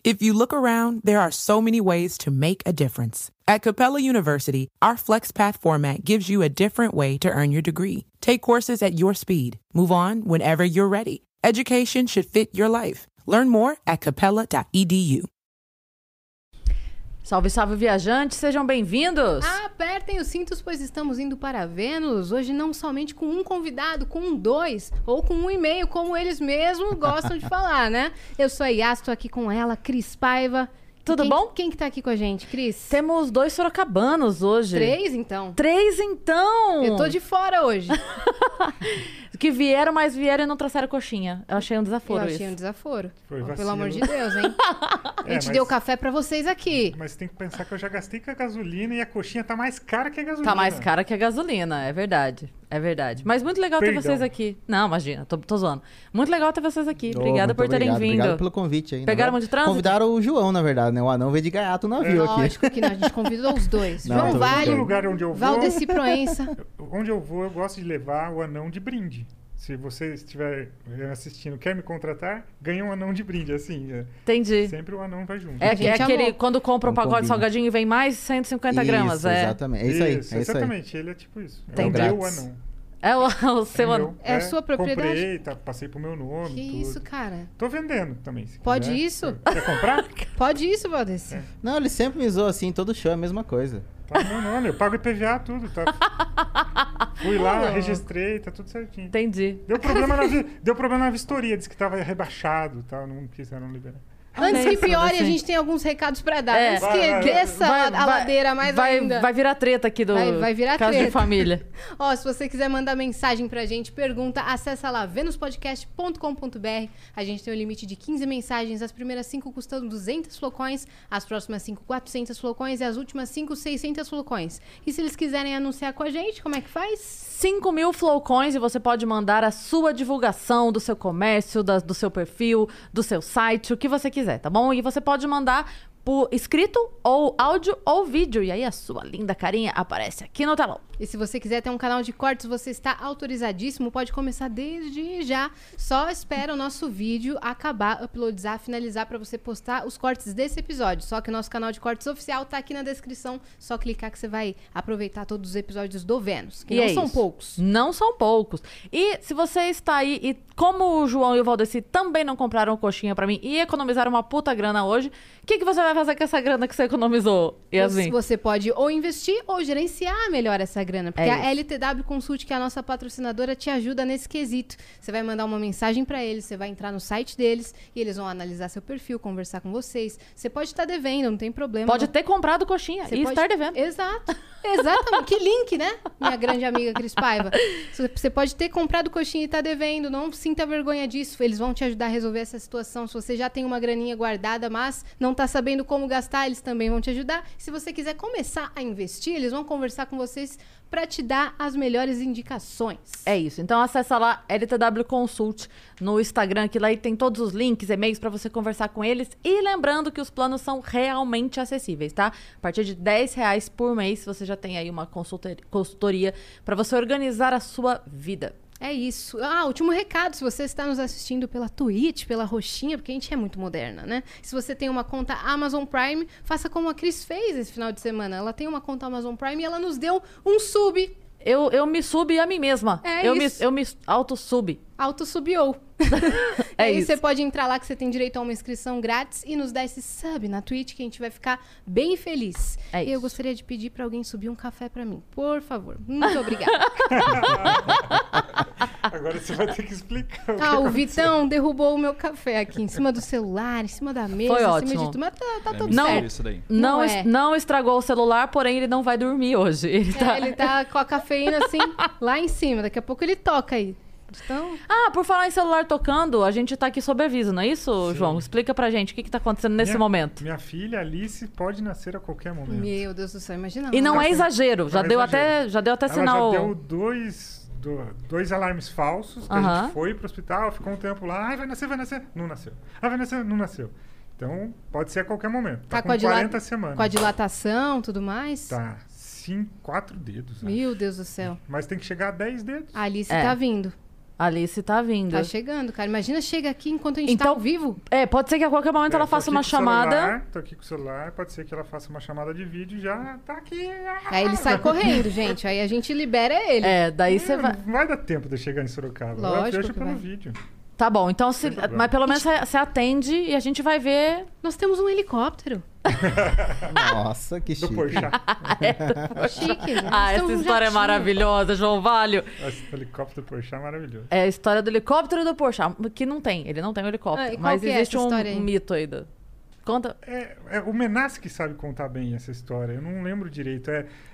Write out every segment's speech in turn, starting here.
If you look around, there are so many ways to make a difference. At Capella University, our FlexPath format gives you a different way to earn your degree. Take courses at your speed. Move on whenever you're ready. Education should fit your life. Learn more at capella.edu. Salve, salve, viajantes! Sejam bem-vindos! Apertem os cintos, pois estamos indo para Vênus. Hoje não somente com um convidado, com dois, ou com um e meio, como eles mesmos gostam de falar, né? Eu sou a Yas, estou aqui com ela, Cris Paiva. Tudo bom? Quem que tá aqui com a gente, Cris? Temos 2 sorocabanos hoje. 3, então? 3, então! Eu tô de fora hoje. Que vieram, mas vieram e não trouxeram coxinha. Eu achei um desaforo isso. Eu achei um desaforo. Foi vacilo. Pelo amor de Deus, hein? A gente deu café pra vocês aqui. Mas tem que pensar que eu já gastei com a gasolina e a coxinha tá mais cara que a gasolina. Tá mais cara que a gasolina, é verdade. É verdade. Mas muito legal ter vocês aqui. Não, imagina, tô zoando. Muito legal ter vocês aqui. Obrigada por terem vindo. Obrigado pelo convite aí. Pegaram muito trânsito? Convidaram o João, na verdade, né? O anão veio de gaiato no navio aqui. Lógico que não, a gente convidou os dois. Não, João Vale, lugar onde eu vou, Valdeci Proença. Onde eu vou, eu gosto de levar o anão de brinde. Se você estiver assistindo, quer me contratar, ganha um anão de brinde, assim. Entendi. Sempre o anão vai junto. É aquele, quando compra um pacote de salgadinho e vem mais 150 gramas, isso, exatamente. É isso aí. É exatamente, ele é tipo isso. Entendi. É o meu anão. É o seu anão. É a sua propriedade? Comprei, passei pro meu nome. Que tudo. isso, cara? Tô vendendo também. Pode quiser. isso? Quer comprar? Pode isso, Valdeci. Não, ele sempre me zoa assim, todo show é a mesma coisa. Tá no meu nome, eu pago IPVA, tudo, tá? Fui lá, registrei, tá tudo certinho. Entendi. Deu problema na vistoria, disse que tava rebaixado, tá? Não quiseram liberar. Antes que piore, a gente tem alguns recados pra dar. Antes que desça a ladeira mais ainda. Vai virar treta aqui do vai virar caso treta. de família. Ó, se você quiser mandar mensagem pra gente, pergunta, acessa lá, venuspodcast.com.br. A gente tem um limite de 15 mensagens. As primeiras 5 custam 200 flocões, as próximas 5, 400 flocões e as últimas 5, 600 flocões. E se eles quiserem anunciar com a gente, como é que faz? 5.000 flowcoins e você pode mandar a sua divulgação do seu comércio, do seu perfil, do seu site, o que você quiser, tá bom? E você pode mandar por escrito, ou áudio, ou vídeo. E aí a sua linda carinha aparece aqui no telão. E se você quiser ter um canal de cortes, você está autorizadíssimo. Pode começar desde já. Só espera o nosso vídeo acabar, uploadizar, finalizar para você postar os cortes desse episódio. Só que o nosso canal de cortes oficial tá aqui na descrição. Só clicar que você vai aproveitar todos os episódios do Vênus. Que não são poucos. Não são poucos. E se você está aí e como o João e o Valdeci também não compraram coxinha para mim e economizaram uma puta grana hoje, o que você vai fazer com essa grana que você economizou, Yasmin? Você pode ou investir ou gerenciar melhor essa grana. Porque a LTW Consult, que é a nossa patrocinadora, te ajuda nesse quesito. Você vai mandar uma mensagem para eles, você vai entrar no site deles e eles vão analisar seu perfil, conversar com vocês. Você pode estar devendo, não tem problema. Pode ter comprado coxinha e estar devendo. Exato. Exatamente. Que link, né? Minha grande amiga Cris Paiva. Você pode ter comprado coxinha e estar devendo. Não sinta vergonha disso. Eles vão te ajudar a resolver essa situação. Se você já tem uma graninha guardada, mas não está sabendo como gastar, eles também vão te ajudar. Se você quiser começar a investir, eles vão conversar com vocês para te dar as melhores indicações. É isso. Então acessa lá LTW Consult no Instagram, que lá tem todos os links, e-mails para você conversar com eles. E lembrando que os planos são realmente acessíveis, tá? A partir de R$10 por mês, você já tem aí uma consultoria para você organizar a sua vida. É isso. Último recado, se você está nos assistindo pela Twitch, pela Roxinha, porque a gente é muito moderna, né? Se você tem uma conta Amazon Prime, faça como a Cris fez esse final de semana. Ela tem uma conta Amazon Prime e ela nos deu um sub. Eu me subi a mim mesma. Eu me auto-subi. Auto-subiou. É isso. isso. Você pode entrar lá que você tem direito a uma inscrição grátis e nos dar esse sub na Twitch que a gente vai ficar bem feliz. É isso. Eu gostaria de pedir para alguém subir um café para mim. Por favor. Muito obrigada. Agora você vai ter que explicar. O Vitão derrubou o meu café aqui em cima do celular, em cima da mesa, Foi em ótimo. cima de tudo. Mas tá tudo Não, certo. Isso daí. Não estragou o celular, porém ele não vai dormir hoje. Ele tá com a cafeína assim, lá em cima. Daqui a pouco ele toca aí. Então... por falar em celular tocando, a gente tá aqui sob aviso, não é isso, Sim. João? Explica pra gente o que tá acontecendo nesse momento. Minha filha, Alice, pode nascer a qualquer momento. Meu Deus do céu, imagina. E não é exagero, Não já é deu exagero. até Ela sinal... já deu dois alarmes falsos, que a gente foi pro hospital, ficou um tempo lá, vai nascer, não nasceu. Vai nascer, não nasceu. Então, pode ser a qualquer momento. Tá com 40 semanas. Com a dilatação, tudo mais? Tá. 4 dedos. Meu Deus do céu. Mas tem que chegar a 10 dedos. A Alice tá vindo. Alice tá vindo. Tá chegando, cara. Imagina, chega aqui enquanto a gente tá ao vivo. Pode ser que a qualquer momento ela faça uma chamada. Tô aqui com o celular, pode ser que ela faça uma chamada de vídeo e já tá aqui. Aí ele sai correndo, gente. Aí a gente libera ele. Daí você vai... Não vai dar tempo de eu chegar em Sorocaba. Lógico, eu vejo pelo vídeo. Tá bom, então mas pelo menos você atende e a gente vai ver. Nós temos um helicóptero. Nossa, que chique. Do Porchat. Chique, né? Essa história é maravilhosa, João Valho. Esse helicóptero do Porchat é maravilhoso. É a história do helicóptero do Porchat, que não tem, ele não tem um helicóptero. Mas existe um mito aí. Conta. O Menas que sabe contar bem essa história, eu não lembro direito.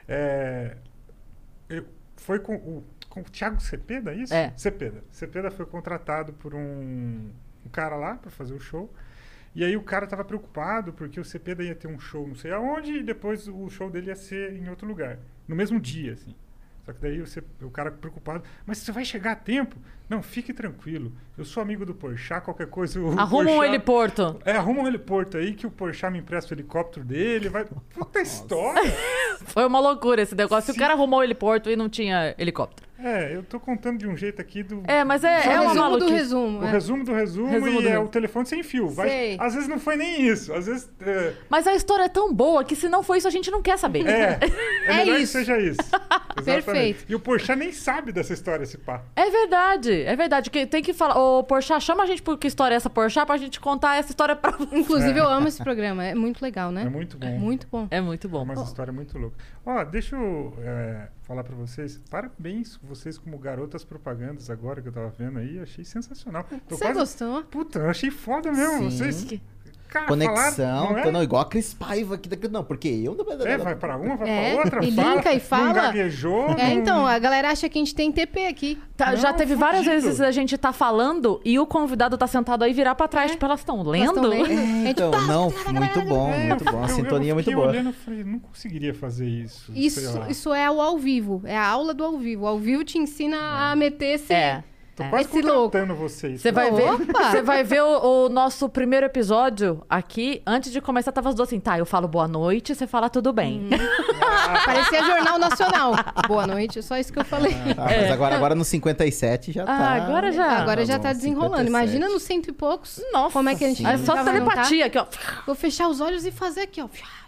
Foi com o Thiago Cepeda, isso? Cepeda. Cepeda foi contratado por um cara lá para fazer o show. E aí o cara tava preocupado porque o Cepeda ia ter um show não sei aonde e depois o show dele ia ser em outro lugar. No mesmo dia, assim. Só que daí o cara preocupado. Mas você vai chegar a tempo? Não, fique tranquilo. Eu sou amigo do Porchat, qualquer coisa... Arruma um heliporto. Arruma um heliporto aí que o Porchat me empresta o helicóptero dele. Vai... Puta história! Foi uma loucura esse negócio. Sim. O cara arrumou o heliporto e não tinha helicóptero. Eu tô contando de um jeito aqui do... mas é uma maluquice. Do resumo. O resumo do resumo e o telefone sem fio. Às vezes não foi nem isso. Às vezes... Mas a história é tão boa que se não for isso, a gente não quer saber. É melhor isso. que seja isso. Perfeito. E o Porchat nem sabe dessa história, esse pá. É verdade. Tem que falar... Ô, Porchat, chama a gente por que história é essa, Porchat, pra gente contar essa história pra você. Inclusive, eu amo esse programa. É muito legal, né? É muito bom. Muito bom. É muito bom. Uma história muito louca. Deixa eu falar pra vocês. Parabéns vocês como garotas propagandas agora que eu tava vendo aí. Achei sensacional. Você gostou? Puta, eu achei foda mesmo. Sim. Vocês... Cara, conexão, falaram, não, igual a Cris Paiva aqui. Não, porque eu... vai pra uma, vai pra outra, e linka e fala. Não gaguejou. Então, a galera acha que a gente tem TP aqui. Já teve várias vezes a gente tá falando e o convidado tá sentado aí virar pra trás. Tipo, elas estão lendo? Então, muito bom. A sintonia é muito boa. Eu olhando e falei, não conseguiria fazer isso. Isso é o ao vivo. É a aula do ao vivo. O ao vivo te ensina a meter esse... Tô quase contratando vocês. Você vai ver o nosso primeiro episódio aqui. Antes de começar, tava as duas assim, eu falo boa noite, você fala tudo bem. Parecia Jornal Nacional. Boa noite, só isso que eu falei. Mas agora no 57 já tá... Agora já tá desenrolando. 57. Imagina nos 100 e poucos. Nossa, como é que a gente... É só telepatia aqui, ó. Vou fechar os olhos e fazer aqui, ó.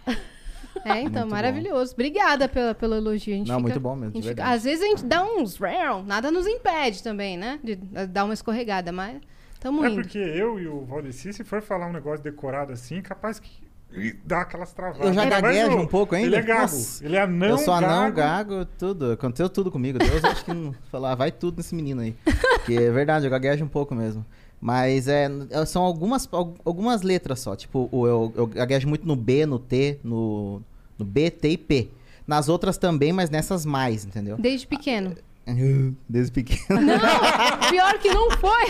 Então, muito maravilhoso. Bom. Obrigada pelo elogio. A gente muito bom mesmo, às vezes a gente dá uns... Nada nos impede também, né? De dar uma escorregada, mas tamo indo. Porque eu e o Valdeci, se for falar um negócio decorado assim, capaz que dá aquelas travadas. Eu já gaguejo um pouco ainda. Ele é gago. Nossa. Ele é anão, eu sou anão, gago, tudo. Aconteceu tudo comigo. Deus, acho que não falar, vai tudo nesse menino aí. Porque é verdade, eu gaguejo um pouco mesmo. Mas são algumas letras só. Tipo, eu gaguejo muito no B, no T, no B, T e P. Nas outras também, mas nessas mais, entendeu? Desde pequeno. Desde pequeno. Não, pior que não foi.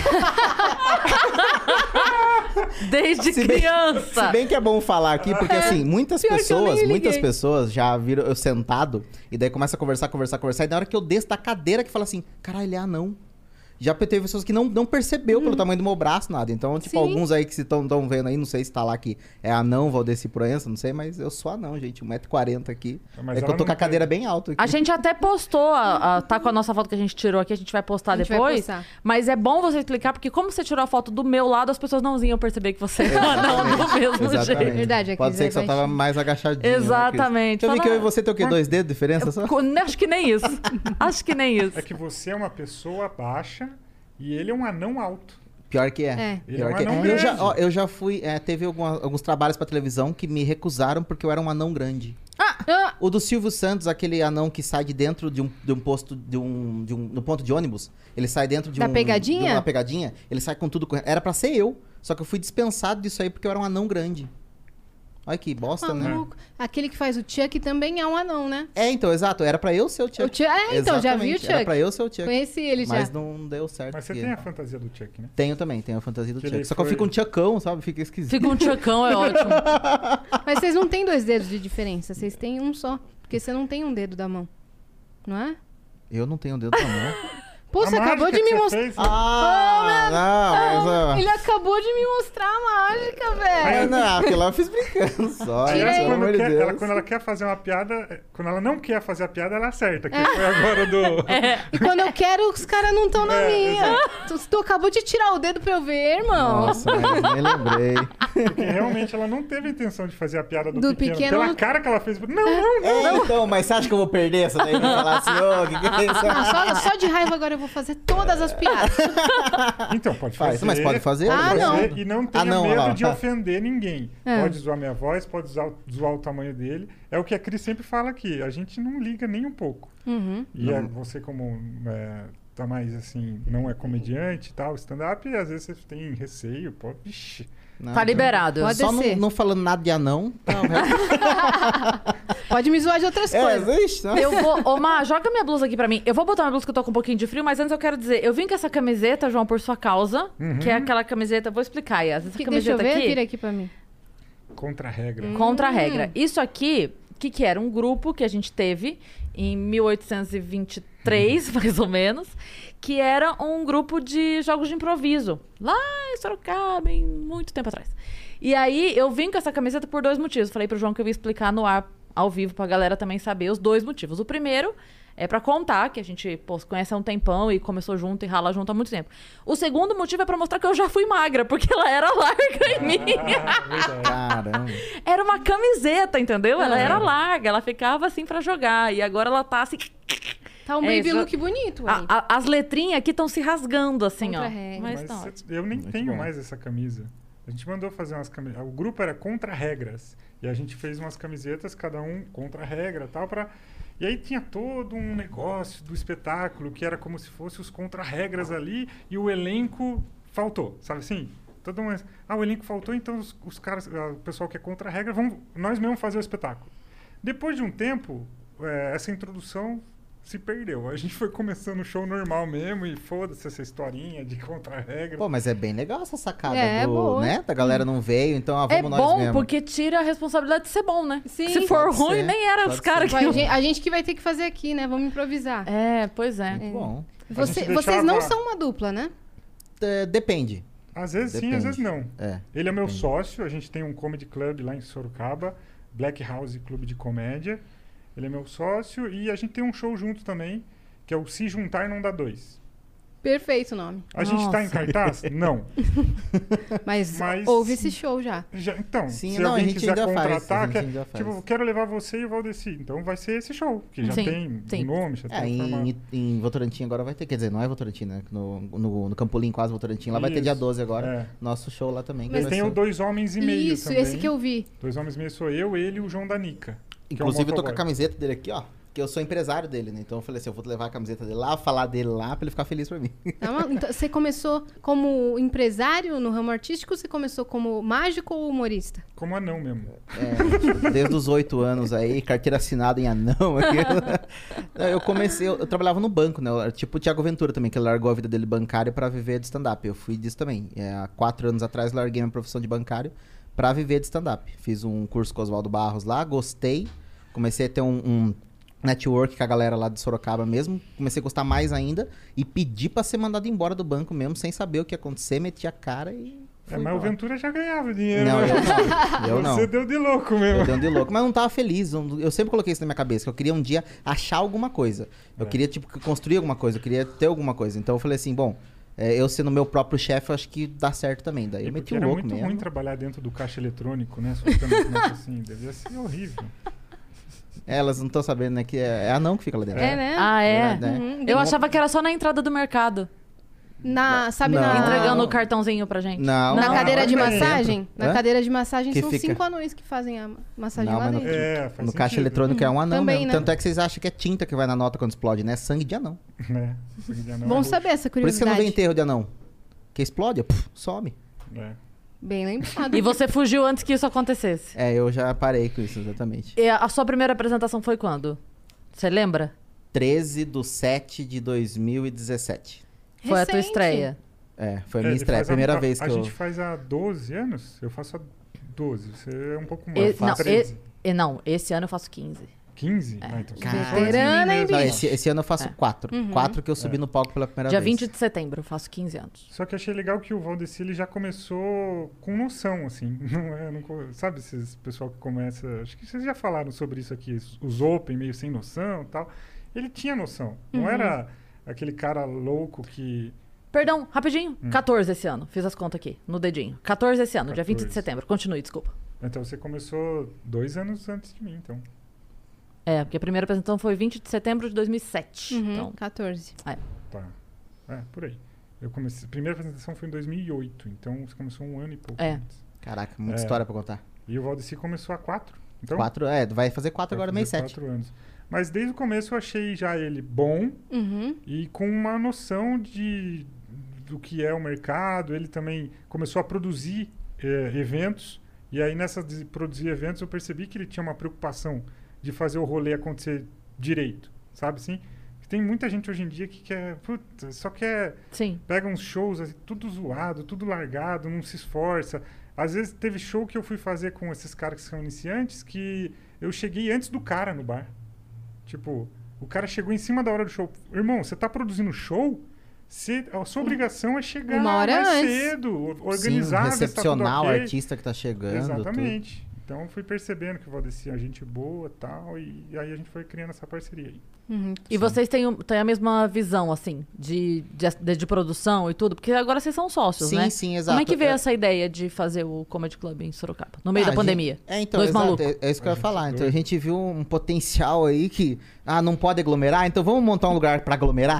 Desde criança. Se bem que é bom falar aqui, porque assim, muitas pessoas já viram eu sentado e daí começa a conversar, e na hora que eu desço da cadeira que fala assim, caralho, ele é anão. Já teve pessoas que não percebeu pelo tamanho do meu braço, nada. Então, tipo, alguns aí que estão vendo aí, não sei se tá lá que é anão, Valdeci Proença, não sei, mas eu sou anão, gente, 1,40 m aqui. Mas que eu tô com a cadeira bem alta aqui. A gente até postou, tá com a nossa foto que a gente tirou aqui, a gente vai postar depois. Mas é bom você explicar, porque como você tirou a foto do meu lado, as pessoas não iam perceber que você é anão do mesmo jeito. Verdade, pode ser que só tava mais agachadinho. Exatamente. Né, eu vi que eu e você tem o quê? 2 dedos de diferença só? Acho que nem isso. É que você é uma pessoa baixa e ele é um anão alto. Pior que é. Eu já fui... teve alguns trabalhos pra televisão que me recusaram porque eu era um anão grande. O do Silvio Santos, aquele anão que sai de dentro de um posto, no ponto de ônibus. Ele sai dentro de uma pegadinha. Ele sai com tudo correndo. Era pra ser eu. Só que eu fui dispensado disso aí porque eu era um anão grande. Olha que bosta, né? Aquele que faz o Chuck também é um anão, né? Então, exato. Era pra eu ser o Chuck. Então, já vi o Chuck. Era pra eu ser o Chuck. Conheci ele já. Mas não deu certo. Mas você tem a fantasia do Chuck, né? Tenho também, tenho a fantasia do Chuck. Só que eu fico um Chuckão, sabe? Fica esquisito. Fica um Chuckão, é ótimo. Mas vocês não têm 2 dedos de diferença. Vocês têm um só. Porque você não tem um dedo da mão. Não é? Eu não tenho um dedo da mão. Pô, você acabou de me mostrar. Ele acabou de me mostrar a mágica, velho. Não, aquilo lá eu fiz brincando só. Aliás, quando ela quer fazer uma piada, quando ela não quer fazer a piada, ela acerta. Que foi agora do... E quando eu quero, os caras não estão na minha. Tu acabou de tirar o dedo pra eu ver, irmão. Nossa, mas nem lembrei. Porque realmente ela não teve a intenção de fazer a piada do pequeno. Pela cara que ela fez. Não. Então, mas você acha que eu vou perder essa daí? Pra falar assim, o que é isso? Só de raiva agora eu vou fazer todas as piadas. Então, pode fazer. Mas pode fazer. Não. E não tenha medo de ofender ninguém. Pode zoar minha voz, pode zoar o tamanho dele. É o que a Cris sempre fala aqui. A gente não liga nem um pouco. E você, como tá mais assim, não é comediante e tal, stand-up, às vezes você tem receio. Vixe. Tá liberado. Pode só ser. não falando nada de anão. Pode me zoar de outras coisas. Existe, né? Eu vou... Ô, Má, joga minha blusa aqui pra mim. Eu vou botar uma blusa que eu tô com um pouquinho de frio, mas antes eu quero dizer, eu vim com essa camiseta, João, por sua causa, que é aquela camiseta... Vou explicar, Yas. Essa camiseta deixa eu ver, aqui... vira aqui pra mim. Contra a regra. Contra a regra. Isso aqui, o que era? Um grupo que a gente teve em 1823, mais ou menos, que era um grupo de jogos de improviso. Lá em Sorocaba, em muito tempo atrás. E aí, eu vim com essa camiseta por 2 motivos. Falei pro João que eu ia explicar no ar, ao vivo, pra galera também saber os 2 motivos. O primeiro é pra contar que a gente se conhece há um tempão e começou junto e rala junto há muito tempo. O segundo motivo é pra mostrar que eu já fui magra, porque ela era larga em mim. Caramba. Era uma camiseta, entendeu? Ela era larga, ela ficava assim pra jogar. E agora ela tá assim... Tá um baby look bonito, hein? As letrinhas aqui estão se rasgando, assim, Contra ó. regra. Mas tá ótimo. Eu nem Muito tenho bom. mais essa camisa. A gente mandou fazer umas camisetas. O grupo era contra regras. E a gente fez umas camisetas, cada um contra a regra e tal, pra... E aí tinha todo um negócio do espetáculo, que era como se fosse os contra-regras ali, e o elenco faltou, sabe assim? O elenco faltou, então os caras, o pessoal que é contra-regra, nós mesmos fazer o espetáculo. Depois de um tempo, essa introdução se perdeu. A gente foi começando o show normal mesmo, e foda-se essa historinha de contra-regra. Pô, mas é bem legal essa sacada boa. né? Da galera não veio, então vamos É nós bom mesmo. porque tira a responsabilidade de ser bom, né? Sim. Se for Pode ruim, ser, nem era pode os caras que... A gente que vai ter que fazer aqui, né? Vamos improvisar. Pois é. Muito bom. Vocês não são uma dupla, né? Depende. Às vezes sim, Depende. às vezes não. Ele é meu Depende. sócio, a gente tem um comedy club lá em Sorocaba, Black House Clube de Comédia. Ele é meu sócio e a gente tem um show junto também, que é o Se Juntar Não Dá Dois. Perfeito o nome. A gente tá em cartaz? Não. Mas houve esse show já. Então, Sim, se não, alguém a gente quiser ainda faz, contratar, a gente ainda faz. tipo, quero levar você e o Valdeci. Então vai ser esse show, que já tem o nome, já tem o formato. Em Votorantim agora vai ter, quer dizer, não é Votorantim, né? No Campolim, quase Votorantim, lá vai ter dia 12 agora. Nosso show lá também. Mas tem o 2 Homens e Meio Isso, também. esse que eu vi. 2 Homens e Meio sou eu, ele e o João Danica. Inclusive, eu tô com a camiseta dele aqui, ó. Que eu sou empresário dele, né? Então eu falei assim, eu vou levar a camiseta dele lá, falar dele lá, pra ele ficar feliz pra mim. Então, você começou como empresário no ramo artístico ou você começou como mágico ou humorista? Como anão mesmo. Desde os 8 anos aí, carteira assinada em anão. Eu comecei, eu trabalhava no banco, né? Tipo o Thiago Ventura também, que ele largou a vida dele bancária pra viver de stand-up. Eu fui disso também. Há 4 anos atrás, larguei minha profissão de bancário pra viver de stand-up. Fiz um curso com o Oswaldo Barros lá, gostei. Comecei a ter um network com a galera lá de Sorocaba mesmo. Comecei a gostar mais ainda e pedi pra ser mandado embora do banco mesmo, sem saber o que ia acontecer, meti a cara e... Mas o Ventura já ganhava dinheiro. Não, né? eu não. Você deu de louco mesmo. Eu dei um de louco, mas eu não tava feliz. Eu sempre coloquei isso na minha cabeça, que eu queria um dia achar alguma coisa. Eu queria, tipo, construir alguma coisa, eu queria ter alguma coisa. Então eu falei assim, bom, eu sendo meu próprio chefe, eu acho que dá certo também. Daí eu meti o louco mesmo. Era muito ruim trabalhar dentro do caixa eletrônico, né? Assim, devia ser horrível. Elas não estão sabendo, né? Que é anão que fica lá dentro. É, né? Ah, é? Verdade, né? Eu achava que era só na entrada do mercado. Entregando o cartãozinho pra gente. Não. Na cadeira de não, massagem? Na cadeira de massagem Que são fica- 5 anões que fazem a massagem Não, lá mas dentro. Faz No caixa sentido. eletrônico é um anão Também, mesmo. né? Tanto é que vocês acham que é tinta que vai na nota quando explode, né? É sangue de anão. Né? Bom saber essa Por isso que eu não curiosidade. vejo enterro de anão. Que explode, some. Bem lembrado. E você fugiu antes que isso acontecesse. Eu já parei com isso, exatamente. E a sua primeira apresentação foi quando? Você lembra? 13/7/2017. Foi a tua Recente. estreia. Foi a minha estreia. A primeira vez que A eu... gente faz há 12 anos? Eu faço há 12. Você é um pouco mais. Não, 13. não, esse ano eu faço 15. 15? Ah, então Veterana, hein, Não, bicho? esse ano eu faço 4. 4 que eu subi no palco pela primeira Dia vez. 20 de setembro, eu faço 15 anos. Só que achei legal que o Valdeci ele já começou com noção, assim. Sabe esses pessoal que começa... Acho que vocês já falaram sobre isso aqui. Os Open meio sem noção e tal. Ele tinha noção. Não era aquele cara louco que... Perdão, rapidinho. 14 esse ano. Fiz as contas aqui, no dedinho. 14 esse ano, dia 20 de 14. setembro. Continue, desculpa. Então você começou 2 anos antes de mim, então. É, porque a primeira apresentação foi 20 de setembro de 2007. Então, 14. Tá. Por aí. Eu comecei... A primeira apresentação foi em 2008. Então você começou 1 ano e pouco antes. Caraca, muita história pra contar. E o Valdeci começou há 4. Então, 4, vai fazer 4 agora, mês 7. 4 anos. Mas desde o começo eu achei já ele bom e com uma noção do que é o mercado. Ele também começou a produzir eventos. E aí, nessa de produzir eventos, eu percebi que ele tinha uma preocupação de fazer o rolê acontecer direito, sabe assim? Tem muita gente hoje em dia que quer... Puta, só quer... sim. Pega uns shows assim, tudo zoado, tudo largado, não se esforça. Às vezes teve show que eu fui fazer com esses caras que são iniciantes que eu cheguei antes do cara no bar. Tipo, o cara chegou em cima da hora do show. Irmão, você tá produzindo show? A sua obrigação é chegar 1 hora mais antes. cedo, organizar, ver se tá tudo recepcionar o ok. artista que tá chegando. Exatamente. Então fui percebendo que o Valdeci é gente boa e tal, e aí a gente foi criando essa parceria aí. E vocês têm a mesma visão, assim, de produção e tudo? Porque agora vocês são sócios, Sim, né? sim, exato. Como é que veio essa ideia de fazer o Comedy Club em Sorocaba? No meio da pandemia? Então, Dois exato, malucos. é isso que eu ia falar. Então doido. a gente viu um potencial aí que... não pode aglomerar? Então vamos montar um lugar pra aglomerar?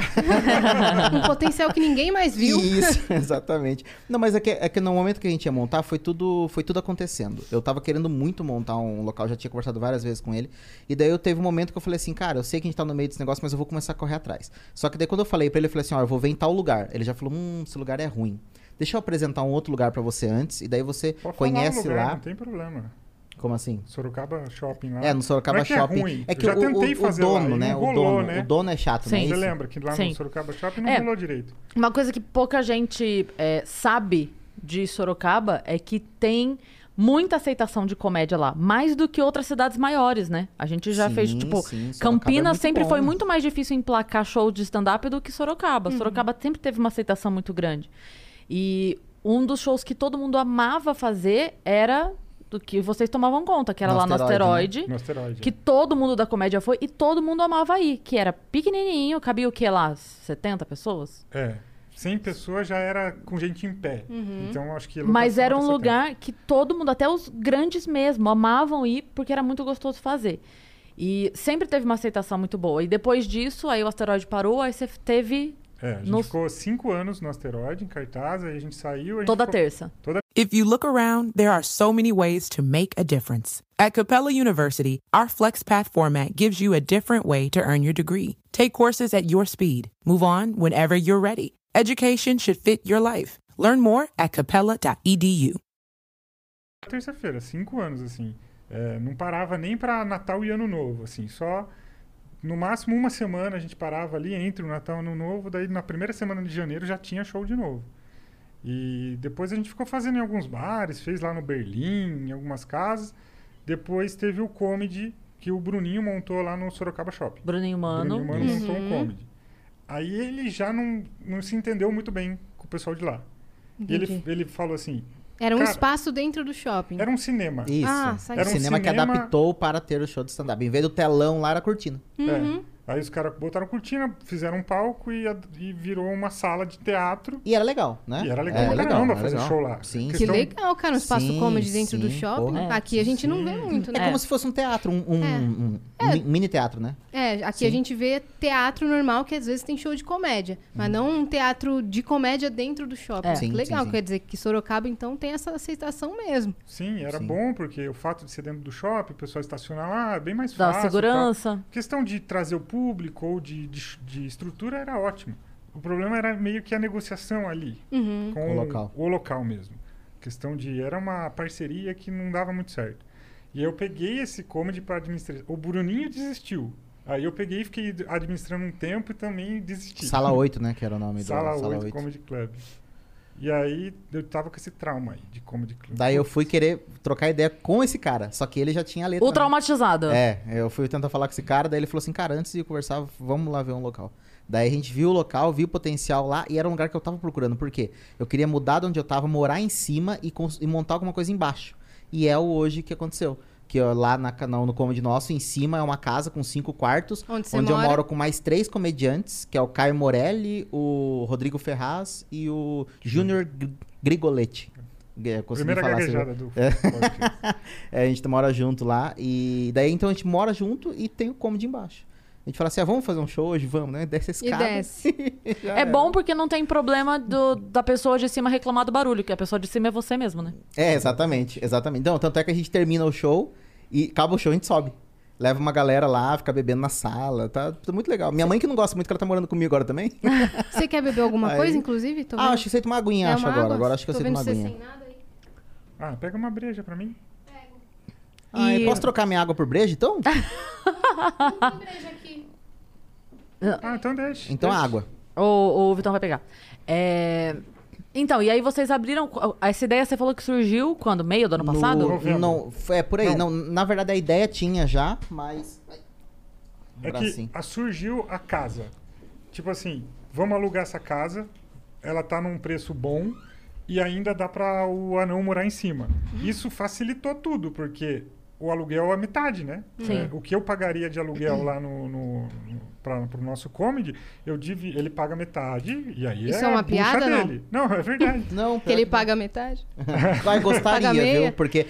Um potencial que ninguém mais viu. Isso, exatamente. Não, mas é que no momento que a gente ia montar, foi tudo acontecendo. Eu tava querendo muito montar um local, já tinha conversado várias vezes com ele. E daí eu teve um momento que eu falei assim, cara, eu sei que a gente tá no meio desse negócio, mas eu vou começar a correr atrás. Só que daí quando eu falei pra ele, eu falei assim, eu vou ver em tal lugar. Ele já falou, esse lugar é ruim. Deixa eu apresentar um outro lugar pra você antes, e daí você Pode conhece falar o lugar, lá. não tem problema. Como assim? Sorocaba Shopping lá. No Sorocaba não é que Shopping. É ruim. É que eu já tentei fazer o dono, lá, e né? não rolou, né? O dono é chato, Sim. né? Você lembra que lá Sim. no Sorocaba Shopping não rolou direito. Uma coisa que pouca gente sabe de Sorocaba é que tem muita aceitação de comédia lá. Mais do que outras cidades maiores, né? A gente já fez, tipo... Sorocaba Campinas é muito sempre bom. foi muito mais difícil emplacar show de stand-up do que Sorocaba. Sorocaba sempre teve uma aceitação muito grande. E um dos shows que todo mundo amava fazer era... do que vocês tomavam conta, que era No lá no Asteroide, Asteroide. No Asteroide. Que todo mundo da comédia foi e todo mundo amava ir. Que era pequenininho, cabia o quê lá? 70 pessoas? 100 pessoas já era com gente em pé. Então, acho que... Mas era um 70. lugar que todo mundo, até os grandes mesmo, amavam ir porque era muito gostoso fazer. E sempre teve uma aceitação muito boa. E depois disso, aí o Asteroide parou, aí você teve... A gente ficou 5 anos no Asteroide, em cartaz, aí a gente saiu... Toda terça. If you look around, there are so many ways to make a difference. At Capella University, our FlexPath format gives you a different way to earn your degree. Take courses at your speed. Move on whenever you're ready. Education should fit your life. Learn more at capella.edu. Terça-feira, 5 anos, assim. Não parava nem para Natal e Ano Novo, assim. Só, no máximo, 1 semana a gente parava ali entre o Natal e o Ano Novo. Daí, na primeira semana de janeiro, já tinha show de novo. E depois a gente ficou fazendo em alguns bares, fez lá no Berlim, em algumas casas. Depois teve o comedy que o Bruninho montou lá no Sorocaba Shopping. Bruninho Mano. O Bruninho Mano montou um comedy. Aí ele já não se entendeu muito bem com o pessoal de lá. E ele falou assim... Era um cara, espaço dentro do shopping. Era um cinema. Isso. saquei. Era um cinema que adaptou para ter o show de stand-up. Em vez do telão lá, era cortina. Aí os caras botaram cortina, fizeram um palco e virou uma sala de teatro. E era legal, né? E era legal pra caramba fazer show lá. Sim, Que legal, cara, um espaço Sim, comedy dentro do sim, shopping. porra. Aqui a gente não vê muito, né? É como se fosse um teatro, um mini teatro, né? Aqui Sim. a gente vê teatro normal, que às vezes tem show de comédia. Mas não um teatro de comédia dentro do shopping. Sim, Legal, sim. quer dizer que Sorocaba, então, tem essa aceitação mesmo. Sim, era Sim. bom, porque o fato de ser dentro do shopping, o pessoal estacionar lá, é bem mais Da fácil. segurança. Tal. Questão de trazer o público ou de estrutura era ótimo. O problema era meio que a negociação ali com o local mesmo. Questão de... Era uma parceria que não dava muito certo. E eu peguei esse comedy para administrar. O Bruninho desistiu. Aí eu peguei e fiquei administrando um tempo e também desisti. Sala 8, né? Que era o nome Sala do 8 Comedy Club. E aí eu tava com esse trauma aí de comedy club. Daí eu fui querer trocar ideia com esse cara, só que ele já tinha a letra. O traumatizado. Eu fui tentar falar com esse cara, daí ele falou assim, cara, antes de conversar, vamos lá ver um local. Daí a gente viu o local, viu o potencial lá, e era um lugar que eu tava procurando. Por quê? Eu queria mudar de onde eu tava, morar em cima e montar alguma coisa embaixo. E é o hoje que aconteceu. Que lá no Comedy Nosso, em cima, é uma casa com 5 quartos. Onde eu moro com mais 3 comediantes, que é o Caio Morelli, o Rodrigo Ferraz e o Júnior Grigoletti. Primeira gaguejada do a gente mora junto lá. E daí, então, a gente mora junto e tem o comedy embaixo. A gente fala assim, vamos fazer um show hoje? Vamos, né? Desce a escada. E desce. É bom porque não tem problema da pessoa de cima reclamar do barulho, que a pessoa de cima é você mesmo, né? Exatamente. Então, tanto é que a gente termina o show e acaba o show, a gente sobe. Leva uma galera lá, fica bebendo na sala, tá muito legal. Minha mãe que não gosta muito, que ela tá morando comigo agora também. Você quer beber alguma coisa, inclusive? Acho que você tomar uma aguinha, acho agora. Agora acho que eu sei tomar uma aguinha. Sem nada aí. Pega uma breja pra mim. Eu posso trocar minha água por breja, então? Tem breja aqui. Então deixa. Então deixa. água. O Vitão vai pegar. Então, e aí vocês abriram... Essa ideia você falou que surgiu quando? Meio do ano passado? Não, é por aí. Não, na verdade, a ideia tinha já, mas... Surgiu a casa. Tipo assim, vamos alugar essa casa. Ela tá num preço bom e ainda dá para o anão morar em cima. Isso facilitou tudo, porque o aluguel é a metade, né? Sim. O que eu pagaria de aluguel lá pro nosso comedy, ele paga metade e aí Isso é uma piada, dele. Não, é verdade. Não, que ele paga metade? Vai, gostaria, viu? Porque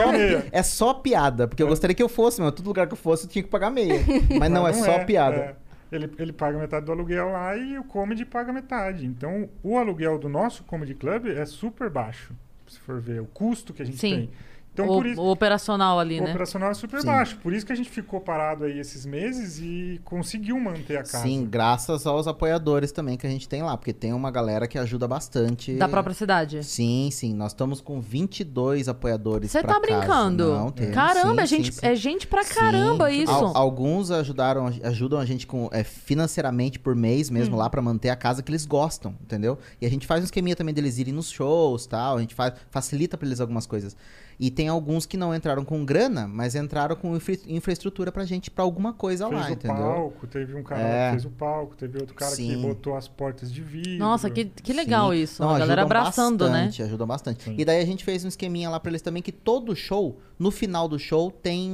é só só piada. Porque eu gostaria que eu fosse, todo lugar que eu fosse eu tinha que pagar meia. Mas não, é só piada. Ele paga metade do aluguel lá e o comedy paga metade. Então, o aluguel do nosso comedy club é super baixo, se for ver o custo que a gente tem. Então, o operacional ali, né? O operacional é super baixo. Por isso que a gente ficou parado aí esses meses e conseguiu manter a casa. Sim, graças aos apoiadores também que a gente tem lá. Porque tem uma galera que ajuda bastante. Da própria cidade? Sim. Nós estamos com 22 apoiadores. Você tá brincando? Não, tem. Caramba, é gente pra caramba isso. Alguns ajudam a gente financeiramente por mês mesmo lá pra manter a casa que eles gostam, entendeu? E a gente faz um esqueminha também deles irem nos shows e tal. A gente facilita pra eles algumas coisas. E tem alguns que não entraram com grana, mas entraram com infraestrutura pra gente, pra alguma coisa lá, entendeu? Palco, teve um cara que fez o palco, teve outro cara que botou as portas de vidro. Nossa, que legal isso. Não, a galera abraçando, bastante, né? Ajudam bastante. Sim. E daí a gente fez um esqueminha lá pra eles também, que todo show, no final do show, tem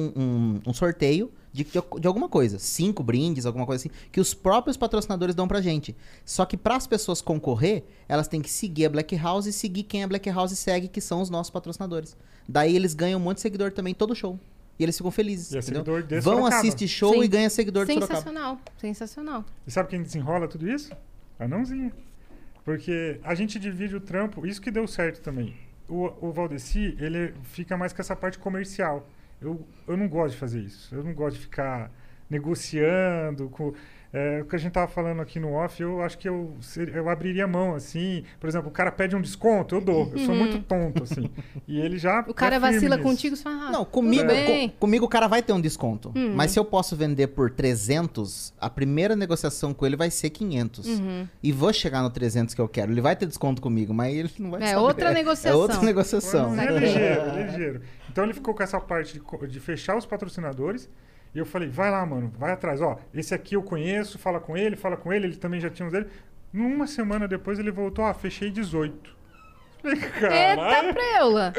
um sorteio de alguma coisa. 5 brindes, alguma coisa assim, que os próprios patrocinadores dão pra gente. Só que para as pessoas concorrer, elas têm que seguir a Black House e seguir quem a Black House segue, que são os nossos patrocinadores. Daí eles ganham um monte de seguidor também todo show. E eles ficam felizes, entendeu? Vão assistir show e ganha seguidor de Sorocaba. Sensacional. E sabe quem desenrola tudo isso? A Anãozinha. Porque a gente divide o trampo, isso que deu certo também. O Valdeci, ele fica mais com essa parte comercial. Eu não gosto de fazer isso. Eu não gosto de ficar negociando com... o que a gente tava falando aqui no off, eu acho que eu abriria a mão, assim. Por exemplo, o cara pede um desconto, eu dou. Eu sou muito tonto, assim. E ele já... O cara vacila contigo, você fala... Não, comigo o cara vai ter um desconto. Mas se eu posso vender por 300, a primeira negociação com ele vai ser 500. E vou chegar no 300 que eu quero. Ele vai ter desconto comigo, mas ele não vai saber. Outra negociação. É outra negociação. É ligeiro. Então ele ficou com essa parte de fechar os patrocinadores. E eu falei, vai lá, mano, vai atrás. Esse aqui eu conheço, fala com ele, ele também já tinha uns dele. Uma semana depois ele voltou, fechei 18. Falei, caralho. Eita preula.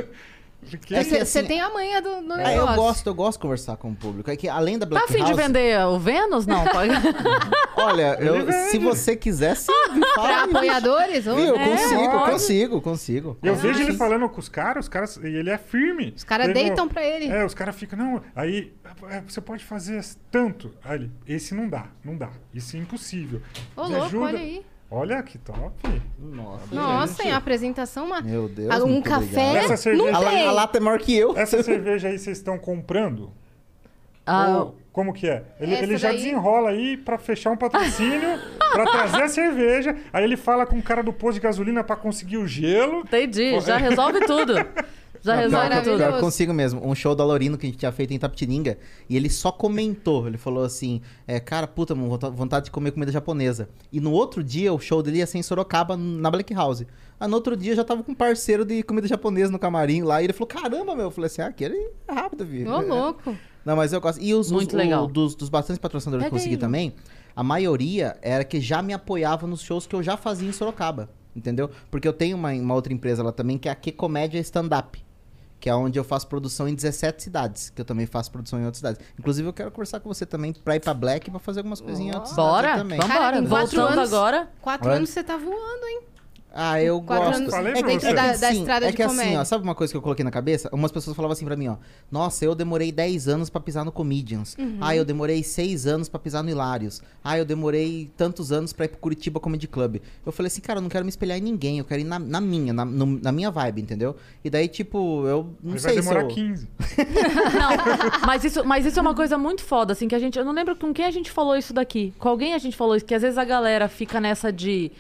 Você tem a manha do negócio. Eu gosto de conversar com o público. É que além da Black House... Tá a fim de vender o Vênus? Não, pode... Olha, se você quiser, sim, me fala. Pra apoiadores? Consigo. Eu vejo ele falando com os caras, e ele é firme. Os caras deitam pra ele. Os caras ficam, não, aí você pode fazer tanto. Aí ele, esse não dá. Isso é impossível. Ô, louco, olha aí. Olha que top. Nossa, a apresentação... Meu Deus, um café essa cerveja, não tem. A lata é maior que eu. Essa cerveja aí vocês estão comprando? Ou, como que é? Ele já desenrola aí pra fechar um patrocínio, pra trazer a cerveja. Aí ele fala com o cara do posto de gasolina pra conseguir o gelo. Entendi, já resolve tudo. Já resolve tudo. Pior que eu consigo mesmo. Um show do Alorino que a gente tinha feito em Itapetininga, e ele só comentou, ele falou assim, cara, puta, mano, vontade de comer comida japonesa. E no outro dia, o show dele ia ser em Sorocaba, na Black House. No outro dia, eu já tava com um parceiro de comida japonesa no camarim lá, e ele falou, caramba, meu. Eu falei assim, aquele é rápido, filho. Ô, louco. Não, mas eu gosto. E Muito legal. Dos bastantes patrocinadores que eu consegui também, a maioria era que já me apoiava nos shows que eu já fazia em Sorocaba. Entendeu? Porque eu tenho uma outra empresa lá também, que é a Que Comédia Stand-Up. Que é onde eu faço produção em 17 cidades. Que eu também faço produção em outras cidades. Inclusive, eu quero conversar com você também pra ir pra Black e pra fazer algumas coisinhas em outras cidades também. Vambora, voltando agora. 4 anos você tá voando, hein? Eu 4 gosto. anos Falei é dentro da estrada de que comédia. assim, ó, sabe uma coisa que eu coloquei na cabeça? Umas pessoas falavam assim pra mim, ó. Nossa, eu demorei 10 anos pra pisar no Comedians. Eu demorei 6 anos pra pisar no Hilários. Eu demorei tantos anos pra ir pro Curitiba Comedy Club. Eu falei assim, cara, eu não quero me espelhar em ninguém. Eu quero ir na minha vibe, entendeu? E daí, tipo, eu não sei se vai demorar 15. Não, mas isso é uma coisa muito foda, assim, que a gente... Eu não lembro com quem a gente falou isso daqui. Com alguém a gente falou isso, que às vezes a galera fica nessa de...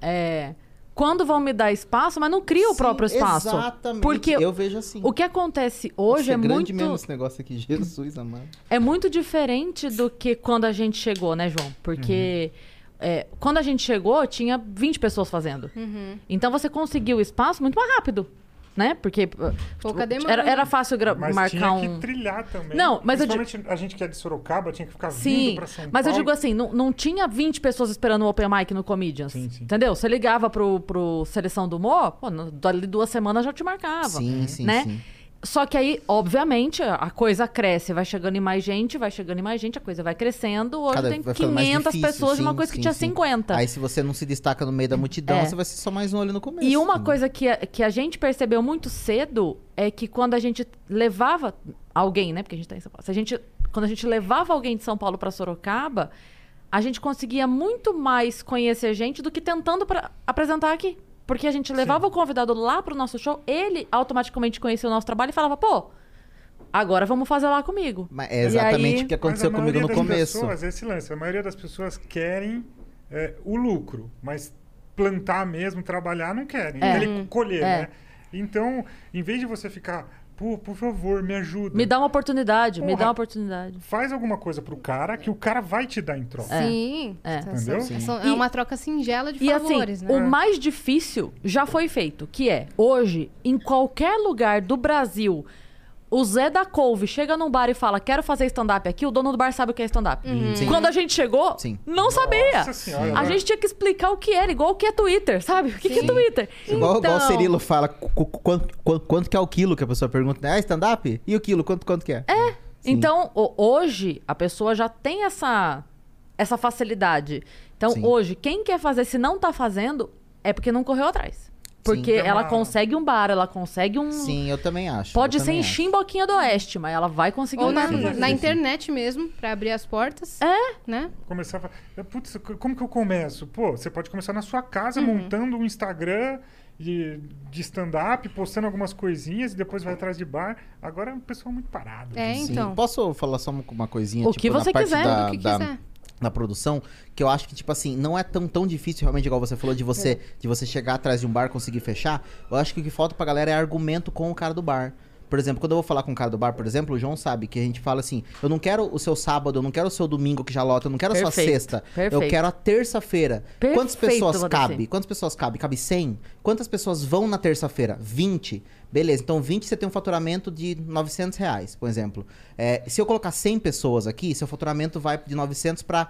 quando vão me dar espaço, mas não cria o próprio espaço. Exatamente. Porque eu vejo assim. O que acontece hoje é grande muito... mesmo esse negócio aqui, Jesus amado. É muito diferente do que quando a gente chegou, né, João? Porque quando a gente chegou, tinha 20 pessoas fazendo. Então você conseguiu o espaço muito mais rápido. Né? Porque pouca demanda. Era fácil mas marcar tinha que trilhar também. Não, mas principalmente a gente que é de Sorocaba tinha que ficar sim, vindo pra São Paulo. mas eu digo assim, não tinha 20 pessoas esperando o Open Mic no Comedians. Sim. Entendeu? Você ligava pro Seleção do Humor, pô, dali 2 semanas já te marcava. Sim, né? sim. Só que aí, obviamente, a coisa cresce, vai chegando em mais gente, a coisa vai crescendo. Hoje tem 500 pessoas de uma coisa que tinha 50. Aí se você não se destaca no meio da multidão, você vai ser só mais um olho no começo. E uma coisa que a gente percebeu muito cedo é que quando a gente levava alguém, né? Porque a gente tá em São Paulo. Quando a gente levava alguém de São Paulo para Sorocaba, a gente conseguia muito mais conhecer gente do que tentando apresentar aqui. Porque a gente levava o convidado lá pro nosso show, ele automaticamente conhecia o nosso trabalho e falava, pô, agora vamos fazer lá comigo. Mas é exatamente o que aconteceu comigo no começo. Pessoas, esse lance, a maioria das pessoas querem o lucro, mas plantar mesmo, trabalhar, não querem. Querem colher, né? Então, em vez de você ficar... Por favor, me ajuda. Me dá uma oportunidade, me dá uma oportunidade. Faz alguma coisa pro cara que o cara vai te dar em troca. Sim. Entendeu? É uma troca singela de favores, assim, né? O mais difícil já foi feito, que é, hoje, em qualquer lugar do Brasil, o Zé da Couve chega num bar e fala, quero fazer stand-up aqui, o dono do bar sabe o que é stand-up. Quando a gente chegou, não sabia. Nossa Senhora, a gente tinha que explicar o que era, igual o que é Twitter, sabe? O que é Twitter? Igual o Cirilo fala, quanto que é o quilo, que a pessoa pergunta, stand-up? E o quilo, quanto que é? Então, hoje, a pessoa já tem essa facilidade. Então, hoje, quem quer fazer, se não tá fazendo, é porque não correu atrás. Porque ela consegue um bar, ela consegue um... Sim, eu também acho. Pode ser em Chimboquinha do Oeste, mas ela vai conseguir ou um bar. na internet mesmo, pra abrir as portas. Né? Começar a falar, putz, como que eu começo? Pô, você pode começar na sua casa, montando um Instagram de stand-up, postando algumas coisinhas e depois vai atrás de bar. Agora é um pessoal muito parado. Então. Posso falar só uma coisinha? O que você quiser. O que quiser. Na produção, que eu acho que, tipo assim, não é tão difícil realmente, igual você falou, de você chegar atrás de um bar e conseguir fechar. Eu acho que o que falta pra galera é argumento com o cara do bar. Por exemplo, quando eu vou falar com o cara do bar, por exemplo, o João sabe que a gente fala assim, eu não quero o seu sábado, eu não quero o seu domingo que já lota, eu não quero a sua sexta. Eu quero a terça-feira. Quantas pessoas cabe? Quantas pessoas cabe? Cabe 100? Quantas pessoas vão na terça-feira? 20? Beleza, então 20 você tem um faturamento de R$900, por exemplo. Se eu colocar 100 pessoas aqui, seu faturamento vai de 900 para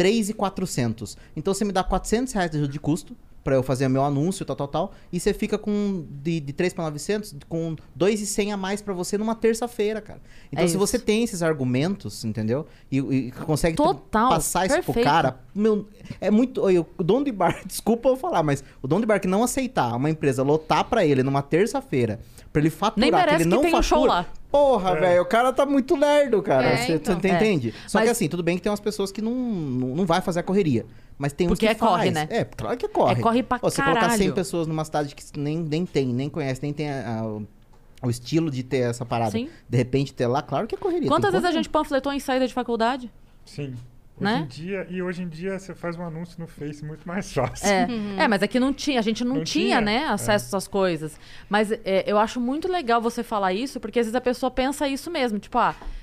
3.400. Então você me dá R$400 de custo pra eu fazer meu anúncio, tal. E você fica com de 3 para 900, com 2.100 a mais pra você numa terça-feira, cara. Então se você tem esses argumentos, entendeu? E consegue passar isso pro cara, meu, é muito... O dono de bar, desculpa eu falar, mas o dono de bar que não aceitar uma empresa lotar pra ele numa terça-feira, pra ele faturar, nem merece que ele não fatura... Um show lá. Porra, velho, o cara tá muito lerdo, cara. Você entende? Só mas... que assim, tudo bem que tem umas pessoas que não vai fazer a correria. Mas tem uns que corre, né? Claro que corre. Corre pra você caralho. Colocar 100 pessoas numa cidade que nem conhece, nem tem o estilo de ter essa parada. Sim. De repente ter lá, claro que é correria. Quantas vezes a gente panfletou em saída de faculdade? Sim. né? Hoje em dia você faz um anúncio no Face muito mais fácil. Mas aqui não tinha, a gente não tinha, né, acesso a essas coisas. Mas eu acho muito legal você falar isso, porque às vezes a pessoa pensa isso mesmo, tipo,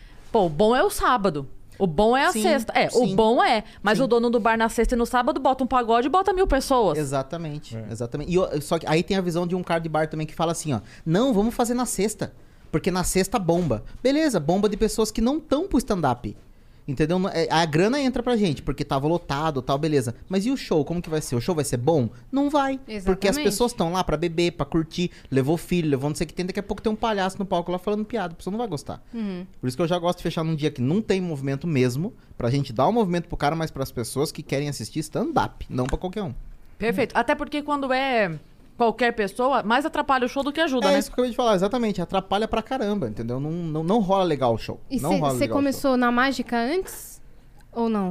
o bom é o sábado. O bom é a sexta. O bom é. Mas o dono do bar na sexta e no sábado bota um pagode e bota 1.000 pessoas. Exatamente. Exatamente. Só que aí tem a visão de um cara de bar também que fala assim, ó. Não, vamos fazer na sexta. Porque na sexta bomba. Beleza, bomba de pessoas que não estão pro stand-up. Entendeu? A grana entra pra gente, porque tava lotado, tal, beleza. Mas e o show? Como que vai ser? O show vai ser bom? Não vai. Exatamente. Porque as pessoas estão lá pra beber, pra curtir, levou filho, levou não sei o que tem. Daqui a pouco tem um palhaço no palco lá falando piada. A pessoa não vai gostar. Por isso que eu já gosto de fechar num dia que não tem movimento mesmo, pra gente dar um movimento pro cara, mas pras pessoas que querem assistir stand-up, não pra qualquer um. Perfeito. Até porque quando é qualquer pessoa, mais atrapalha o show do que ajuda, né? É isso que eu acabei de falar, exatamente. Atrapalha pra caramba, entendeu? Não rola legal o show. E você começou na mágica antes? Ou não?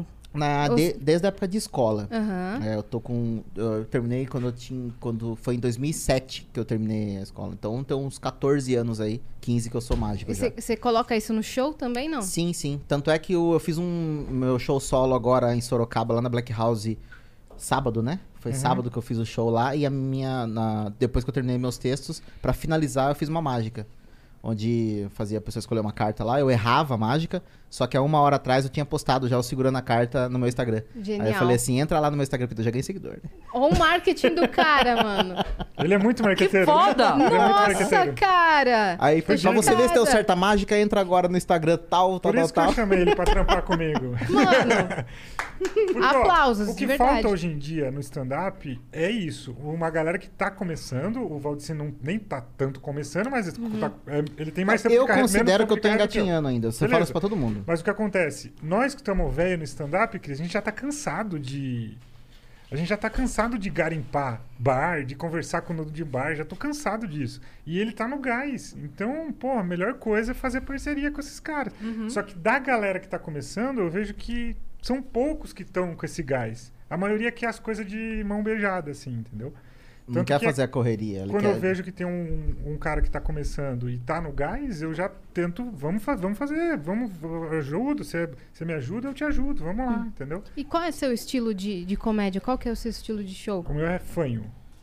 Desde a época de escola. Uhum. Eu terminei quando foi em 2007 que eu terminei a escola. Então tem uns 14 anos aí, 15 que eu sou mágico. Você coloca isso no show também, não? Sim, sim. Tanto é que eu fiz meu show solo agora em Sorocaba, lá na Black House, sábado, né? Foi sábado que eu fiz o show lá. E depois que eu terminei meus textos, pra finalizar, eu fiz uma mágica. Onde fazia a pessoa escolher uma carta lá, eu errava a mágica, só que há 1 hora atrás eu tinha postado já eu segurando a carta no meu Instagram. Genial. Aí eu falei assim, entra lá no meu Instagram, porque eu já ganhei seguidor, né? Olha o marketing do cara, mano. Ele é muito marqueteiro. Que foda! Nossa, cara! Aí foi pra você ver se deu certo a mágica, entra agora no Instagram tal. Por isso que eu chamei ele pra trampar comigo. Mano, porque, aplausos, o que de verdade. falta hoje em dia no stand-up é isso. Uma galera que tá começando, o Valdeci nem tá tanto começando, mas ele tem mais tempo de carreira. Eu considero que eu tô engatinhando ainda. Você fala isso pra todo mundo. Mas o que acontece? Nós que estamos velhos no stand-up, Cris, a gente já tá cansado de... A gente já tá cansado de garimpar bar, de conversar com o dono de bar, já tô cansado disso. E ele tá no gás. Então, a melhor coisa é fazer parceria com esses caras. Só que da galera que tá começando, eu vejo que são poucos que estão com esse gás. A maioria quer as coisas de mão beijada, assim, entendeu? Não quer fazer a correria. Quando eu vejo que tem um cara que tá começando e tá no gás, eu já tento, vamos fazer, eu ajudo, você me ajuda, eu te ajudo, vamos lá, entendeu? E qual é o seu estilo de comédia? Qual que é o seu estilo de show? O meu é fanho.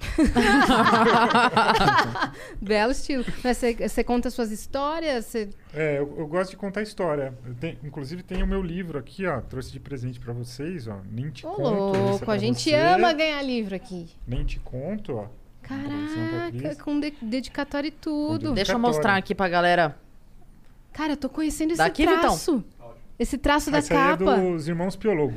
Belo estilo. Mas você conta suas histórias? Eu gosto de contar história. Inclusive tem o meu livro aqui, ó. Trouxe de presente pra vocês, ó. Nem te conto. Louco, a gente ama ganhar livro aqui. Nem te conto, ó. Caraca, com dedicatório e tudo. Deixa eu mostrar aqui pra galera. Cara, eu tô conhecendo esse Daqui, traço. Esse traço da capa. Aí é dos Irmãos Piologo.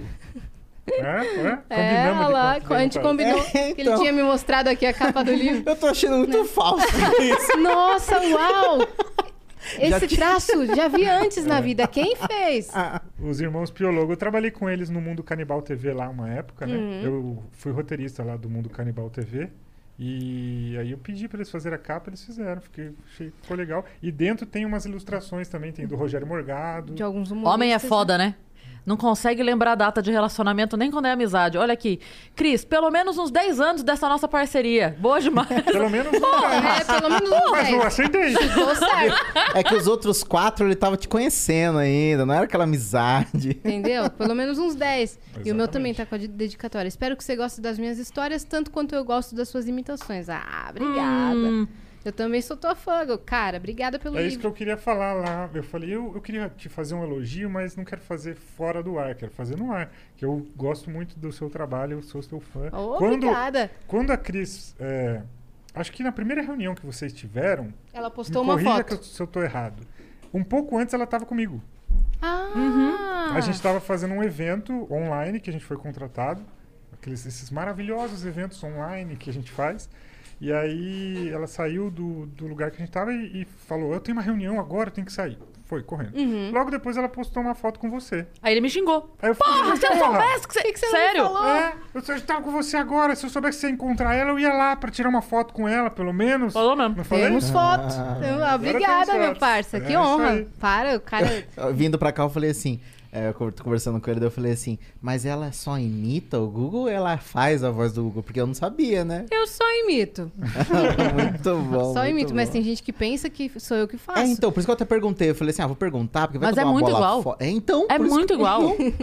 Olha lá, a gente combinou que ele tinha me mostrado aqui a capa do livro. Eu tô achando muito falso isso. Nossa, uau! Esse traço, já vi antes na vida. Quem fez? Os Irmãos Piologo. Eu trabalhei com eles no Mundo Canibal TV lá uma época, né? Eu fui roteirista lá do Mundo Canibal TV. E aí eu pedi pra eles fazerem a capa, eles fizeram. Ficou legal. E dentro tem umas ilustrações também. Tem do Rogério Morgado. De alguns humoristas. Homem é foda, né? Não consegue lembrar a data de relacionamento nem quando é amizade. Olha aqui. Cris, pelo menos uns 10 anos dessa nossa parceria. Boa demais. Pelo menos uns 10. Pelo menos uns 10. Mas eu aceitei. Deu certo. É que os outros 4 ele tava te conhecendo ainda, não era aquela amizade. Entendeu? Pelo menos uns 10. Exatamente. E o meu também tá com a dedicatória. Espero que você goste das minhas histórias, tanto quanto eu gosto das suas imitações. Obrigada. Eu também sou tua fã, cara. Obrigada pelo livro. É isso que eu queria falar lá. Eu falei, eu queria te fazer um elogio, mas não quero fazer fora do ar. Quero fazer no ar. Que eu gosto muito do seu trabalho, eu sou seu fã. Obrigada. Quando a Cris... acho que na primeira reunião que vocês tiveram... Ela postou uma foto. Se eu tô errado. Um pouco antes ela estava comigo. A gente estava fazendo um evento online que a gente foi contratado. Esses maravilhosos eventos online que a gente faz. E aí ela saiu do lugar que a gente tava e falou, eu tenho uma reunião agora, eu tenho que sair. Foi, correndo. Logo depois ela postou uma foto com você. Aí ele me xingou. Aí eu falei, Porra, você não soubesse que você Sério? não falou? eu só estava com você agora, se eu soubesse que você ia encontrar ela, eu ia lá pra tirar uma foto com ela, pelo menos. Falou mesmo. Não falei? Temos foto. Obrigada, meu fotos. parça. Que É honra. isso aí. Para, o cara... Vindo pra cá eu falei assim, eu tô conversando com ele, daí eu falei assim, mas ela só imita o Google ou ela faz a voz do Google? Porque eu não sabia, né? Eu só imito. Muito bom. Só imito, bom. mas tem gente que pensa que sou eu que faço. Então, por isso que eu até perguntei. Eu falei assim, vou perguntar, porque vai Mas tomar é uma muito bola igual. fora. Então, É por isso muito que- igual.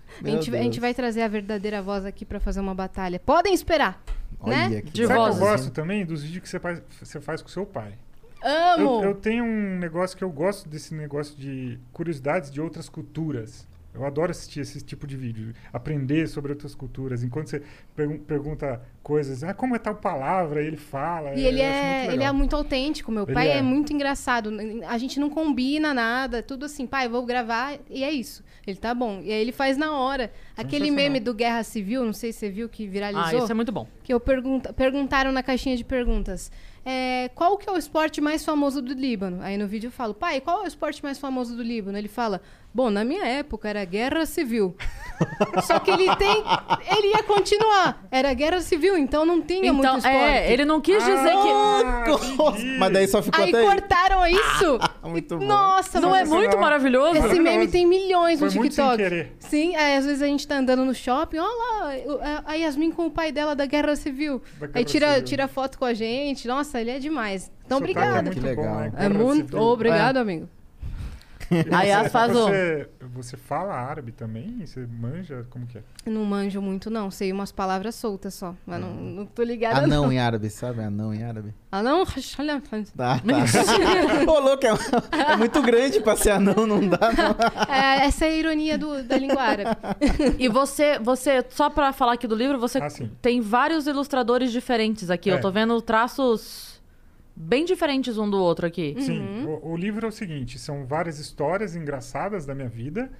A gente vai trazer a verdadeira voz aqui pra fazer uma batalha. Podem esperar. Olha, né? que De Sabe o que vozes. eu gosto também? Dos vídeos que você faz com seu pai. Amo! Eu tenho um negócio que eu gosto desse negócio de curiosidades de outras culturas. Eu adoro assistir esse tipo de vídeo. Aprender sobre outras culturas. Enquanto você pergunta coisas, como é tal palavra, ele fala. E ele é muito autêntico. Meu pai é muito engraçado. A gente não combina nada. Tudo assim, pai, vou gravar e é isso. Ele tá bom. E aí ele faz na hora. Aquele meme do Guerra Civil, não sei se você viu, que viralizou. Isso é muito bom. Que perguntaram na caixinha de perguntas. Qual que é o esporte mais famoso do Líbano? Aí no vídeo eu falo, pai, qual é o esporte mais famoso do Líbano? Ele fala, bom, na minha época era Guerra Civil. Só que ele ia continuar. Era Guerra Civil, então não tinha muito esporte. Ele não quis dizer que... Mas daí só ficou Aí até cortaram isso. Muito bom. Nossa, Não é muito maravilhoso? Esse meme tem milhões no Foi muito sem TikTok. querer. Sim, às vezes a gente tá andando no shopping, olha lá, a Yasmin com o pai dela da Guerra Civil. Aí tira foto com a gente. Nossa, ele é demais. Então, obrigada. Muito Que legal. bom, né? É muito obrigado, amigo. Aí faz o... Você fala árabe também? Você manja? Como que é? Não manjo muito, não. Sei umas palavras soltas só. Mas não tô ligada, Anão não. em árabe, sabe? Anão em árabe. Anão? Tá. Ô, louco, é muito grande pra ser anão, não dá, não. Essa é a ironia da língua árabe. E você, só pra falar aqui do livro, você sim. tem vários ilustradores diferentes aqui. Eu tô vendo traços bem diferentes um do outro aqui. Sim, o livro é o seguinte, são várias histórias engraçadas da minha vida.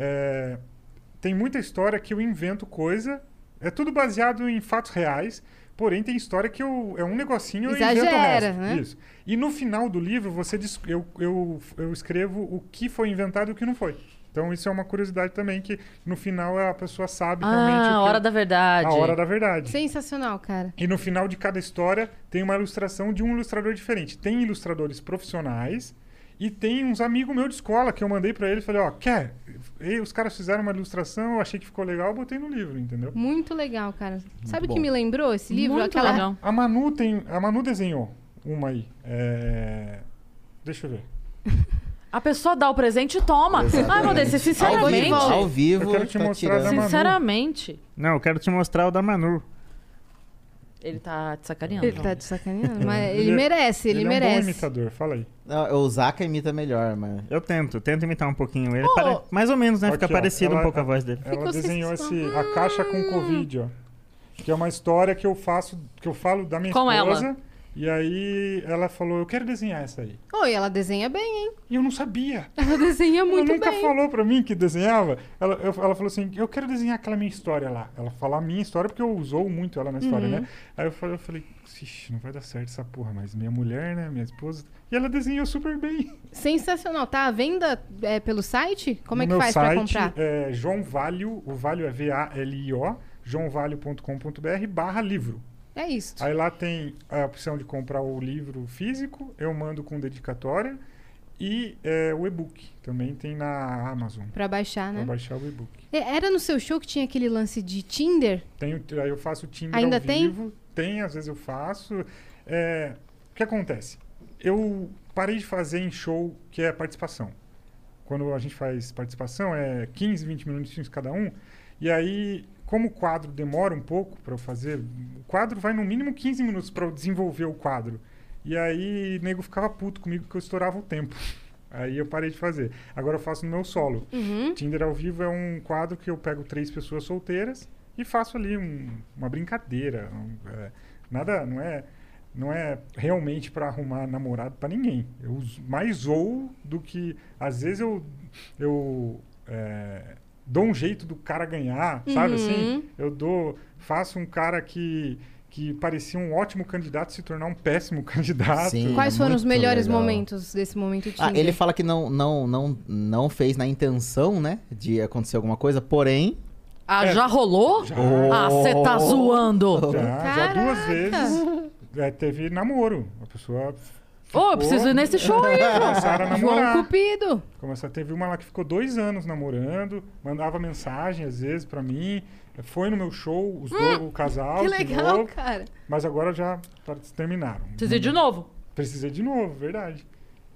Tem muita história que eu invento coisa, é tudo baseado em fatos reais, porém tem história que é um negocinho e eu invento o resto. Né? Isso. E no final do livro eu escrevo o que foi inventado e o que não foi. Então isso é uma curiosidade também, que no final a pessoa sabe realmente a hora da verdade. A hora da verdade. Sensacional, cara. E no final de cada história tem uma ilustração de um ilustrador diferente. Tem ilustradores profissionais e tem uns amigos meus de escola que eu mandei pra eles e falei, quer? E os caras fizeram uma ilustração, eu achei que ficou legal, eu botei no livro, entendeu? Muito legal, cara. Sabe o bom. que me lembrou esse livro? Muito legal. A Manu desenhou uma aí. Deixa eu ver. A pessoa dá o presente e toma. Ai, meu Deus, sinceramente. Ao vivo, Eu quero te tá mostrar tirando. da Manu. Sinceramente. Não, eu quero te mostrar o da Manu. Ele tá te sacaneando. Ele tá te sacaneando, mas ele merece, ele é um merece. bom imitador, fala aí. Não, o Zaka imita melhor, mas... Eu tento imitar um pouquinho ele. Mais ou menos, né? Fica Aqui, ó, parecido um pouco a voz dele. Ela Ficou desenhou sensacional. a caixa com Covid, ó. Que é uma história que eu falo da minha Com esposa. ela. E aí ela falou, eu quero desenhar essa aí. Oi, ela desenha bem, hein? E eu não sabia. Ela desenha muito Ela nunca bem. falou pra mim que desenhava. Ela falou assim, eu quero desenhar aquela minha história lá. Ela falou a minha história porque eu usou muito ela na história, né? Aí eu falei, não vai dar certo essa porra, mas minha mulher, né, minha esposa... E ela desenhou super bem. Sensacional. Tá à venda pelo site? Como é No que meu faz site, pra comprar? João Valio, o Valio é VALIO, joãovalio.com.br/livro. É isso. Aí lá tem a opção de comprar o livro físico, eu mando com dedicatória, e o e-book também tem na Amazon. Pra baixar, né? Pra baixar o e-book. Era no seu show que tinha aquele lance de Tinder? Aí eu faço o Tinder Ainda ao tem? vivo. Tem, às vezes eu faço. O que acontece? Eu parei de fazer em show que é participação. Quando a gente faz participação, 15, 20 minutinhos cada um. E aí, como o quadro demora um pouco para eu fazer, o quadro vai no mínimo 15 minutos para eu desenvolver o quadro. E aí, o nego ficava puto comigo que eu estourava o tempo. Aí eu parei de fazer. Agora eu faço no meu solo. Tinder ao vivo é um quadro que eu pego 3 pessoas solteiras e faço ali uma brincadeira. Nada, não é realmente para arrumar namorado para ninguém. Eu mais zoo do que... Às vezes eu dou um jeito do cara ganhar, sabe assim? Faço um cara que parecia um ótimo candidato se tornar um péssimo candidato. Sim. Quais foram os muito melhores legal. momentos desse momento Tinder? Ele fala que não fez na intenção, né? De acontecer alguma coisa, porém... Já rolou? Já. Você tá zoando. Já 2 Caraca. vezes teve namoro. A pessoa Eu preciso ir nesse show aí. começaram a João namorar. Cupido. Teve uma lá que ficou 2 anos namorando, mandava mensagem às vezes pra mim, foi no meu show, o casal. Que de legal, novo, cara. mas agora já terminaram. Precisa ir de novo. Precisei de novo, verdade.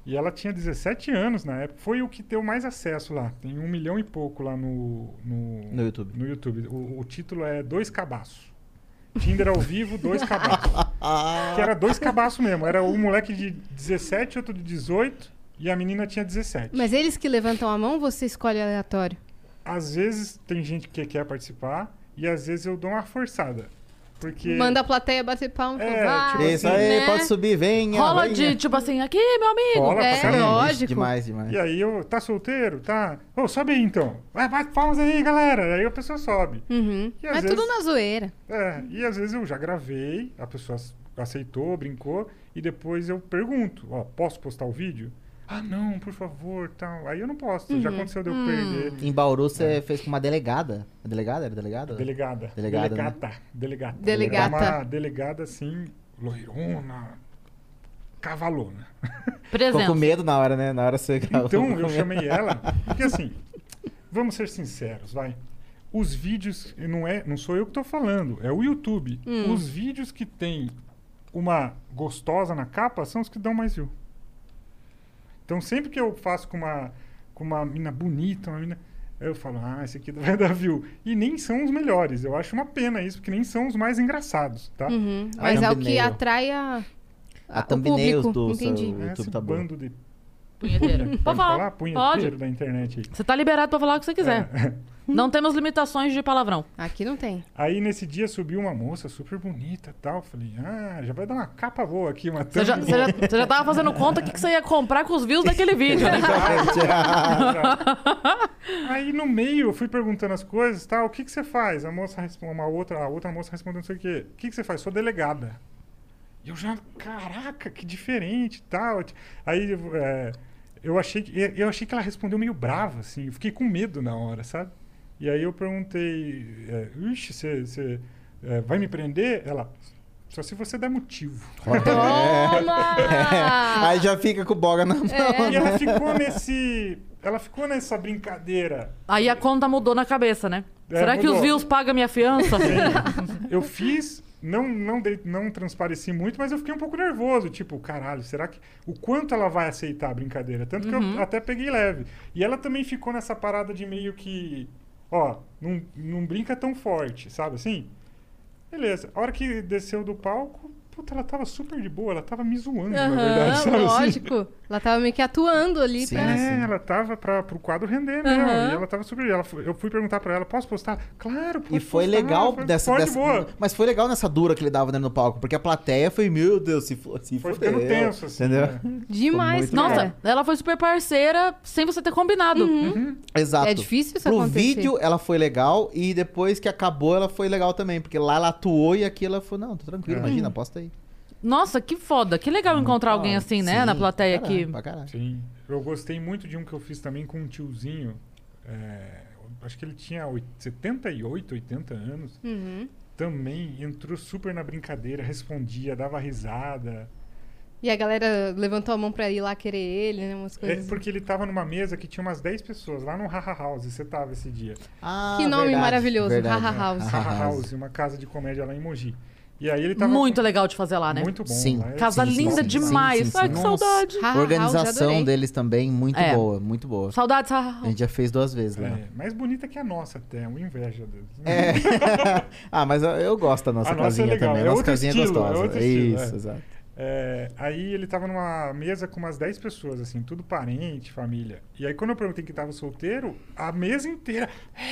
E ela tinha 17 anos na época. Foi o que deu mais acesso lá. Tem 1 milhão e pouco lá no YouTube. No YouTube. O título é 2 Cabaços. Tinder ao vivo, 2 Cabaços. Que era 2 cabaços mesmo. Era um moleque de 17, outro de 18 e a menina tinha 17. Mas eles que levantam a mão ou você escolhe aleatório? Às vezes tem gente que quer participar e às vezes eu dou uma forçada. Porque... Manda a plateia bater palma. tipo isso assim, aí, né? pode subir, venha. Rola venha. de, tipo assim, aqui, meu amigo. Rola pra caramba. lógico. Demais. E aí tá solteiro? Tá. Ô, sobe aí então. Vai, bate palmas aí, galera. Aí a pessoa sobe. Uhum. E às Mas vezes- tudo na zoeira. E às vezes eu já gravei, a pessoa aceitou, brincou, e depois eu pergunto, ó, posso postar o vídeo? Ah, não, por favor, tal. Aí eu não posso, já aconteceu de eu perder. Em Bauru você fez com uma delegada. A delegada? Era delegada? Delegada. Delegada, né? Delegata. Delegata. Era uma delegada, assim, loirona, cavalona. Ficou Presença. com medo na hora, né? Na hora você gravou. Então, eu chamei ela, porque assim, vamos ser sinceros, vai. Os vídeos, não sou eu que tô falando, é o YouTube. Os vídeos que tem uma gostosa na capa são os que dão mais view. Então, sempre que eu faço com uma mina bonita, eu falo, esse aqui vai dar view. E nem são os melhores. Eu acho uma pena isso, porque nem são os mais engraçados, tá? Uhum. Mas é o que thumbnail. atrai A o thumbnails público. do Entendi. seu Esse YouTube tá bom. bando de Punheteiro. Pode falar. punheteiro Pode. da internet aí. Você tá liberado pra falar o que você quiser. Não temos limitações de palavrão. Aqui não tem. Aí, nesse dia, subiu uma moça super bonita e tal. Falei, já vai dar uma capa boa aqui, uma Você já, thumb você já, você já tava fazendo conta o que você ia comprar com os views daquele vídeo, né? Aí no meio eu fui perguntando as coisas, tal, o que você faz? A moça a outra moça respondeu não sei o quê. O que você faz? Sou delegada. E eu já, caraca, que diferente, tal. Aí eu achei que ela respondeu meio brava, assim. Eu fiquei com medo na hora, sabe? E aí eu perguntei, ixi, você vai me prender? Ela, só se você der motivo. Toma! Aí já fica com o boga na mão. E ela ficou nessa brincadeira. Aí a conta mudou na cabeça, né? Será que mudou. os views pagam minha fiança? Eu fiz, não transpareci muito, mas eu fiquei um pouco nervoso. Tipo, caralho, será que... O quanto ela vai aceitar a brincadeira? Tanto que eu até peguei leve. E ela também ficou nessa parada de meio que... Ó, não brinca tão forte, sabe assim? Beleza. A hora que desceu do palco, puta, ela tava super de boa. Ela tava me zoando, na verdade, sabe assim? Lógico. Ela tava meio que atuando ali Sim. pra... Ela tava pro quadro render mesmo. E ela tava super... eu fui perguntar pra ela, posso postar? Claro, pode E foi postar, legal pode boa. Mas foi legal nessa dura que ele dava dentro do palco, porque a plateia foi, meu Deus, se Foi ficando tenso, assim. Entendeu? né? Demais, Muito cara. Nossa, ela foi super parceira sem você ter combinado. Exato. É difícil isso Pro acontecer. vídeo ela foi legal e depois que acabou ela foi legal também, porque lá ela atuou e aqui ela falou, não, tô tranquilo, imagina, posta aí. Nossa, que foda. Que legal encontrar alguém assim, né? Sim, Na plateia caralho, aqui. pra caralho. Sim. Eu gostei muito de um que eu fiz também com um tiozinho. Acho que ele tinha 78, 80 anos. Também entrou super na brincadeira, respondia, dava risada. E a galera levantou a mão pra ir lá querer ele, né? Umas coisas. Porque ele tava numa mesa que tinha umas 10 pessoas, lá no Haha House. Você tava esse dia. Ah, Que nome verdade, maravilhoso, verdade. Haha House. Haha House, uma casa de comédia lá em Mogi. E aí ele tava... Muito legal de fazer lá, né? Muito bom. Sim. lá é Casa Sim, sim, linda sim, demais. sim, sim, Ai, sim. que Nossa. saudade. Haha A House, organização adorei. deles também, muito É. boa, muito boa. Saudades. A gente já fez 2 vezes lá. mais bonita que a nossa até, uma inveja deles. Ah, mas eu gosto da nossa A nossa é casinha legal, também. é A nossa outro casinha estilo, é gostosa. é outro estilo, Isso, exato. Aí ele tava numa mesa com umas 10 pessoas, assim, tudo parente, família. E aí quando eu perguntei que tava solteiro, a mesa inteira...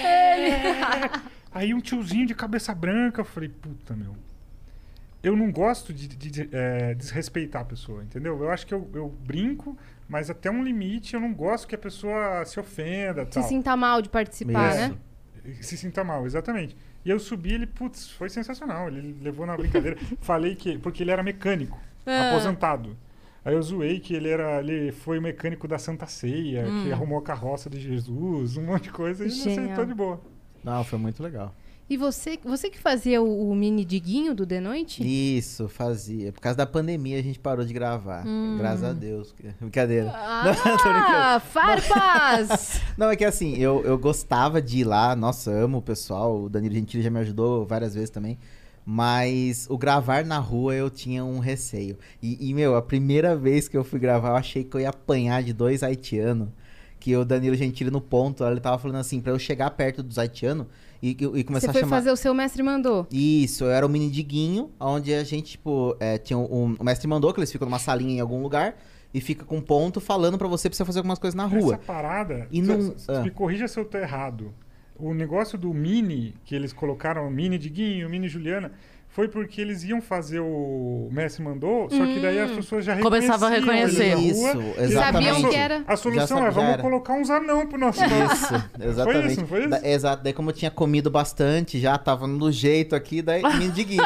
Aí um tiozinho de cabeça branca, eu falei, puta, meu... Eu não gosto de desrespeitar a pessoa, entendeu? Eu acho que eu brinco, mas até um limite eu não gosto que a pessoa se ofenda, Se tal. sinta mal de participar, Isso. né? Se sinta mal, exatamente. E eu subi, ele, putz, foi sensacional. Ele levou na brincadeira. Falei que... Porque ele era mecânico, aposentado. Aí eu zoei que ele foi o mecânico da Santa Ceia, que arrumou a carroça de Jesus, um monte de coisa, e ele Genial. aceitou de boa. Não, foi muito legal. E você que fazia o mini diguinho do The Noite? Isso, fazia. Por causa da pandemia a gente parou de gravar. Graças a Deus. Brincadeira. Ah, farpas! Não, é que assim, eu gostava de ir lá. Nossa, amo o pessoal. O Danilo Gentili já me ajudou várias vezes também. Mas o gravar na rua eu tinha um receio. E, meu, a primeira vez que eu fui gravar, eu achei que eu ia apanhar de 2 haitianos. Que o Danilo Gentili no ponto, ele tava falando assim, pra eu chegar perto dos haitianos e começar a chamar... Você foi fazer o seu mestre mandou? Isso, eu era o mini Diguinho, onde a gente, tipo, tinha o mestre mandou, que eles ficam numa salinha em algum lugar... E fica com ponto falando pra você fazer algumas coisas na rua. Essa parada, e não... me corrija se eu tô errado. O negócio do Mini, que eles colocaram, Mini Diguinho, Mini Juliana, foi porque eles iam fazer o Mestre Mandou, só que daí as pessoas já começavam a reconhecer. Eles na rua, isso, exatamente. Sabiam que era... A solução vamos colocar uns anão pro nosso lado. Isso, exatamente. Foi isso? Exato, daí como eu tinha comido bastante, já tava no jeito aqui, daí me indiguei.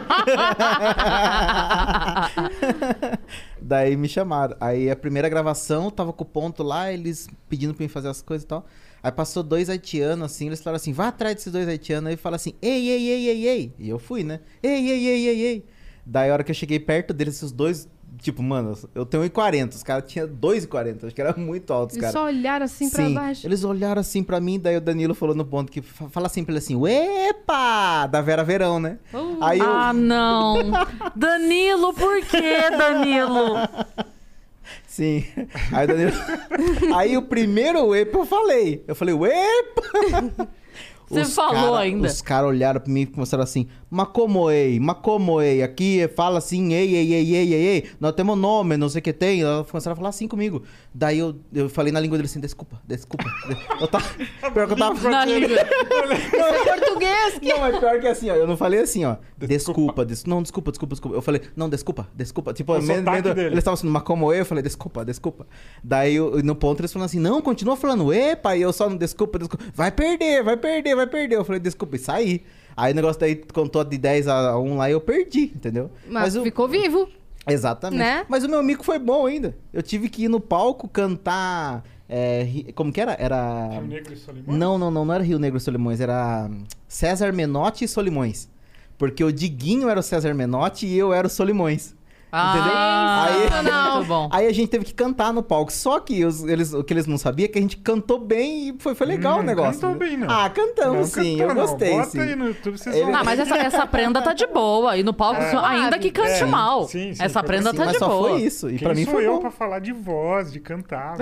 Daí me chamaram. Aí a primeira gravação, tava com o ponto lá, eles pedindo pra mim fazer as coisas e tal. Aí passou 2 haitianos, assim, eles falaram assim, vá atrás desses 2 haitianos. Aí fala assim, ei, ei, ei, ei, ei. E eu fui, né? Ei, ei, ei, ei, ei. Daí a hora que eu cheguei perto deles, esses 2, tipo, mano, eu tenho 1,40. Os caras tinham 2,40. Acho que era muito alto, os caras. Eles só olharam assim pra baixo. Eles olharam assim pra mim, daí o Danilo falou no ponto que fala assim pra ele assim, epa! Da Vera Verão, né? Aí eu... Ah, não! Danilo, por que, Danilo? Sim. Aí o Danilo... Aí o primeiro epa eu falei. Eu falei, epa! Você falou ainda. Os caras olharam pra mim e começaram assim, macomoei, aqui fala assim, ei, ei, ei, ei, ei, ei, nós temos nome, não sei o que tem. Elas começaram a falar assim comigo. Daí eu falei na língua dele assim, desculpa. Eu tava... Pior que eu tava... Na língua. Isso é português. Não, é pior que assim, ó, eu não falei assim, ó, desculpa. Não, desculpa. Eu falei, não, desculpa. Tipo, eles estavam assim, macomoei, eu falei, desculpa. Daí no ponto eles falaram assim, não, continua falando, epa, e eu só não, desculpa. Vai perder. Eu falei, desculpa, e saí. Aí o negócio daí contou de 10-1 lá e eu perdi, entendeu? Mas ficou vivo. Exatamente. Né? Mas o meu mico foi bom ainda. Eu tive que ir no palco cantar... como que era? Era... Rio Negro e Solimões? Não era Rio Negro e Solimões. Era César Menotti e Solimões. Porque o Diguinho era o César Menotti e eu era o Solimões. Entendeu? Muito bom. Aí a gente teve que cantar no palco. Só que o que eles não sabiam é que a gente cantou bem e foi legal o negócio. Cantou bem, não. Ah, cantamos sim. Eu gostei, Bota sim. aí no YouTube, vocês vão Ah, mas essa prenda tá de boa. E no palco, ainda que cante mal. Sim, essa prenda Sim, tá mas de só boa. foi isso. E Quem pra mim sou foi eu bom. pra falar de voz, de cantar?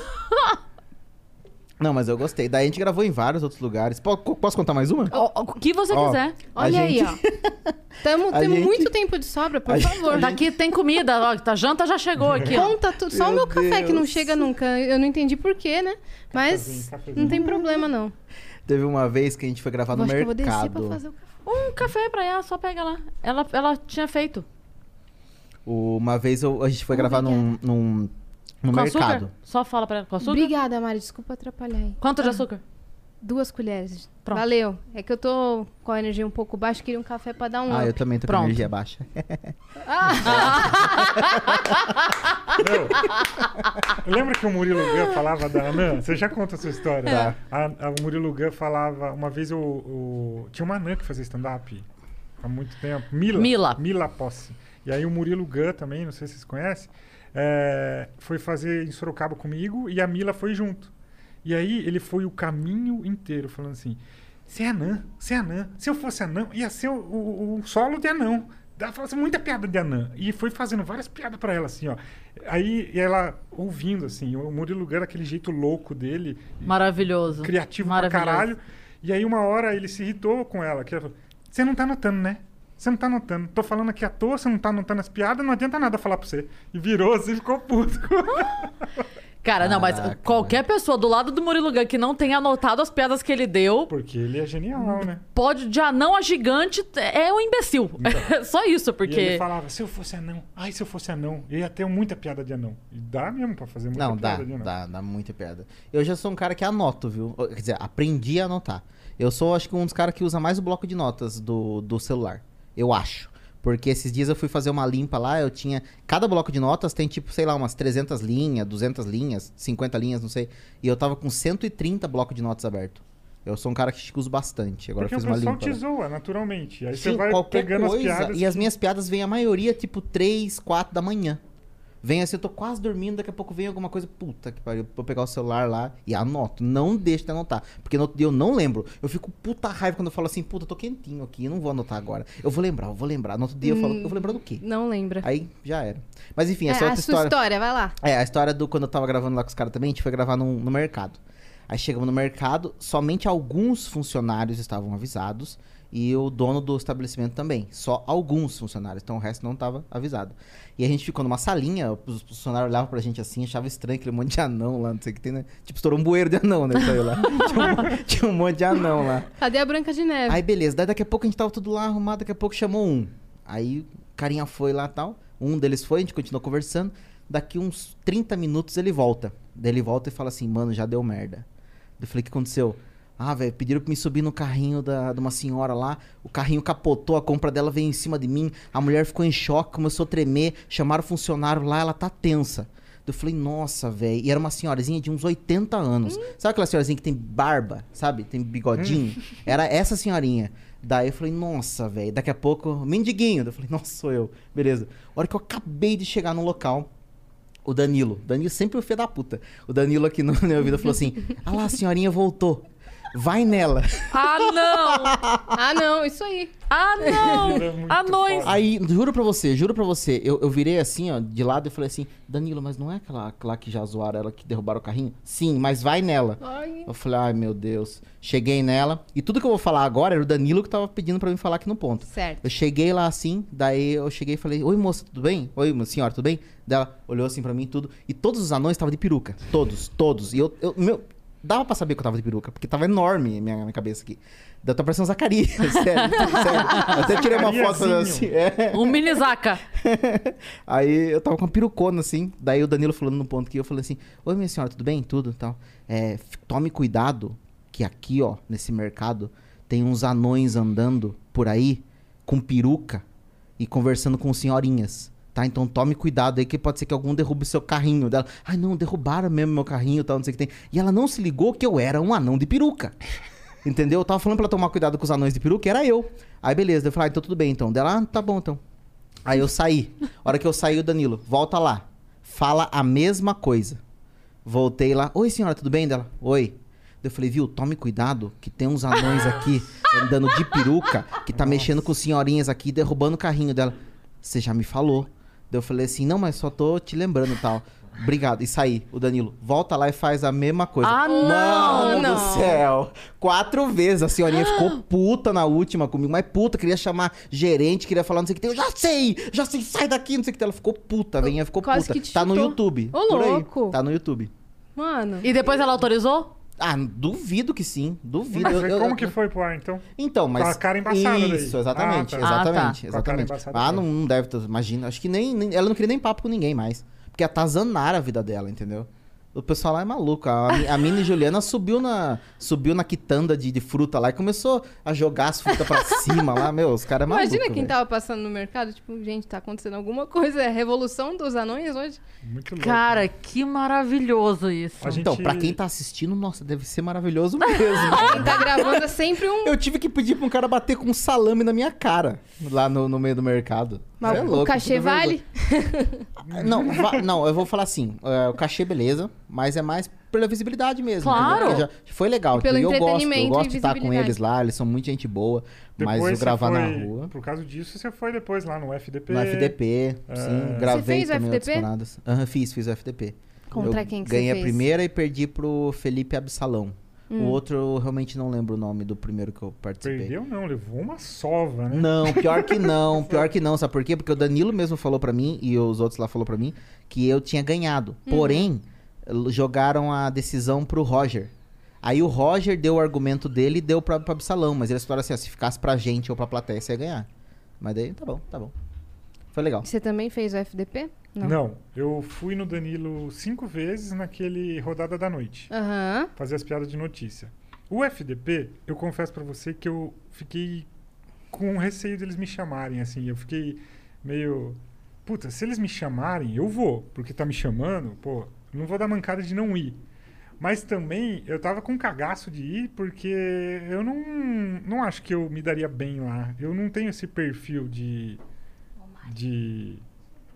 Não, mas eu gostei. Daí a gente gravou em vários outros lugares. Posso contar mais uma? O que você quiser. Olha aí, ó. Temos gente- muito tempo de sobra, por favor. Daqui tem comida, ó. A janta já chegou aqui, ó. Conta tudo. Só o meu café que não chega nunca. Eu não entendi por quê, né? Mas Cafezinho. não tem problema, não. Teve uma vez que a gente foi gravar no Acho que eu vou descer pra mercado. fazer o café. Um café pra ela, só pega lá. Ela tinha feito. Uma vez a gente foi gravar no Com mercado. açúcar? Só fala pra ela. Com açúcar? Obrigada, Mari. Desculpa atrapalhar aí. Quanto de açúcar? 2 colheres. Pronto. Valeu. É que eu tô com a energia um pouco baixa. Queria um café pra dar um Ah, up. eu também tô com Pronto. energia baixa. Lembra que o Murilo Gun falava da anã? Você já conta essa história. Tá. O Murilo Gun falava... Uma vez tinha uma anã que fazia stand-up há muito tempo. Mila Posse. E aí o Murilo Gun também, não sei se vocês conhecem, foi fazer em Sorocaba comigo e a Mila foi junto. E aí ele foi o caminho inteiro falando assim, você é anã. Se eu fosse anão, ia ser o solo de anão. Ela falou assim, muita piada de anã. E foi fazendo várias piadas pra ela, assim, ó. Aí ela ouvindo, assim, o Murilo Gun, aquele jeito louco dele. Maravilhoso. Criativo Maravilhoso. pra caralho. E aí uma hora ele se irritou com ela. Que ela falou, você não tá notando, né? Você não tá notando. Tô falando aqui à toa, você não tá notando as piadas, não adianta nada falar pra você. E virou assim e ficou puto. Cara, não, mas Caraca, qualquer pessoa do lado do Murilo Gun que não tenha anotado as piadas que ele deu, Porque ele é genial, né? pode, de anão a gigante, é um imbecil. Só isso, E porque... ele falava, se eu fosse anão, se eu fosse anão, eu ia ter muita piada de anão. E dá mesmo pra fazer muita Não, piada de anão. dá muita piada. Eu já sou um cara que anoto, viu? Quer dizer, aprendi a anotar. Eu sou, acho que, um dos caras que usa mais o bloco de notas do celular. Eu acho. Porque esses dias eu fui fazer uma limpa lá, eu tinha... Cada bloco de notas tem, tipo, sei lá, umas 300 linhas, 200 linhas, 50 linhas, não sei. E eu tava com 130 blocos de notas aberto. Eu sou um cara que uso bastante. Agora Porque eu fiz o uma pessoal limpa. te Lá. zoa, naturalmente. Aí Sim, você vai qualquer pegando coisa. as piadas. E as minhas piadas vêm a maioria, tipo, 3, 4 da manhã. Vem assim, eu tô quase dormindo, daqui a pouco vem alguma coisa, puta que pariu, vou pegar o celular lá e anoto. Não deixe de anotar, porque no outro dia eu não lembro. Eu fico puta raiva quando eu falo assim, puta, eu tô quentinho aqui, eu não vou anotar agora. Eu vou lembrar. No outro dia eu falo, eu vou lembrar do quê? Não lembra. Aí já era. Mas enfim, essa é outra história. A sua história, vai lá. A história do quando eu tava gravando lá com os caras também, a gente foi gravar no mercado. Aí chegamos no mercado, somente alguns funcionários estavam avisados e o dono do estabelecimento também. Só alguns funcionários, então o resto não estava avisado. E a gente ficou numa salinha, os funcionários olhavam pra gente assim, achavam estranho aquele monte de anão lá, não sei o que tem, né? Tipo, estourou um bueiro de anão, né? Lá. Tinha um monte de anão lá. Cadê a Branca de Neve? Aí beleza, daí daqui a pouco a gente tava tudo lá arrumado, daqui a pouco chamou um. Aí o carinha foi lá e tal, um deles foi, a gente continuou conversando. Daqui uns 30 minutos ele volta. Daí ele volta e fala assim, mano, já deu merda. Eu falei, o que aconteceu? Ah, velho, pediram pra me subir no carrinho de uma senhora lá. O carrinho capotou, a compra dela veio em cima de mim. A mulher ficou em choque, começou a tremer. Chamaram o funcionário lá, ela tá tensa. Eu falei, nossa, velho. E era uma senhorazinha de uns 80 anos. Sabe aquela senhorazinha que tem barba, sabe? Tem bigodinho? Era essa senhorinha. Daí eu falei, nossa, velho. Daqui a pouco, mendiguinho. Eu falei, nossa, sou eu. Beleza. A hora que eu acabei de chegar no local... O Danilo sempre o filho da puta. O Danilo aqui no meu ouvido falou assim, ah lá, a senhorinha voltou. Vai nela. Ah, não! Ah, não, isso aí. Ah, não! Anões! Aí, juro pra você, eu virei assim, ó, de lado e falei assim, Danilo, mas não é aquela que já zoaram ela, que derrubaram o carrinho? Sim, mas vai nela. Ai. Eu falei, ai meu Deus. Cheguei nela, e tudo que eu vou falar agora era o Danilo que tava pedindo pra mim falar aqui no ponto. Certo. Eu cheguei lá assim, daí eu cheguei e falei, oi moça, tudo bem? Oi senhora, tudo bem? Daí ela olhou assim pra mim tudo, e todos os anões estavam de peruca. Todos. E dava pra saber que eu tava de peruca, porque tava enorme a minha cabeça aqui. Daí tá parecendo Zacarias, sério. Eu até tirei uma foto assim. Um mini Zaca. Aí eu tava com uma perucona assim. Daí o Danilo falando no ponto que eu falei assim: oi, minha senhora, tudo bem? Tudo tal. Tome cuidado, que aqui, ó, nesse mercado, tem uns anões andando por aí com peruca e conversando com senhorinhas. Tá, então tome cuidado aí que pode ser que algum derrube seu carrinho dela. Ai, não, derrubaram mesmo meu carrinho, tal, não sei o que tem. E ela não se ligou que eu era um anão de peruca. Entendeu? Eu tava falando pra ela tomar cuidado com os anões de peruca, era eu. Aí beleza, eu falei, então tudo bem então. Dela, tá bom então. Aí eu saí. A hora que eu saí, o Danilo, volta lá. Fala a mesma coisa. Voltei lá. Oi, senhora, tudo bem? Dela, oi. Eu falei, viu, tome cuidado que tem uns anões aqui andando de peruca que tá mexendo com senhorinhas aqui, derrubando o carrinho dela. Você já me falou. Eu falei assim, não, mas só tô te lembrando e tal. Obrigado. E saí. O Danilo, volta lá e faz a mesma coisa. Ah, não! Mano do céu! 4 vezes. A senhorinha ficou puta na última comigo. Mas puta, queria chamar gerente, queria falar não sei o que tem. Eu já sei, sai daqui, não sei o que tem. Ela ficou puta, velhinha ficou Quase puta. que te Tá no chutou. YouTube. Ô, por aí. louco. Tá no YouTube. Mano. E depois ela autorizou? Ah, duvido que sim. Duvido. Mas como que foi pro ar, então? Então, mas... Com a cara embaçada daí. Isso, exatamente. Ah, tá. Exatamente. Com a cara embaçada Ah, mesmo. não deve ter... Imagina. Acho que nem... Ela não queria nem papo com ninguém mais. Porque atazanaram a vida dela, entendeu? O pessoal lá é maluco. A Mina e Juliana subiu na quitanda de fruta lá e começou a jogar as frutas pra cima lá. Meu, os caras é maluco. Imagina quem velho. tava passando no mercado, tipo, gente, tá acontecendo alguma coisa. É a revolução dos anões hoje. Muito louco. Cara, que maravilhoso isso. A gente- Então, pra quem tá assistindo, nossa, deve ser maravilhoso mesmo. Quem tá gravando é sempre um. Eu tive que pedir pra um cara bater com um salame na minha cara, lá no meio do mercado. Mas Cê é o louco, cachê puta vale? Não, eu vou falar assim, o cachê beleza, mas é mais pela visibilidade mesmo. Claro. entendeu? Porque foi legal. E pelo entendeu? Eu entretenimento gosto e de estar com visibilidade. eles lá, eles são muito gente boa, mas Depois eu gravar você na foi- rua, Por causa disso, você foi depois lá no FDP. no FDP, sim, gravei fez o também outras FDP? paradas. Fiz o FDP. Contra Eu quem que ganhei você a fez? primeira e perdi pro Felipe Absalão. O outro eu realmente não lembro o nome do primeiro que eu participei. Perdeu não, levou uma sova, né? Não, pior que não, sabe por quê? Porque o Danilo mesmo falou pra mim, e os outros lá falou pra mim, que eu tinha ganhado. Porém, jogaram a decisão pro Roger. Aí o Roger deu o argumento dele e deu pro Absalão, mas eles falaram assim, ó, se ficasse pra gente ou pra plateia, você ia ganhar. Mas daí, tá bom. Foi legal. Você também fez o FDP? Não, eu fui no Danilo 5 vezes naquele Rodada da Noite. Aham. Fazer as piadas de notícia. O FDP, eu confesso pra você que eu fiquei com receio deles me chamarem, assim. Eu fiquei meio... Puta, se eles me chamarem, eu vou. Porque tá me chamando, pô, não vou dar mancada de não ir. Mas também, eu tava com cagaço de ir, porque eu não acho que eu me daria bem lá. Eu não tenho esse perfil de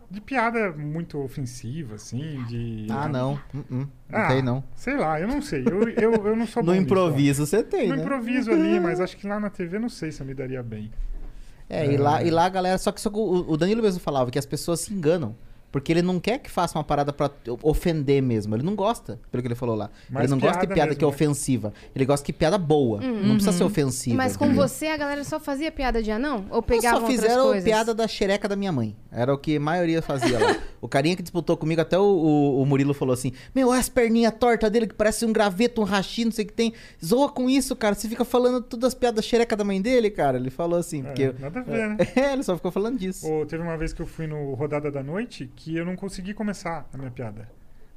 de piada muito ofensiva, assim, de... Não. Não tem, não. Sei lá, eu não sei. Eu não sou bom No nisso, improviso você tem, no né? improviso ali, mas acho que lá na TV não sei se eu me daria bem. E lá a galera... Só que o Danilo mesmo falava que as pessoas se enganam. Porque ele não quer que faça uma parada pra ofender mesmo. Ele não gosta, pelo que ele falou lá. Mas ele não gosta de piada mesmo, que é né? ofensiva. Ele gosta de piada boa. Não precisa ser ofensiva. Mas com entendeu? você, a galera só fazia piada de anão? Ou Só pegava outras fizeram coisas? piada da xereca da minha mãe. Era o que a maioria fazia lá. O carinha que disputou comigo, até o Murilo falou assim: Meu, olha as perninhas tortas dele, que parece um graveto, um rachi, não sei o que tem. Zoa com isso, cara. Você fica falando todas as piadas da xereca da mãe dele, cara. Ele falou assim. Porque, nada a ver, né? Ele só ficou falando disso. Teve uma vez que eu fui no Rodada da Noite que eu não consegui começar a minha piada.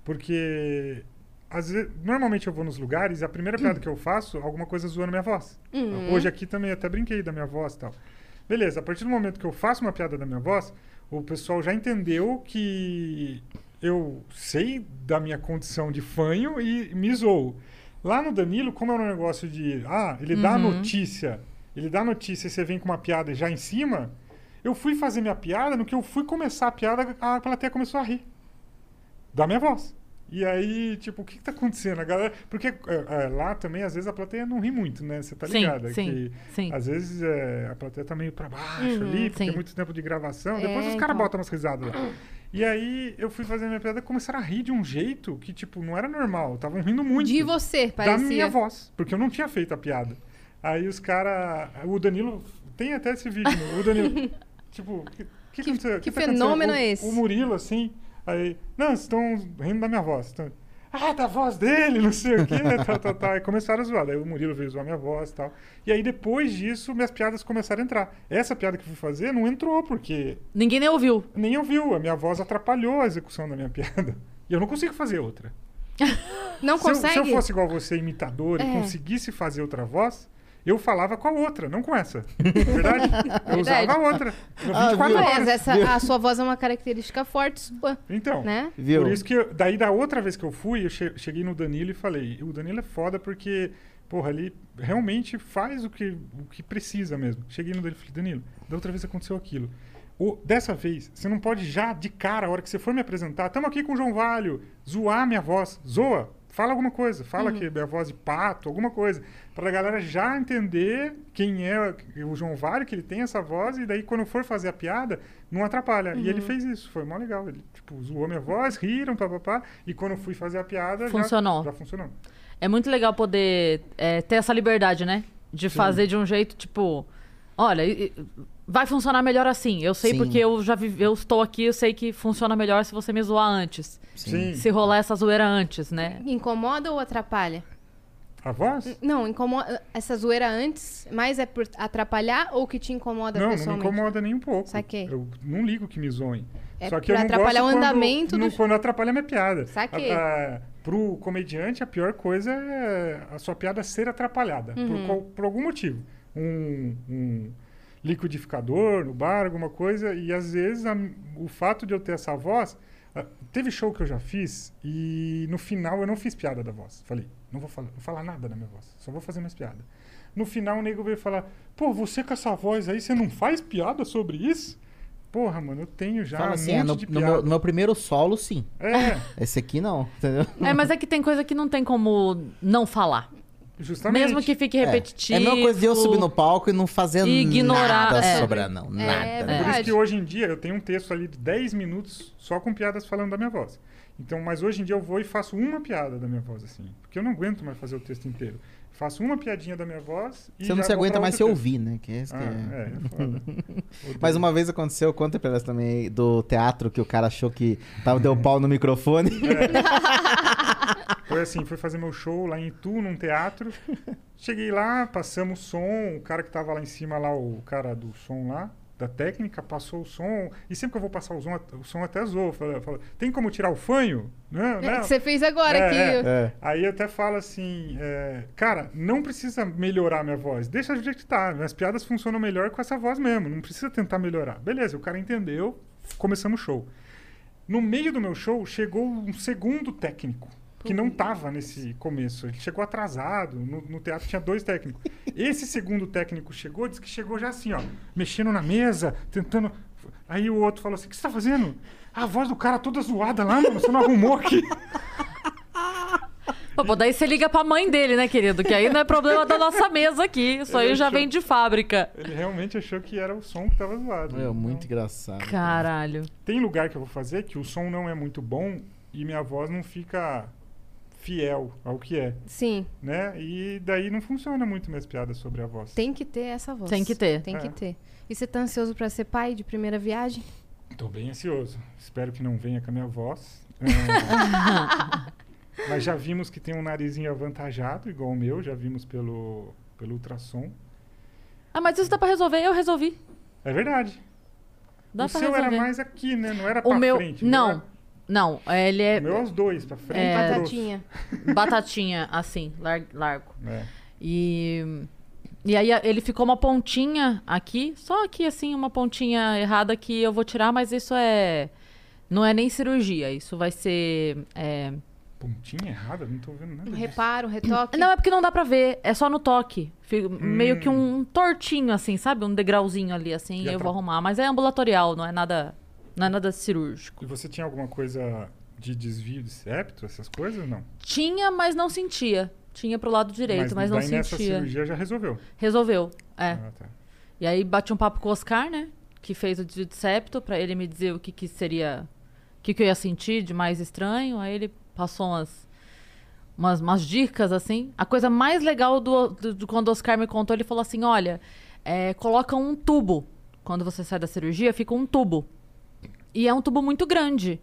Porque às vezes, normalmente eu vou nos lugares e a primeira piada que eu faço, alguma coisa zoando minha voz. Hoje aqui também até brinquei da minha voz e tal. Beleza, a partir do momento que eu faço uma piada da minha voz, o pessoal já entendeu que eu sei da minha condição de fanho e me zoo. Lá no Danilo, como é um negócio de... ele dá a notícia. Ele dá a notícia e você vem com uma piada já em cima. Eu fui fazer minha piada, no que eu fui começar a piada, a plateia começou a rir. Da minha voz. E aí, tipo, o que tá acontecendo? A galera... Porque lá também, às vezes, a plateia não ri muito, né? Você tá ligada? Sim. Às vezes a plateia tá meio pra baixo ali, porque é muito tempo de gravação. Depois os caras botam umas risadas lá. E aí, eu fui fazer minha piada e começaram a rir de um jeito que, tipo, não era normal. Estavam rindo muito. De você, parecia. Da minha voz. Porque eu não tinha feito a piada. Aí os caras... O Danilo... Tem até esse vídeo, né? O Danilo... tipo... Que fenômeno é esse? O Murilo, assim... Aí... Não, vocês estão rindo da minha voz. Da voz dele, não sei o quê. Aí começaram a zoar. Daí o Murilo veio zoar minha voz e tal. E aí, depois disso, minhas piadas começaram a entrar. Essa piada que eu fui fazer não entrou, porque... Ninguém nem ouviu. Nem ouviu. A minha voz atrapalhou a execução da minha piada. E eu não consigo fazer outra. Não consegue? Se eu fosse igual você, imitador, e conseguisse fazer outra voz, eu falava com a outra, não com essa. Verdade? Eu usava a outra. 24 horas. A sua voz é uma característica forte sua. Então, né? Viu? Por isso que, daí da outra vez que eu fui, eu cheguei no Danilo e falei, o Danilo é foda porque, porra, ele realmente faz o que precisa mesmo. Cheguei no Danilo e falei, Danilo, da outra vez aconteceu aquilo. Dessa vez, você não pode já, de cara, a hora que você for me apresentar, estamos aqui com o João Valho, zoar minha voz. Zoa, fala alguma coisa. Fala que é minha voz de pato, alguma coisa. Pra galera já entender quem é o João Valho, que ele tem essa voz, e daí quando for fazer a piada, não atrapalha. E ele fez isso, foi mó legal. Ele, tipo, zoou minha voz, riram, papapá, e quando eu fui fazer a piada, funcionou. Já funcionou. É muito legal poder ter essa liberdade, né? De fazer de um jeito, tipo... Olha, vai funcionar melhor assim. Eu sei porque eu estou aqui, eu sei que funciona melhor se você me zoar antes. Sim. Se rolar essa zoeira antes, né? Incomoda ou atrapalha? A voz? Não, incomoda. Essa zoeira antes, mais é por atrapalhar ou que te incomoda pessoalmente? Não me incomoda nem um pouco. Saquei. Eu não ligo que me zoem. É Só que pra eu não atrapalhar gosto o andamento quando atrapalha a minha piada. Saquei. Pro comediante, a pior coisa é a sua piada ser atrapalhada. Por algum motivo. Um liquidificador no bar, alguma coisa. E às vezes o fato de eu ter essa voz... Teve show que eu já fiz e no final eu não fiz piada da voz. Falei, não vou falar nada da minha voz. Só vou fazer minhas piadas. No final o nego veio falar, pô, você com essa voz aí, você não faz piada sobre isso? Porra, mano, eu tenho já Fala assim, monte de piada. no meu primeiro solo, sim. Esse aqui não, entendeu? Mas é que tem coisa que não tem como não falar. Justamente. Mesmo que fique repetitivo. É a mesma coisa de eu subir no palco e não fazer ignorar, nada sobre não. Nada. É por isso que hoje em dia eu tenho um texto ali de 10 minutos só com piadas falando da minha voz. Então, mas hoje em dia eu vou e faço uma piada da minha voz, assim. Porque eu não aguento mais fazer o texto inteiro. Faço uma piadinha da minha voz e você não se aguenta mais se ouvir, né? Que é foda. Mas uma vez aconteceu, conta pra elas também, do teatro, que o cara achou que deu pau no microfone. Foi assim, fui fazer meu show lá em Itu, num teatro. Cheguei lá, passamos o som, o cara que tava lá em cima, lá, o cara do som lá, da técnica, passou o som. E sempre que eu vou passar o som até zoou. Fala, tem como tirar o fanho? Não, que você fez agora aqui. Aí eu até falo assim, cara, não precisa melhorar minha voz. Deixa do jeito que tá. Minhas piadas funcionam melhor com essa voz mesmo. Não precisa tentar melhorar. Beleza, o cara entendeu, começamos o show. No meio do meu show, chegou um segundo técnico. Que não estava nesse começo. Ele chegou atrasado. No teatro tinha 2 técnicos. Esse segundo técnico chegou, disse que chegou já assim, ó, mexendo na mesa, tentando... Aí o outro falou assim, o que você está fazendo? A voz do cara toda zoada lá, mano. Você não arrumou aqui. Pô, daí você liga pra mãe dele, né, querido? Que aí não é problema da nossa mesa aqui. Isso aí já vem de fábrica. Ele realmente achou que era o som que tava zoado. Muito engraçado. Caralho. Tem lugar que eu vou fazer que o som não é muito bom e minha voz não fica fiel ao que é. Sim. Né? E daí não funciona muito minhas piadas sobre a voz. Tem que ter essa voz. Tem que ter. Tem que ter. E você tá ansioso pra ser pai de primeira viagem? Tô bem ansioso. Espero que não venha com a minha voz. Mas já vimos que tem um narizinho avantajado, igual o meu. Já vimos pelo ultrassom. Ah, mas isso dá pra resolver. Eu resolvi. É verdade. Dá o pra seu resolver. era mais aqui, né? Não era pra O meu... frente. Não. Não, ele é... O meu é os dois, pra frente. Batatinha. Batatinha, assim, largo. É. E aí ele ficou uma pontinha aqui, só aqui assim, uma pontinha errada que eu vou tirar, mas isso não é nem cirurgia, isso vai ser... Pontinha errada? Não tô vendo nada Um disso. reparo, um retoque. Não, é porque não dá pra ver, é só no toque. Meio que um tortinho assim, sabe? Um degrauzinho ali assim, eu vou arrumar. Mas é ambulatorial, não é nada cirúrgico. E você tinha alguma coisa de desvio de septo, essas coisas ou não? Tinha, mas não sentia. Tinha pro lado direito, mas não daí nessa sentia. cirurgia já resolveu. Resolveu, Ah, tá. E aí bati um papo com o Oscar, né? Que fez o desvio de septo, pra ele me dizer o que seria... O que eu ia sentir de mais estranho. Aí ele passou umas dicas, assim. A coisa mais legal do quando o Oscar me contou, ele falou assim, olha, coloca um tubo. Quando você sai da cirurgia, fica um tubo. E é um tubo muito grande.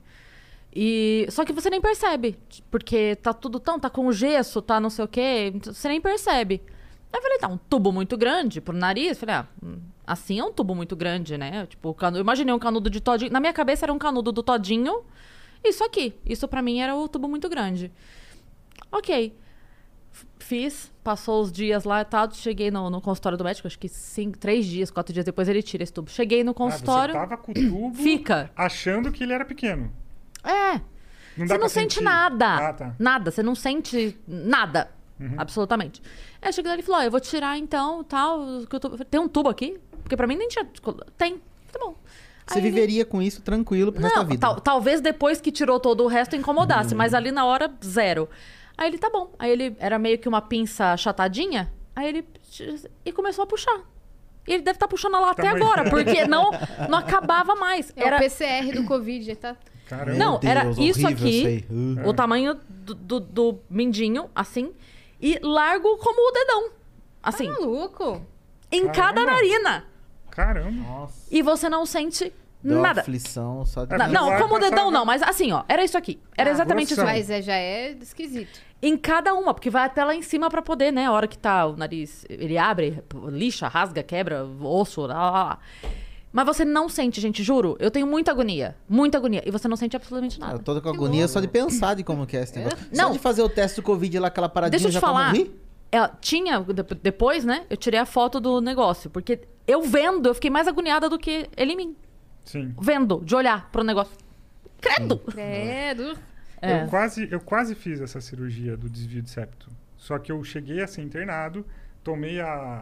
Só que você nem percebe. Porque tá tudo tá com gesso, tá não sei o quê. Você nem percebe. Aí eu falei, tá, um tubo muito grande pro nariz. Falei, assim é um tubo muito grande, né? Tipo, eu imaginei um canudo de todinho. Na minha cabeça era um canudo do todinho. Isso aqui. Isso pra mim era o tubo muito grande. Ok. Fiz. Passou os dias lá e tal. Cheguei no consultório do médico. Acho que 3 dias, 4 dias depois ele tira esse tubo. Cheguei no consultório. Você tava com o tubo Fica. achando que ele era pequeno. Você não sente nada. Ah, tá. Nada. Você não sente nada. Absolutamente. Aí eu cheguei lá e ele falou, eu vou tirar então, tal. Tem um tubo aqui? Porque pra mim nem tinha... Tem. Tá bom. Você viveria com isso tranquilo pro resto da vida. Talvez depois que tirou todo o resto incomodasse, mas ali na hora, zero. Aí ele, tá bom. Aí ele era meio que uma pinça achatadinha. Aí ele... E começou a puxar. E ele deve estar puxando lá até agora, porque não acabava mais. Era o PCR do Covid, tá? Caramba. Não, Deus, era isso horrível aqui, o tamanho do mindinho, assim, e largo como o dedão. Assim, Tá maluco? em Caramba. cada narina. Caramba. Nossa. E você não sente Deu nada. aflição só de... Não, Vai como o dedão passar- não, mas assim, ó, era isso aqui. Era exatamente isso grossão. aqui. Mas já é esquisito. Em cada uma, porque vai até lá em cima pra poder, né? A hora que tá o nariz, ele abre, lixa, rasga, quebra, osso, lá. Mas você não sente, gente, juro. Eu tenho muita agonia. Muita agonia. E você não sente absolutamente nada. Eu tô com agonia só de pensar de como que é esse negócio. Só Não. de fazer o teste do Covid lá, aquela paradinha, Deixa eu te já falar. pra morrer? Tinha, depois, né? Eu tirei a foto do negócio. Porque eu vendo, eu fiquei mais agoniada do que ele em mim. Sim. Vendo, de olhar pro negócio. Credo! Credo. Eu quase fiz essa cirurgia do desvio de septo. Só que eu cheguei a ser internado, tomei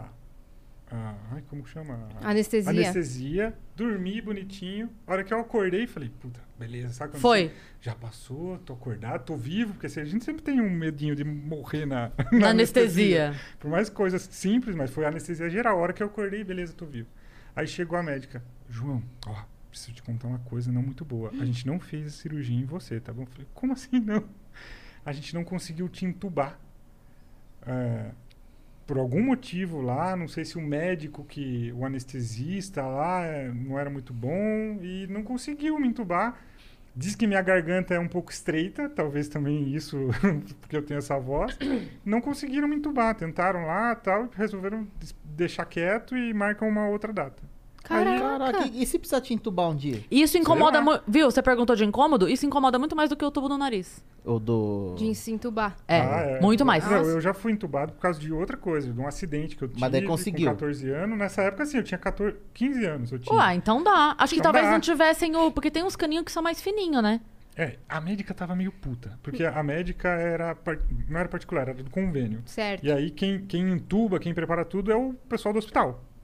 ai, como chama? Anestesia. Anestesia, dormi bonitinho. A hora que eu acordei, falei, puta, beleza, sabe quando Foi. você já passou, tô acordado, tô vivo, porque assim, a gente sempre tem um medinho de morrer na Anestesia. Por mais coisas simples, mas foi anestesia geral. A hora que eu acordei, beleza, tô vivo. Aí chegou a médica, João, preciso te contar uma coisa não muito boa. A gente não fez a cirurgia em você, tá bom? Eu falei, como assim não? A gente não conseguiu te entubar. Por algum motivo lá, não sei se o anestesista lá não era muito bom e não conseguiu me entubar. Diz que minha garganta é um pouco estreita, talvez também isso, porque eu tenho essa voz. Não conseguiram me entubar, tentaram lá e tal, resolveram deixar quieto e marcam uma outra data. Caraca, e se precisar te entubar um dia? Isso incomoda lá. muito. Viu? Você perguntou de incômodo? Isso incomoda muito mais do que o tubo no nariz. Ou do... De se entubar. Muito mais. Não, eu já fui entubado por causa de outra coisa, de um acidente que eu tive. Mas daí conseguiu. Com 14 anos. Nessa época, sim, eu tinha 15 anos. Eu tinha. Ué, então dá. Acho que Então talvez dá. não tivessem o... Porque tem uns caninhos que são mais fininhos, né? A médica tava meio puta, porque a médica não era particular, era do convênio. Certo. E aí quem entuba, quem prepara tudo é o pessoal do hospital.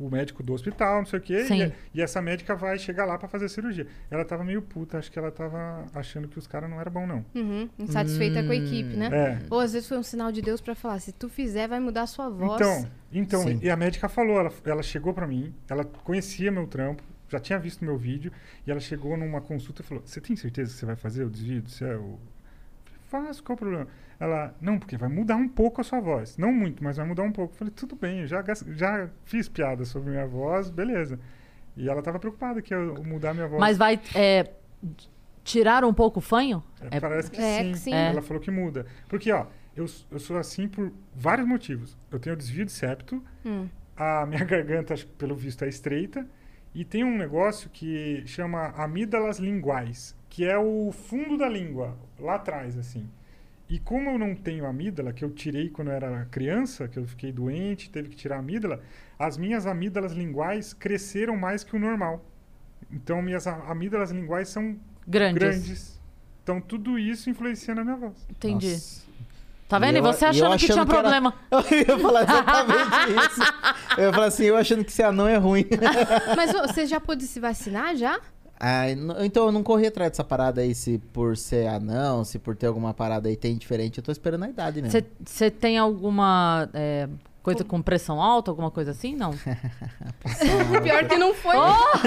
o médico do hospital, não sei o quê. Sim. E essa médica vai chegar lá pra fazer a cirurgia. Ela tava meio puta, acho que ela tava achando que os caras não eram bons, não. Insatisfeita com a equipe, né? É. Ou às vezes foi um sinal de Deus pra falar, se tu fizer, vai mudar a sua voz. Então Sim. e a médica falou, ela chegou pra mim, ela conhecia meu trampo, já tinha visto meu vídeo, e ela chegou numa consulta e falou, você tem certeza que você vai fazer o desvio do céu? Faço, qual o problema? Ela, não, porque vai mudar um pouco a sua voz. Não muito, mas vai mudar um pouco. Eu falei, tudo bem, eu já fiz piada sobre minha voz, beleza. E ela tava preocupada que eu mudar minha voz. Mas vai tirar um pouco o fanho? Parece que que sim. sim. Ela falou que muda. Porque, ó, eu sou assim por vários motivos. Eu tenho desvio de septo, a minha garganta, pelo visto, é estreita, e tem um negócio que chama amígdalas linguais, que é o fundo da língua, lá atrás, assim. E como eu não tenho amígdala, que eu tirei quando eu era criança, que eu fiquei doente, teve que tirar a amígdala, as minhas amígdalas linguais cresceram mais que o normal. Então, minhas amígdalas linguais são grandes. Então, tudo isso influencia na minha voz. Entendi. Nossa. Tá vendo? E você achando que tinha problema. Eu ia falar exatamente isso. Eu ia falar assim, eu achando que ser anão é ruim. Mas você já pôde se vacinar, já? Então eu não corri atrás dessa parada aí, se por ser anão, se por ter alguma parada aí tem diferente. Eu tô esperando a idade mesmo. Você tem alguma coisa com pressão alta, alguma coisa assim? Não? Pior que não foi.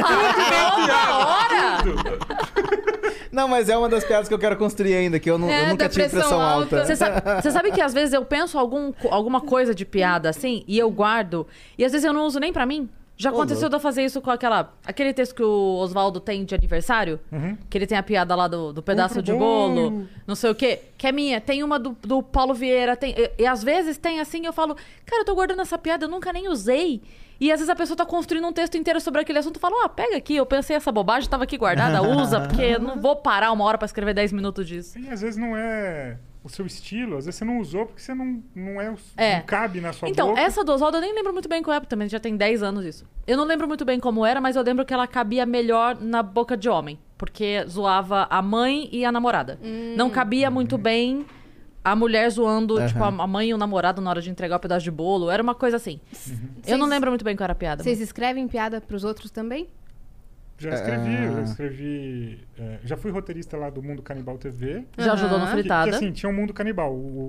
Não, mas é uma das piadas que eu quero construir ainda, que eu nunca da tive pressão alta. Você sabe que às vezes eu penso alguma coisa de piada assim, e eu guardo, e às vezes eu não uso nem pra mim. Já aconteceu de eu fazer isso com aquele texto que o Oswaldo tem de aniversário, que ele tem a piada lá do pedaço de bolo, não sei o quê, que é minha. Tem uma do Paulo Vieira, e às vezes tem assim, eu falo, cara, eu tô guardando essa piada, eu nunca nem usei. E às vezes a pessoa tá construindo um texto inteiro sobre aquele assunto, eu falo, pega aqui, eu pensei essa bobagem, tava aqui guardada, usa, porque eu não vou parar uma hora pra escrever 10 minutos disso. E às vezes não é o seu estilo, às vezes você não usou porque você não cabe na sua boca. Então, essa do Oswaldo eu nem lembro muito bem qual é, também já tem 10 anos isso. Eu não lembro muito bem como era, mas eu lembro que ela cabia melhor na boca de homem, porque zoava a mãe e a namorada. Não cabia muito bem a mulher zoando, tipo, a mãe e o namorado na hora de entregar o pedaço de bolo. Era uma coisa assim. Eu não lembro muito bem qual era a piada. Vocês escrevem piada pros outros também? Já escrevi. Já fui roteirista lá do Mundo Canibal TV. Já ajudou no Fritada. Que assim, tinha o Mundo Canibal,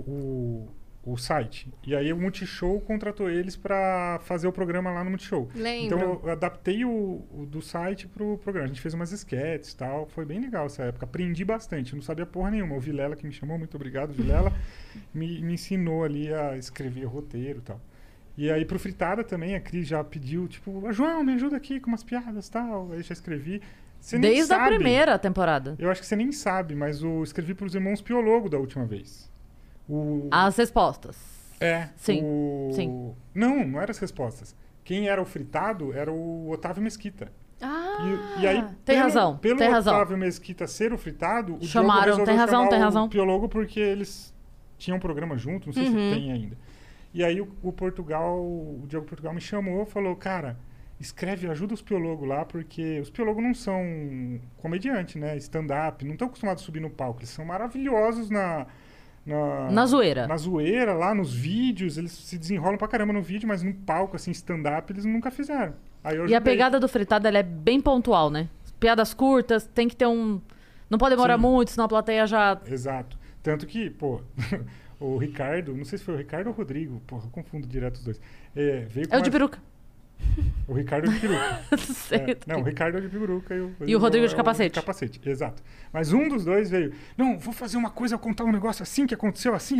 o site. E aí o Multishow contratou eles pra fazer o programa lá no Multishow. Lembro. Então eu adaptei o do site pro programa. A gente fez umas sketches e tal. Foi bem legal essa época. Aprendi bastante. Eu não sabia porra nenhuma. O Vilela que me chamou, muito obrigado, Vilela, me ensinou ali a escrever roteiro e tal. E aí pro Fritada também, a Cris já pediu, tipo, João, me ajuda aqui com umas piadas e tal. Aí já escrevi. Você nem Desde sabe. a primeira temporada. Eu acho que você nem sabe, mas eu escrevi pros irmãos Piologo da última vez. As respostas. Sim. Sim. Não eram as respostas. Quem era o fritado era o Otávio Mesquita. E aí, tem razão. Pelo tem razão. Otávio Mesquita ser o fritado, o Chamaram, Diogo tem razão, tem chamar razão. o Piologo porque eles tinham um programa junto, não sei se tem ainda. E aí o Diogo Portugal me chamou, falou, cara, escreve, ajuda os piologos lá, porque os piologos não são comediante, né? Stand-up, não estão acostumados a subir no palco. Eles são maravilhosos na zoeira. Na zoeira, lá nos vídeos, eles se desenrolam pra caramba no vídeo, mas no palco, assim, stand-up, eles nunca fizeram. Aí eu e a pegada do Fritada, ela é bem pontual, né? Piadas curtas, tem que ter um... Não pode demorar muito, senão a plateia já... Exato. Tanto que, pô... O Ricardo, não sei se foi o Ricardo ou o Rodrigo, porra, eu confundo direto os dois. Veio com o de peruca. O Ricardo é de peruca. Não, o Ricardo é de peruca e o Rodrigo de capacete. De capacete, exato. Mas um dos dois veio, não, vou fazer uma coisa, contar um negócio assim, que aconteceu assim.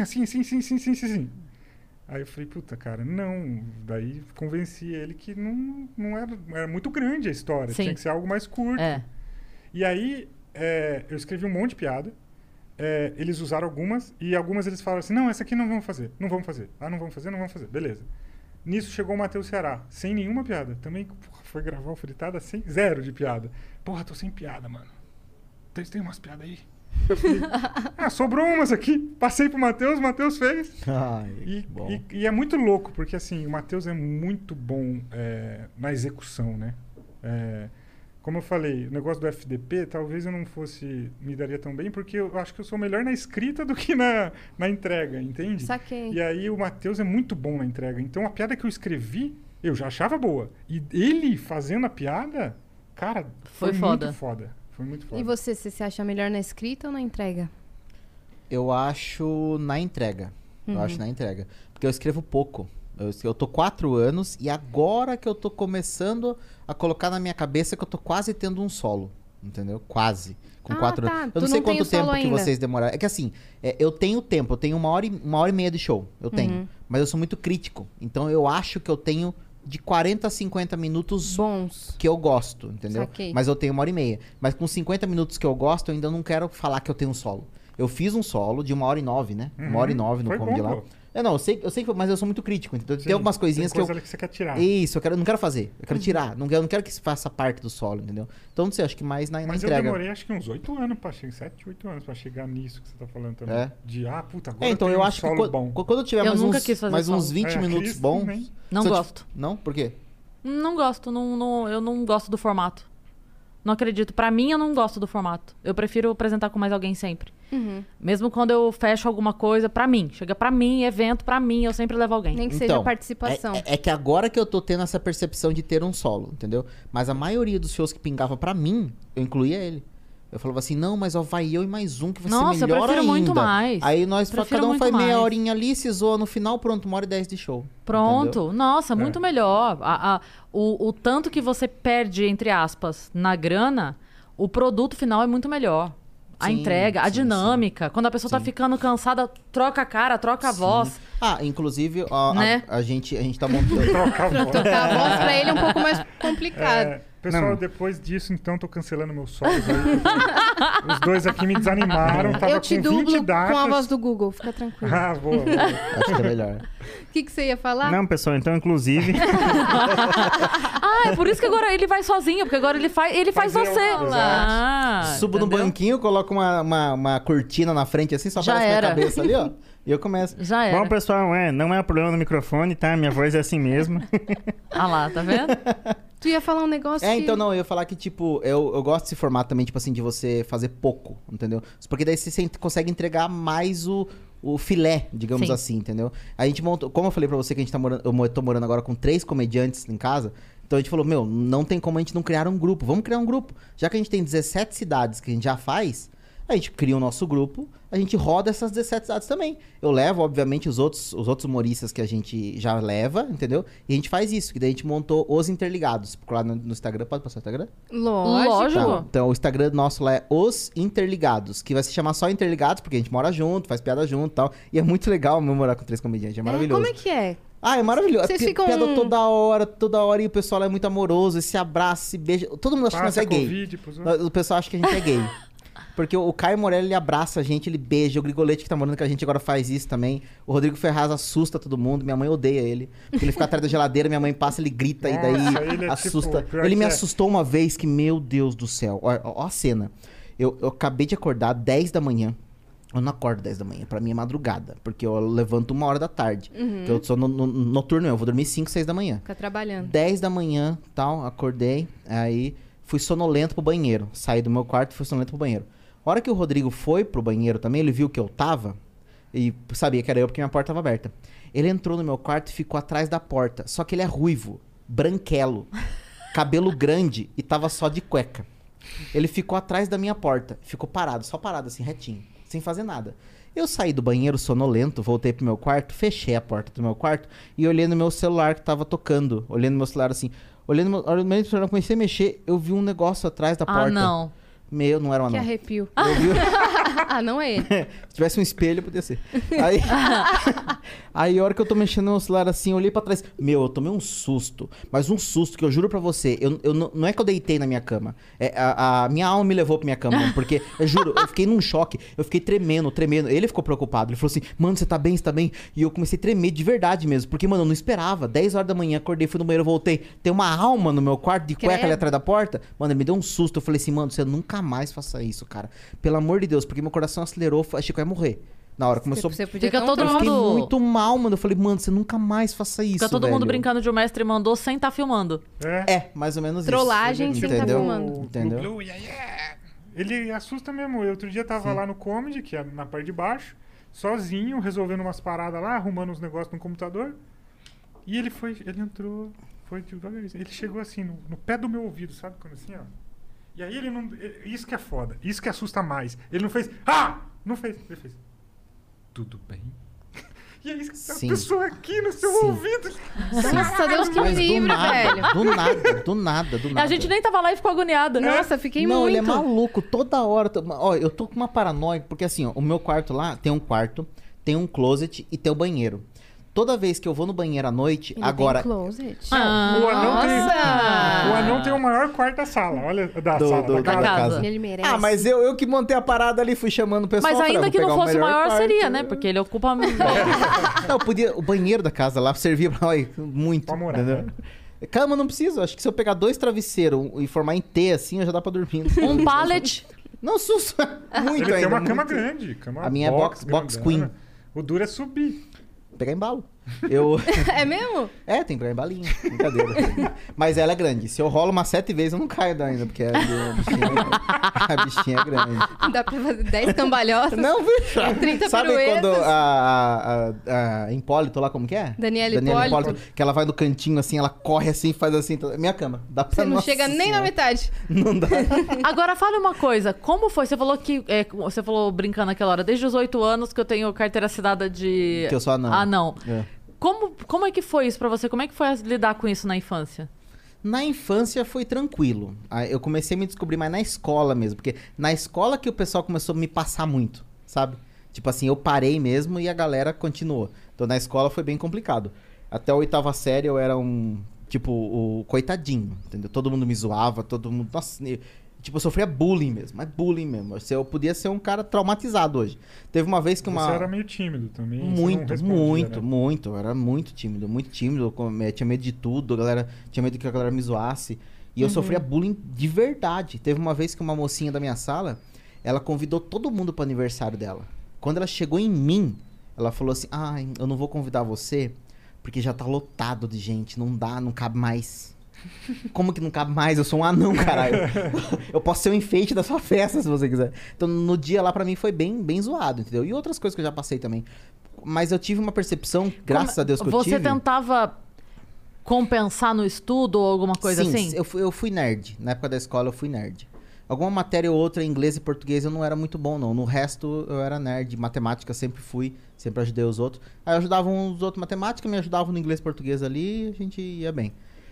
Aí eu falei, puta, cara, não. Daí convenci ele que não era muito grande a história, tinha que ser algo mais curto. E aí eu escrevi um monte de piada. Eles usaram algumas, e algumas eles falaram assim, não, essa aqui não vamos fazer. Não vamos fazer. Beleza. Nisso chegou o Matheus Ceará, sem nenhuma piada. Também foi gravar o Fritada sem zero de piada. Porra, tô sem piada, mano. Tem umas piadas aí? Eu falei, sobrou umas aqui. Passei pro Matheus, o Matheus fez. E é muito louco, porque assim, o Matheus é muito bom na execução, né? Como eu falei, o negócio do FDP, talvez eu não me daria tão bem, porque eu acho que eu sou melhor na escrita do que na entrega, entende? Saquei. E aí o Matheus é muito bom na entrega. Então a piada que eu escrevi, Eu já achava boa. E ele fazendo a piada, cara, foi foda. muito foda. Foi muito foda. E você se acha melhor na escrita ou na entrega? Eu acho na entrega. Eu acho na entrega. Porque eu escrevo pouco. Eu tô 4 anos e agora que eu tô começando a colocar na minha cabeça que eu tô quase tendo um solo. Entendeu? Quase. Com 4 anos. Eu não sei quanto tempo que vocês demoraram. É que assim, eu tenho tempo. Eu tenho 1h30 de show. Eu tenho. Mas eu sou muito crítico. Então eu acho que eu tenho de 40 a 50 minutos bons que eu gosto, entendeu? Saquei. Mas eu tenho 1h30. Mas com 50 minutos que eu gosto, eu ainda não quero falar que eu tenho um solo. Eu fiz um solo de 1h09, né? 1h09 no Comedy lá. Não, eu sei, mas eu sou muito crítico. Então, tem algumas coisinhas que você quer tirar. Isso, eu não quero fazer. Eu quero tirar. Eu não quero que se faça parte do solo, entendeu? Então, não sei, acho que mais na entrega. Mas eu demorei acho que uns 8 anos pra chegar, 7, 8 anos pra chegar nisso que você tá falando também. É. De, puta, agora então eu acho que quando eu tiver mais uns 20 minutos bons... Não gosto. Não? Por quê? Não gosto. Eu não gosto do formato. Não acredito. Pra mim, eu não gosto do formato. Eu prefiro apresentar com mais alguém sempre. Mesmo quando eu fecho alguma coisa, pra mim. Chega pra mim, evento pra mim, eu sempre levo alguém. Nem que seja participação. É que agora que eu tô tendo essa percepção de ter um solo, entendeu? Mas a maioria dos shows que pingava pra mim, eu incluía ele. Eu falava assim, não, mas vai eu e mais um que vai ser melhor ainda. Nossa, eu prefiro muito mais. Aí cada um faz meia horinha ali, se zoa no final, pronto, 1h10 de show. Pronto. Entendeu? Nossa, muito melhor. O tanto que você perde, entre aspas, na grana, o produto final é muito melhor. A entrega, a dinâmica. Quando a pessoa tá ficando cansada, troca a cara, troca a voz. Inclusive, né? a gente tá montando... Trocar a voz pra ele é um pouco mais complicado. Pessoal, depois disso, então, tô cancelando meus solos aí. Os dois aqui me desanimaram. Tava eu te com dublo 20 datas. com a voz do Google, fica tranquilo. Boa. Acho que é melhor. O que você ia falar? Não, pessoal, então, inclusive... é por isso que agora ele vai sozinho, porque agora ele faz você. Subo no banquinho, coloco uma cortina na frente assim, só aparece minha cabeça ali, ó. E eu começo. Já era. Bom, pessoal, não é problema no microfone, tá? Minha voz é assim mesmo. Lá, tá vendo? Tu ia falar um negócio então não, eu ia falar que, tipo, eu gosto desse formato também, tipo assim, de você fazer pouco, entendeu? Porque daí você consegue entregar mais o filé, digamos assim, entendeu? A gente montou, como eu falei pra você que eu tô morando agora com 3 comediantes em casa, então a gente falou, não tem como a gente não criar um grupo, vamos criar um grupo. Já que a gente tem 17 cidades que a gente já faz, a gente cria o nosso grupo, a gente roda essas 17 cidades também. Eu levo, obviamente, os outros humoristas que a gente já leva, entendeu? E a gente faz isso, que daí a gente montou Os Interligados. Procurar no Instagram, pode passar o Instagram? Lógico. Tá. Então o Instagram nosso lá é Os Interligados, que vai se chamar só Interligados, porque a gente mora junto, faz piada junto e tal. E é muito legal morar com 3 comediantes, é maravilhoso. Como é que é? É maravilhoso. Vocês ficam... Piada toda hora, e o pessoal é muito amoroso, se abraça, se beija. Todo mundo acha que nós é gay. O pessoal acha que a gente é gay. Porque o Caio Morelli, ele abraça a gente, ele beija. O Grigolete, que tá morando com a gente, agora faz isso também. O Rodrigo Ferraz assusta todo mundo. Minha mãe odeia ele. Porque ele fica atrás da geladeira, minha mãe passa, ele grita e daí assusta. Tipo, ele me assustou uma vez que, meu Deus do céu. Ó a cena. Eu acabei de acordar 10 da manhã. Eu não acordo 10 da manhã. Pra mim é madrugada. Porque eu levanto 1h da tarde. Que eu sou noturno, eu vou dormir 5, 6 da manhã. Fica trabalhando. 10 da manhã, tal, acordei. Aí fui sonolento pro banheiro. Saí do meu quarto e fui sonolento pro banheiro. A hora que o Rodrigo foi pro banheiro também, ele viu que eu tava e sabia que era eu porque minha porta tava aberta. Ele entrou no meu quarto e ficou atrás da porta. Só que ele é ruivo, branquelo, cabelo grande e tava só de cueca. Ele ficou atrás da minha porta, ficou parado, só parado assim, retinho, sem fazer nada. Eu saí do banheiro sonolento, voltei pro meu quarto, fechei a porta do meu quarto e olhei no meu celular que tava tocando. Olhando no meu celular assim, olhando no meu celular, comecei a mexer, eu vi um negócio atrás da porta. Não. Não era um anão. Que arrepio. Não é ele. Se tivesse um espelho, podia ser. Aí a hora que eu tô mexendo no meu celular assim, eu olhei pra trás. Eu tomei um susto. Mas um susto que eu juro pra você, não é que eu deitei na minha cama. A minha alma me levou pra minha cama. Porque, eu juro, eu fiquei num choque. Eu fiquei tremendo. Ele ficou preocupado. Ele falou assim, mano, você tá bem? Você tá bem? E eu comecei a tremer de verdade mesmo. Porque, mano, eu não esperava. 10 horas da manhã, acordei, fui no banheiro, voltei. Tem uma alma no meu quarto, de cueca ali atrás da porta. Mano, me deu um susto. Eu falei assim, mano, você nunca mais faça isso, cara. Pelo amor de Deus, porque meu coração acelerou, achei que eu ia morrer. Na hora começou... Fica todo eu mundo... fiquei muito mal, mano. Eu falei, mano, você nunca mais faça isso, Fica todo mundo brincando de o mestre mandou sem estar filmando. Mais ou menos Trollagem isso. sem estar filmando. Entendeu? Ele assusta mesmo. Outro dia tava lá no Comedy, que é na parte de baixo, sozinho, resolvendo umas paradas lá, arrumando uns negócios no computador. E ele entrou, foi devagarzinho. Ele chegou assim, no pé do meu ouvido, sabe? Quando assim, ó. E aí ele não... Isso que é foda. Isso que assusta mais. Ele não fez... Ah! Não fez. Ele fez... Tudo bem? E aí a pessoa aqui no seu ouvido... Nossa, Deus que me livre, velho. Do nada. A gente nem tava lá e ficou agoniada. Nossa, fiquei muito. Não, ele é maluco. Toda hora... Ó, eu tô com uma paranoia. Porque assim, ó, o meu quarto lá tem um quarto, tem um closet e tem o banheiro. Toda vez que eu vou no banheiro à noite, Ele agora... tem closet. O anão tem o maior quarto da sala. Olha, da casa. Ele merece. Ah, mas eu que montei a parada ali, fui chamando o pessoal. Mas ainda falei, que não vou pegar fosse o maior, quarto. seria, né? Porque ele ocupa... Não, podia... O banheiro da casa lá servia pra... Olha, muito. Pra morar, entendeu? né? Cama não preciso. Acho que se eu pegar 2 travesseiros e formar em T assim, já dá pra dormir. Um pallet. Não, muito Ele ainda. tem uma cama muito. grande. Cama A minha é box queen. O duro é subir. Pegar embalo. É mesmo? É, tem que pegar embalinho. Brincadeira. Mas ela é grande. Se eu rolo umas 7 vezes, eu não caio ainda, porque a bichinha é grande. Dá pra fazer 10 cambalhotas. Não, bicho. 30 Sabe piruetas. quando a Hipólito lá, como que é? Daniela Hipólito. Que ela vai no cantinho assim, ela corre assim, faz assim. Minha cama. Dá pra... Você não Nossa chega nem Senhora. na metade. Não dá. Agora, fale uma coisa. Como foi? Você falou que... você falou brincando naquela hora. Desde os 8 anos que eu tenho carteira assinada de... Que eu sou anão. Anão. É. Como é que foi isso pra você? Como é que foi lidar com isso na infância? Na infância foi tranquilo. Eu comecei a me descobrir mais na escola mesmo. Porque na escola que o pessoal começou a me passar muito, sabe? Tipo assim, eu parei mesmo e a galera continuou. Então na escola foi bem complicado. Até a 8ª série eu era um... Tipo, o coitadinho, entendeu? Todo mundo me zoava, todo mundo... Nossa, tipo, eu sofria bullying mesmo. Mas bullying mesmo. Eu podia ser um cara traumatizado hoje. Teve uma vez que uma... Você era meio tímido também. Muito. Né? Eu era muito tímido. Eu tinha medo de tudo. A galera tinha medo que a galera me zoasse. E eu sofria bullying de verdade. Teve uma vez que uma mocinha da minha sala, ela convidou todo mundo pro aniversário dela. Quando ela chegou em mim, ela falou assim, eu não vou convidar você, porque já tá lotado de gente. Não dá, não cabe mais. Como que não cabe mais? Eu sou um anão, caralho. Eu posso ser um enfeite da sua festa, se você quiser. Então, no dia lá, pra mim, foi bem zoado, entendeu? E outras coisas que eu já passei também. Mas eu tive uma percepção, graças a Deus que eu tive... Você tentava compensar no estudo ou alguma coisa assim? Sim, eu fui nerd. Na época da escola, eu fui nerd. Alguma matéria ou outra, em inglês e português, eu não era muito bom, não. No resto, eu era nerd. Matemática, sempre fui. Sempre ajudei os outros. Aí eu ajudava uns outros matemática, me ajudavam no inglês e português ali, a gente ia bem.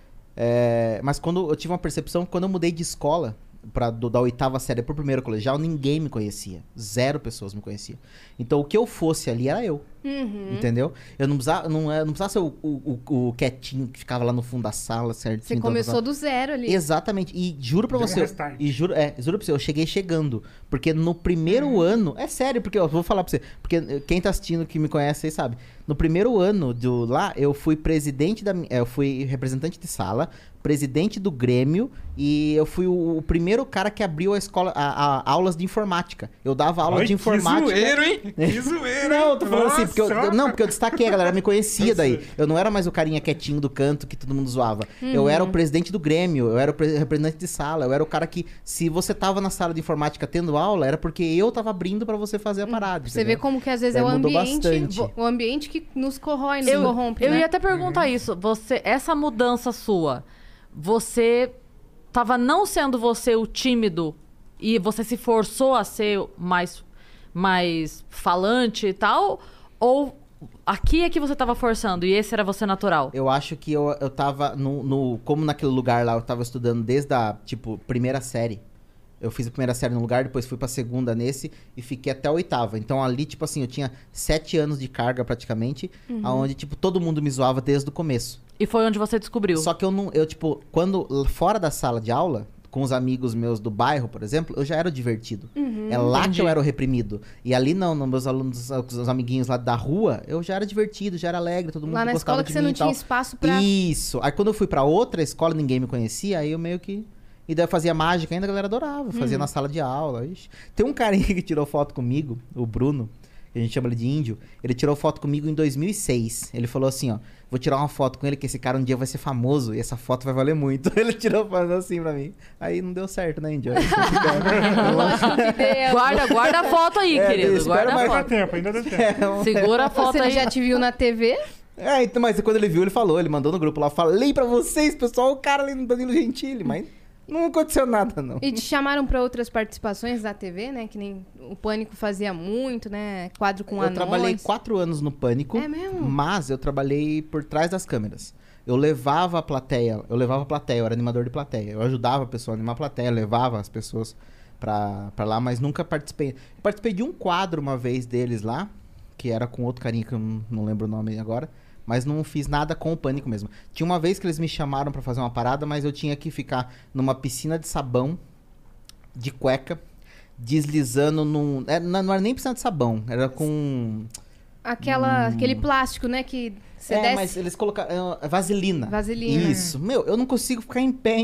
Mas quando eu tive uma percepção, quando eu mudei de escola da 8ª série pro 1º colegial, ninguém me conhecia. 0 pessoas me conheciam. Então o que eu fosse ali era eu. Entendeu? Eu não precisava ser o quietinho que ficava lá no fundo da sala, certinho. Você começou do zero ali. Exatamente. E juro pra você. Juro pra você, eu cheguei chegando. Porque no primeiro ano. É sério, porque eu vou falar pra você. Porque quem tá assistindo que me conhece aí sabe. No primeiro ano lá, eu fui eu fui representante de sala, presidente do Grêmio e eu fui o primeiro cara que abriu a escola, aulas de informática. Eu dava aula de informática. Que zoeiro, hein? Que zoeiro, não, eu tô falando assim, porque eu destaquei, a galera me conhecia daí. Eu não era mais o carinha quietinho do canto que todo mundo zoava. Eu era o presidente do Grêmio, eu era o representante de sala, eu era o cara que, se você tava na sala de informática tendo aula, era porque eu tava abrindo pra você fazer a parada. Você vê como que às vezes é o ambiente que nos corrói, nos corrompe, Eu né? ia até perguntar isso. Essa mudança sua, você tava não sendo você o tímido e você se forçou a ser mais falante e tal? Ou aqui é que você tava forçando e esse era você natural? Eu acho que eu tava como naquele lugar lá, eu tava estudando desde a, tipo, 1ª série. Eu fiz a 1ª série num lugar, depois fui pra 2ª nesse e fiquei até a 8ª. Então ali, tipo assim, eu tinha 7 anos de carga praticamente, onde, tipo, todo mundo me zoava desde o começo. E foi onde você descobriu? Só que tipo, quando fora da sala de aula, com os amigos meus do bairro, por exemplo, eu já era o divertido. É lá que eu era o reprimido. E ali não, meus alunos, os amiguinhos lá da rua, eu já era divertido, já era alegre, todo mundo lá na gostava escola de que mim você não tinha espaço pra... Isso. Aí quando eu fui pra outra escola, ninguém me conhecia, aí eu meio que... E daí eu fazia mágica ainda, a galera adorava. Fazia na sala de aula. Ixi. Tem um carinha que tirou foto comigo, o Bruno, que a gente chama ele de índio. Ele tirou foto comigo em 2006. Ele falou assim, ó, vou tirar uma foto com ele que esse cara um dia vai ser famoso e essa foto vai valer muito. Ele tirou foto assim pra mim. Aí não deu certo, né, índio? Lógico que deu. Guarda a foto aí, querido. Guarda a foto. Ainda dá tempo. Segura a foto Você aí. já te viu na TV? Então, mas quando ele viu, ele falou, ele mandou no grupo lá, falei pra vocês, pessoal, o cara ali no Danilo Gentili, mas não aconteceu nada, não. E te chamaram pra outras participações da TV, né? Que nem o Pânico fazia muito, né? Quadro com anões. Eu trabalhei 4 anos no Pânico, mas eu trabalhei por trás das câmeras. Eu levava a plateia, eu era animador de plateia. Eu ajudava a pessoa a animar a plateia, levava as pessoas pra lá, mas nunca participei. Eu participei de um quadro uma vez deles lá, que era com outro carinha que eu não lembro o nome agora, mas não fiz nada com o Pânico mesmo. Tinha uma vez que eles me chamaram pra fazer uma parada, mas eu tinha que ficar numa piscina de sabão, de deslizando num... Não era nem piscina de sabão, era com... Aquele plástico, né, que você desce... mas eles colocaram... vaselina. Vaselina. Isso. Meu, eu não consigo ficar em pé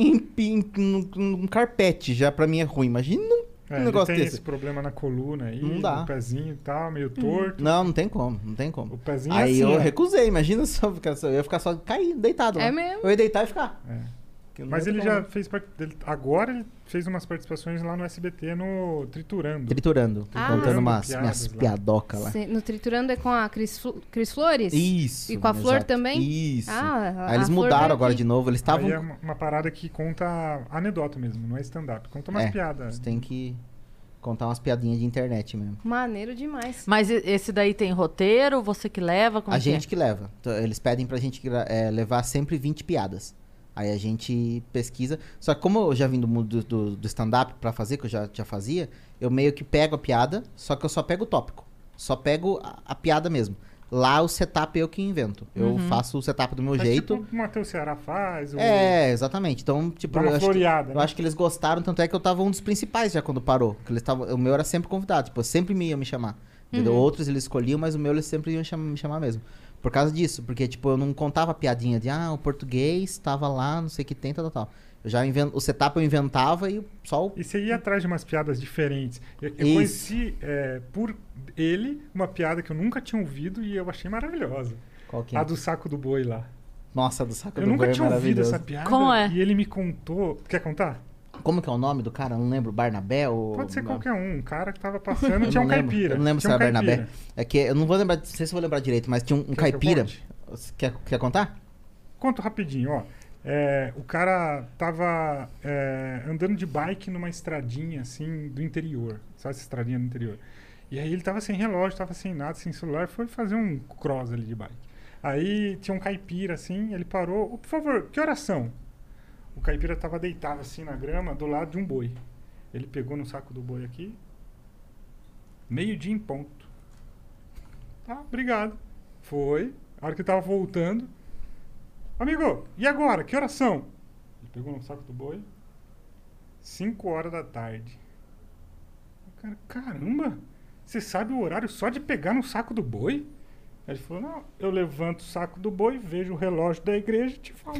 num carpete, já pra mim é ruim. Imagina um negócio tem desse. esse problema na coluna aí, não dá. O pezinho e tal, meio torto. Não tem como. O pezinho aí assim, eu recusei, imagina só, eu ia ficar só caído, deitado lá. É mesmo? Eu ia deitar e ficar. Mas ele já fez agora ele fez umas participações lá no SBT no Triturando. Contando minhas piadocas lá. No Triturando é com a Cris Flores? Isso. E com a Flor também? Isso. Aí eles mudaram agora de novo, eles estavam... Aí é uma parada que conta anedota mesmo, não é stand-up. Conta umas piadas. Você tem que contar umas piadinhas de internet mesmo. Maneiro demais. Mas esse daí tem roteiro? Você que leva? Como a gente que leva. Eles pedem pra gente levar sempre 20 piadas. Aí a gente pesquisa. Só que como eu já vim do mundo do stand-up pra fazer, que eu já fazia, eu meio que pego a piada, só que eu só pego o tópico. Só pego a piada mesmo. Lá o setup eu que invento. Eu faço o setup do meu jeito. Tipo o Matheus Ceará faz. Exatamente. Então, tipo, eu acho que eles gostaram, tanto é que eu tava um dos principais já quando parou. Que o meu era sempre convidado, tipo, sempre iam me chamar. Outros eles escolhiam, mas o meu eles sempre iam me chamar mesmo. Por causa disso, porque, tipo, eu não contava piadinha de, o português tava lá, não sei o que tem, tal. Eu já o setup eu inventava e só... E você ia atrás de umas piadas diferentes. Eu conheci, por ele, uma piada que eu nunca tinha ouvido e eu achei maravilhosa. Qual que é? A do saco do boi lá. Nossa, a do saco do boi é maravilhoso. Eu nunca tinha ouvido essa piada. Como é? E ele me contou... Quer contar? Como que é o nome do cara? Eu não lembro. Barnabé ou... Pode ser qualquer um. Um cara que tava passando tinha um caipira. Eu não lembro se era Barnabé. É que eu não vou lembrar... Não sei se eu vou lembrar direito, mas tinha um caipira. Quer contar? Conto rapidinho, ó. O cara tava andando de bike numa estradinha, assim, do interior. Sabe essa estradinha do interior? E aí ele tava sem relógio, tava sem nada, sem celular. Foi fazer um cross ali de bike. Aí tinha um caipira, assim, ele parou. Por favor, que horas são? O caipira tava deitado assim na grama, do lado de um boi. Ele pegou no saco do boi aqui. 12:00 em ponto. Tá, obrigado. Foi. A hora que ele tava voltando. Amigo, e agora? Que horas são? Ele pegou no saco do boi. 5h da tarde. O cara, caramba! Você sabe o horário só de pegar no saco do boi? Ele falou, não, eu levanto o saco do boi, vejo o relógio da igreja e te falo.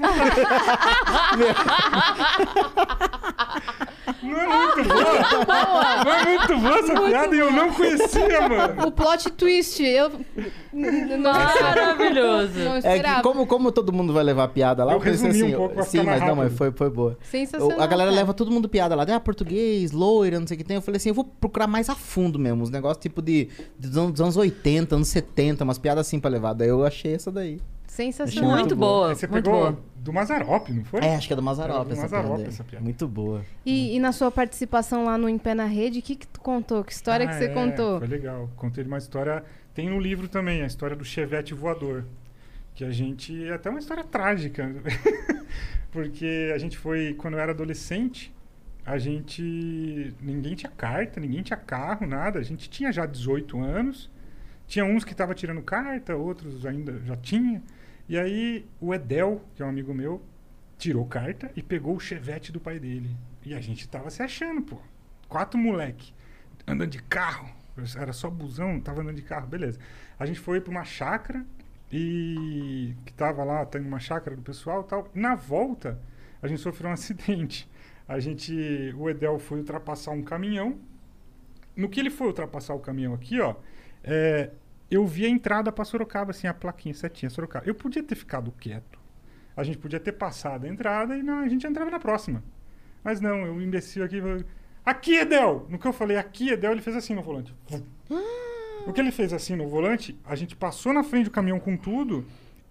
Não é muito boa? Não é muito boa essa piada e eu não conhecia, mano. O plot twist, maravilhoso. Não esperava. Como todo mundo vai levar piada lá, eu resumi assim, um pouco pra sim, mas rápido. Não, mas foi boa. Sensacional. A galera leva todo mundo piada lá, português, loira, não sei o que tem. Eu falei assim, eu vou procurar mais a fundo mesmo, os negócios tipo dos anos 80, anos 70, umas piadas assim pra levar. Daí eu achei essa daí. Sensacional. Muito boa. Você muito pegou boa. do Mazzaropi, não foi? Acho que é do Mazzaropi essa piada. Muito boa. E na sua participação lá no Em Pé na Rede, o que tu contou? Que história que você contou? Foi legal. Contei uma história... Tem no livro também, a história do Chevette voador. Que a gente... É até uma história trágica. Porque a gente foi... Quando eu era adolescente, a gente... Ninguém tinha carta, ninguém tinha carro, nada. A gente tinha já 18 anos. Tinha uns que estavam tirando carta, outros ainda já tinha. E aí o Edel, que é um amigo meu, tirou carta e pegou o Chevette do pai dele. E a gente tava se achando, pô. 4 moleque andando de carro. Era só busão, tava andando de carro, beleza. A gente foi pra uma chácara e que tava lá, tem uma chácara do pessoal e tal. Na volta, a gente sofreu um acidente. O Edel foi ultrapassar um caminhão. No que ele foi ultrapassar o caminhão aqui, ó, eu vi a entrada pra Sorocaba, assim, a plaquinha, setinha, Sorocaba. Eu podia ter ficado quieto. A gente podia ter passado a entrada e a gente entrava na próxima. Mas não, eu imbecil aqui... Aqui, Edel! No que eu falei, aqui, Edel, ele fez assim no volante. O que ele fez assim no volante, a gente passou na frente do caminhão com tudo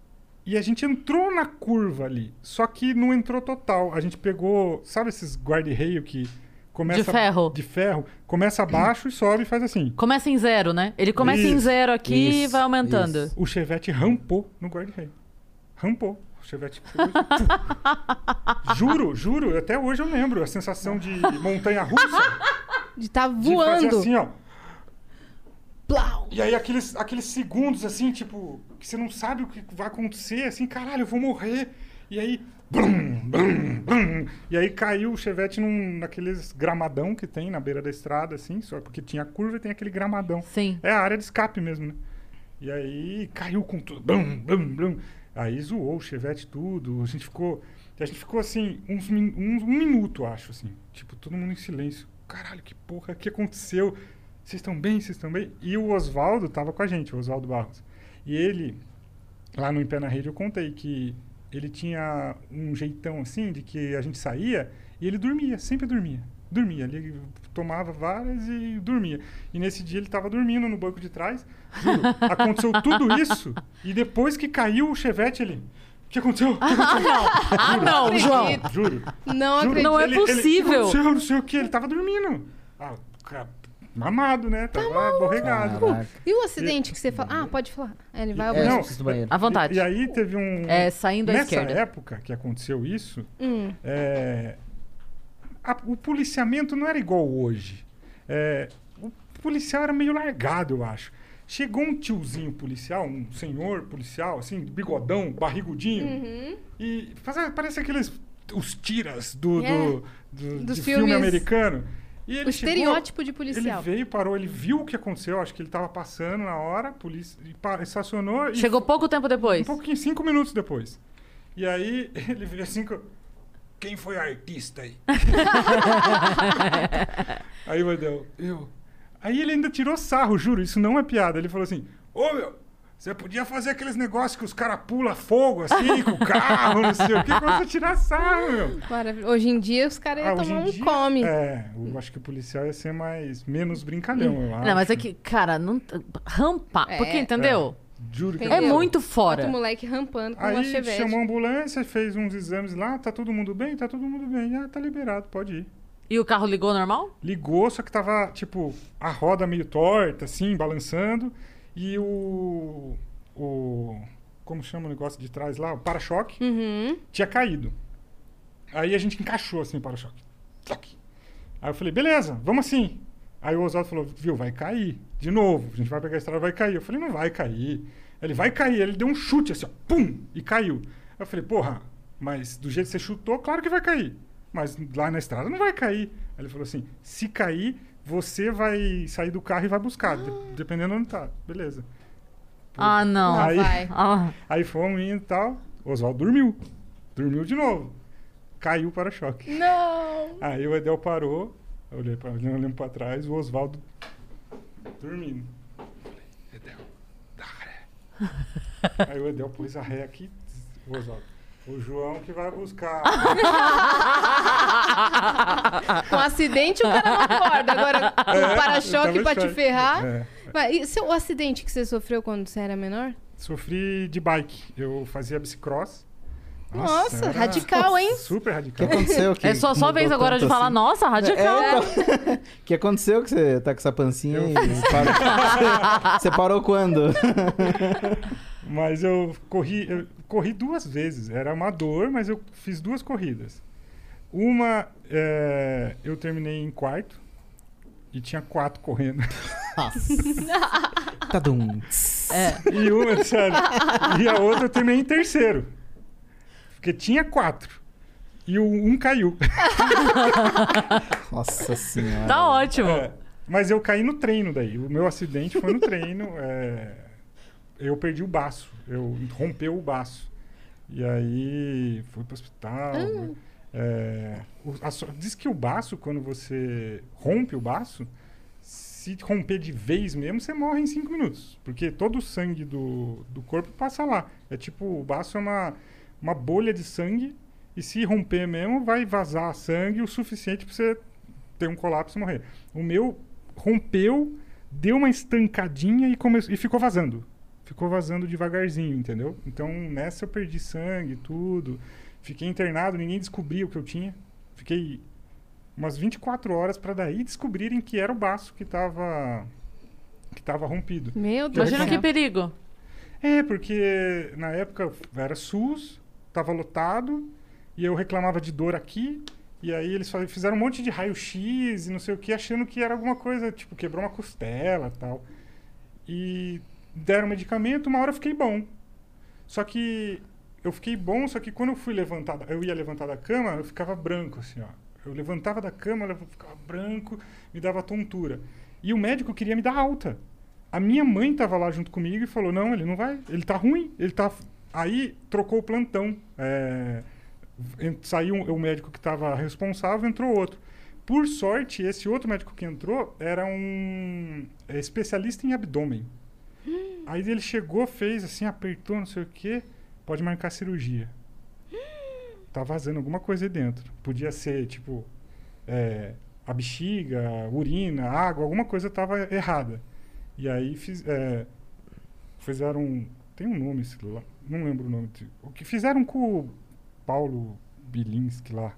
E a gente entrou na curva ali, só que não entrou total. A gente pegou, sabe esses guarda-reio que começa... De ferro. Começa abaixo e sobe e faz assim. Começa em 0, né? Ele começa em 0 aqui e vai aumentando. Isso. O Chevette rampou no guarda-reio. Rampou. O Chevette... Juro. Até hoje eu lembro. A sensação de montanha-russa. De estar De fazer voando. assim, ó. Plau. E aí aqueles segundos, assim, tipo, que você não sabe o que vai acontecer, assim, caralho, eu vou morrer. E aí, blum, blum, blum. E aí caiu o Chevette naqueles gramadão que tem na beira da estrada, assim, só porque tinha curva e tem aquele gramadão. Sim. É a área de escape mesmo, né? E aí caiu com tudo, blum, blum, blum. Aí zoou o Chevette tudo, a gente ficou assim, um minuto, acho, assim, tipo, todo mundo em silêncio. Caralho, que porra, o que aconteceu? Vocês estão bem? E o Oswaldo tava com a gente, o Oswaldo Barros. E ele, lá no Em Pé na Rede, eu contei que ele tinha um jeitão assim, de que a gente saía e ele dormia, sempre dormia. Dormia, ele tomava várias e dormia. E nesse dia ele tava dormindo no banco de trás. Juro, aconteceu tudo isso e depois que caiu o Chevette, ele... O que aconteceu? Não, João. Juro. Não acredito. Não é possível. O que aconteceu? Não sei o que, ele tava dormindo. Cara, mamado, né? Tava borregado. Caraca. E o acidente que você fala? Ah, pode falar. Ele vai ao É, banheiro. não, preciso do banheiro. À vontade. E aí teve um... Saindo à Nessa esquerda. época que aconteceu isso, o policiamento não era igual hoje. O policial era meio largado, eu acho. Chegou um tiozinho policial, um senhor policial, assim, bigodão, barrigudinho. E parece os tiras Dos de filme filmes. americano. E ele O estereótipo de policial. Ele veio, parou, ele viu o que aconteceu, acho que ele estava passando na hora, a polícia estacionou e Chegou pouco tempo depois. um pouquinho, 5 minutos depois. E aí ele veio assim, quem foi a artista aí? Aí o Edel, eu. Aí ele ainda tirou sarro, juro, isso não é piada. Ele falou assim, ô meu, você podia fazer aqueles negócios que os caras pulam fogo assim, com o carro, não sei o que, pra você tirar sarro, meu. Maravilha. Hoje em dia os caras iam Hoje tomar em um dia, come. eu acho que o policial ia ser menos brincalhão, eu acho. Não, mas é que, cara, não rampar. Porque, entendeu? Juro que É Entendeu? muito fora. Bota o moleque rampando com uma Aí Chevette. chamou a ambulância, fez uns exames lá, tá todo mundo bem? Tá todo mundo bem. Ah, tá liberado, pode ir. E o carro ligou normal? Ligou, só que tava, tipo, a roda meio torta, assim, balançando. E como chama o negócio de trás lá? O para-choque tinha caído. Aí a gente encaixou, assim, o para-choque. Aí eu falei, beleza, vamos assim. Aí o Oswaldo falou, viu, vai cair. De novo, a gente vai pegar a estrada, vai cair. Eu falei, não vai cair. Ele vai cair. Ele deu um chute, assim, ó, pum, e caiu. Aí eu falei, porra, mas do jeito que você chutou, claro que vai cair. Mas lá na estrada não vai cair. Aí ele falou assim, se cair, você vai sair do carro e vai buscar, dependendo de onde tá. Beleza. Ah, não. Aí- Vai. Ah, Fomos indo e tal. O Oswaldo dormiu. Dormiu de novo. Caiu o para-choque. Não! Aí o Edel parou. Eu olhei pra trás, o Oswaldo dormindo. Falei, Edel, dá ré. Aí o Edel pôs a ré aqui. O Oswaldo. O João que vai buscar. Com acidente o cara não acorda. Agora, com para-choque tava pra te choque. ferrar. Mas, e o acidente que você sofreu quando você era menor? Sofri de bike. Eu fazia bicicross. Nossa, era radical, hein? Super O radical. que aconteceu? é só mudou vez agora de tanto falar, assim? nossa, radical. O que aconteceu que você tá com essa pancinha e parou? Você parou quando? Mas eu corri 2 vezes. Era amador, mas eu fiz 2 corridas. Uma, eu terminei em 4º e tinha 4 correndo. Tadum. E uma, sério. E a outra eu terminei em 3º. Porque tinha 4. E um caiu. Nossa senhora. Tá ótimo. Mas eu caí no treino daí. O meu acidente foi no treino. Eu perdi o baço. Eu rompeu o baço. E aí fui pro hospital. Diz que o baço, quando você rompe o baço, se romper de vez mesmo, você morre em 5 minutos. Porque todo o sangue do corpo passa lá. É tipo, o baço é uma bolha de sangue. E se romper mesmo, vai vazar sangue o suficiente para você ter um colapso e morrer. O meu rompeu, deu uma estancadinha e ficou vazando. ficou vazando devagarzinho, entendeu? Então, nessa eu perdi sangue, tudo. Fiquei internado, ninguém descobriu o que eu tinha. Fiquei umas 24 horas para daí descobrirem que era o baço que tava rompido. Meu Deus. Imagina que perigo. Porque na época era SUS, tava lotado, e eu reclamava de dor aqui, e aí eles fizeram um monte de raio-x e não sei o que, achando que era alguma coisa, tipo, quebrou uma costela e tal. E deram medicamento, uma hora eu fiquei bom. Só que eu fiquei bom, só que quando eu ia levantar da cama, eu ficava branco, assim, ó. Eu levantava da cama, eu ficava branco, me dava tontura. E o médico queria me dar alta. A minha mãe estava lá junto comigo e falou, não, ele não vai, ele tá ruim, ele tá... Aí trocou o plantão. Saiu o médico que estava responsável, entrou outro. Por sorte, esse outro médico que entrou era um especialista em abdômen. Aí ele chegou, fez assim, apertou, não sei o quê, pode marcar cirurgia. Tá vazando alguma coisa aí dentro. Podia ser, tipo, a bexiga, urina, água, alguma coisa estava errada. E aí fizeram... Tem um nome, lá, não lembro o nome. O que fizeram com o Paulo Bilinski lá.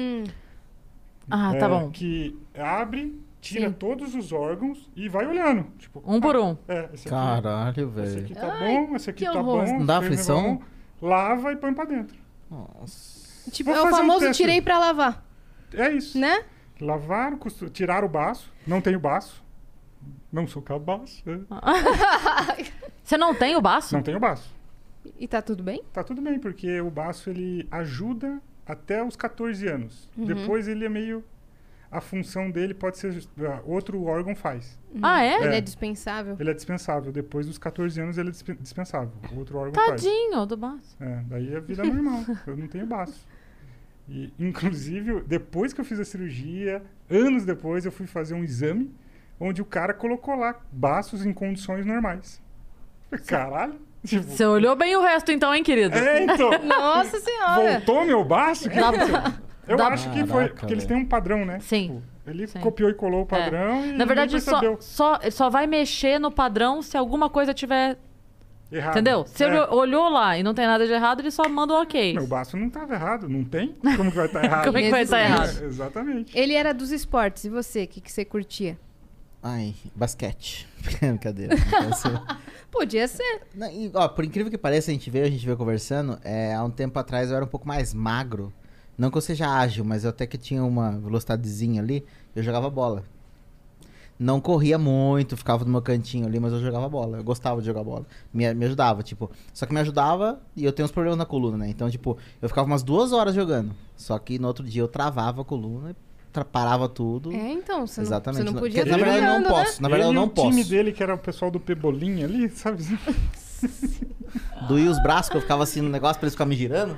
Tá bom. Que abre, tira todos os órgãos e vai olhando. Tipo, um por um. Esse aqui, Caralho, velho. Esse aqui tá bom, esse aqui que tá horror. bom. Não dá fez aflição? bom, lava e põe pra dentro. Nossa. Tipo, Vou é o fazer um famoso teste. tirei pra lavar, É isso. né? Lavaram, tiraram o baço. Não tenho baço. Não sou cabaço. Você não tem o baço? Não tenho baço. E tá tudo bem? Tá tudo bem, porque o baço ele ajuda até os 14 anos. Depois ele é meio... A função dele pode ser... Outro órgão faz. Ah, é? Ele é dispensável. Ele é dispensável. Depois dos 14 anos ele é dispensável. O outro órgão faz. Tadinho do baço. Daí é vida normal. Eu não tenho baço. E, inclusive, depois que eu fiz a cirurgia, anos depois, eu fui fazer um exame onde o cara colocou lá baços em condições normais. Caralho. Tipo, Você olhou bem o resto então, hein, querido? então. Nossa senhora! Voltou meu baço? Eu acho que foi... Caraca, Porque eles têm um padrão, né? Sim. Tipo, ele Sim. copiou e colou o padrão e Na verdade, ninguém percebeu. só vai mexer no padrão se alguma coisa tiver... Errado. Entendeu? Se ele olhou lá e não tem nada de errado, ele só manda um ok. Meu baço não estava errado. Não tem? Como que vai estar errado? Como é que vai estar errado? Exatamente. Ele era dos esportes. E você? O que você curtia? Ai, basquete. Brincadeira. Podia ser. Não, e, ó, por incrível que pareça, a gente veio conversando, há um tempo atrás eu era um pouco mais magro. Não que eu seja ágil, mas eu até que tinha uma velocidadezinha ali, eu jogava bola. Não corria muito, ficava no meu cantinho ali, mas eu jogava bola. Eu gostava de jogar bola. Me ajudava, tipo... Só que me ajudava e eu tenho uns problemas na coluna, né? Então, tipo, eu ficava umas 2 horas jogando. Só que no outro dia eu travava a coluna, parava tudo. Então, você Exatamente. não podia Na verdade, eu não posso. Na verdade, eu não o posso. time dele, que era o pessoal do Pebolim ali, sabe? Doía os braços, que eu ficava assim no negócio pra eles ficarem me girando.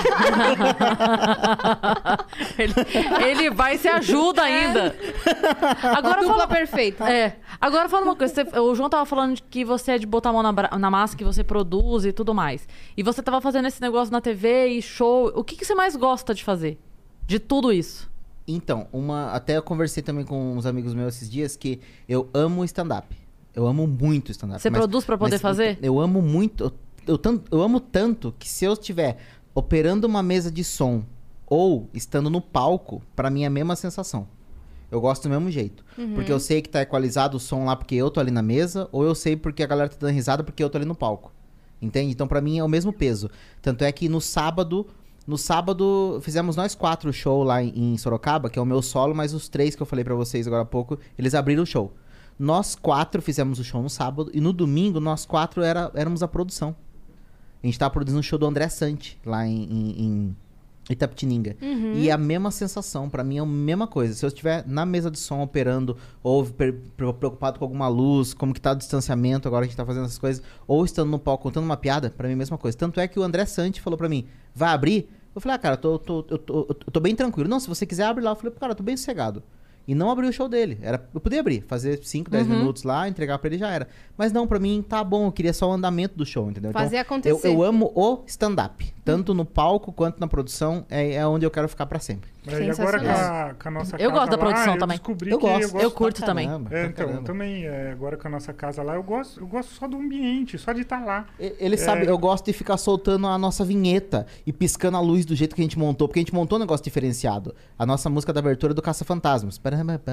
ele vai e se ajuda ainda. Agora Dupla fala... perfeita. Agora fala uma coisa. O João tava falando que você é de botar a mão na massa, que você produz e tudo mais. E você tava fazendo esse negócio na TV e show. O que você mais gosta de fazer? De tudo isso? Então, até eu conversei também com uns amigos meus esses dias que eu amo stand-up. Eu amo muito stand-up. Você produz pra poder fazer? Eu amo muito. Eu amo tanto que se eu estiver operando uma mesa de som ou estando no palco, pra mim é a mesma sensação. Eu gosto do mesmo jeito. Porque eu sei que tá equalizado o som lá porque eu tô ali na mesa, ou eu sei porque a galera tá dando risada porque eu tô ali no palco. Entende? Então pra mim é o mesmo peso. Tanto é que no sábado fizemos nós 4 o show lá em Sorocaba, que é o meu solo, mas os 3 que eu falei pra vocês agora há pouco, eles abriram o show. Nós 4 fizemos o show no sábado, e no domingo nós 4 éramos a produção. A gente tava produzindo o show do André Sante, lá em Itapetininga. E é a mesma sensação, pra mim é a mesma coisa. Se eu estiver na mesa de som operando, ou preocupado com alguma luz, como que tá o distanciamento, agora a gente tá fazendo essas coisas, ou estando no palco contando uma piada, pra mim é a mesma coisa. Tanto é que o André Sante falou pra mim, vai abrir? Eu falei, cara, eu tô bem tranquilo. Não, se você quiser abre lá. Eu falei, cara, eu tô bem sossegado. E não abri o show dele. Eu podia abrir, fazer 5, 10 minutos lá, entregar pra ele já era. Mas não, pra mim tá bom, eu queria só o andamento do show, entendeu? Fazer então, acontecer. Eu amo o stand-up. Tanto no palco quanto na produção, é onde eu quero ficar pra sempre. E agora com a nossa casa eu gosto da produção lá, também. Eu curto também. Então, também, agora com a nossa casa lá, eu gosto só do ambiente, só de estar lá. Ele sabe, eu gosto de ficar soltando a nossa vinheta e piscando a luz do jeito que a gente montou, porque a gente montou um negócio diferenciado. A nossa música da abertura é do Caça-Fantasmas.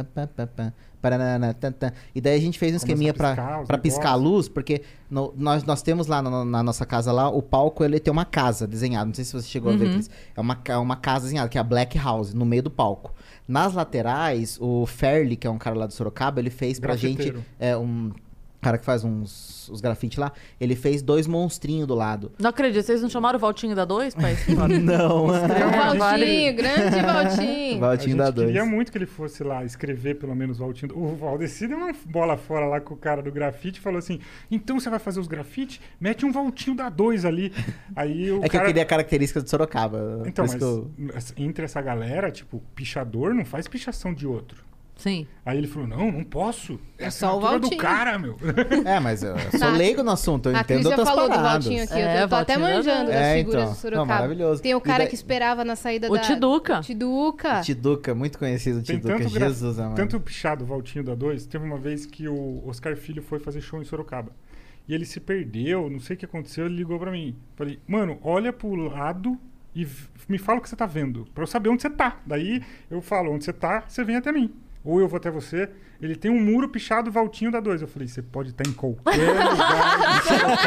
E daí a gente fez um esqueminha pra piscar a luz, porque nós temos lá na nossa casa lá, o palco ele tem uma casa desenhada. Não sei se você chegou a ver, Cris. É uma casa desenhada, que é a Black House, no meio do palco. Nas laterais, o Ferli, que é um cara lá de Sorocaba, ele fez pra gente... um cara que faz os grafites lá, ele fez 2 monstrinhos do lado. Não acredito, vocês não chamaram o Valtinho da 2? Não. O Valtinho, grande Valtinho. Valtinho da 2. Eu queria muito que ele fosse lá escrever pelo menos o Valtinho. O Valdeci deu uma bola fora lá com o cara do grafite e falou assim, então você vai fazer os grafites? Mete um Valtinho da 2 ali. Aí o que eu queria a característica de Sorocaba. Então, mas entre essa galera, tipo, pichador não faz pichação de outro. Sim. Aí ele falou, não posso. É só o Valtinho. Do cara, meu. Mas eu sou leigo no assunto, eu entendo outras paradas. A Cris já falou do Valtinho aqui, eu tô até manjando das figuras do Sorocaba. Maravilhoso. Tem o cara que esperava na saída o Tiduca. Tiduca, muito conhecido, Tiduca. Jesus amado. Tanto pichado o Valtinho da 2, teve uma vez que o Oscar Filho foi fazer show em Sorocaba. E ele se perdeu, não sei o que aconteceu, ele ligou pra mim. Falei, mano, olha pro lado e me fala o que você tá vendo, pra eu saber onde você tá. Daí eu falo, onde você tá, você vem até mim. Ou eu vou até você. Ele tem um muro pichado Valtinho da 2. Eu falei, você pode estar em qualquer lugar.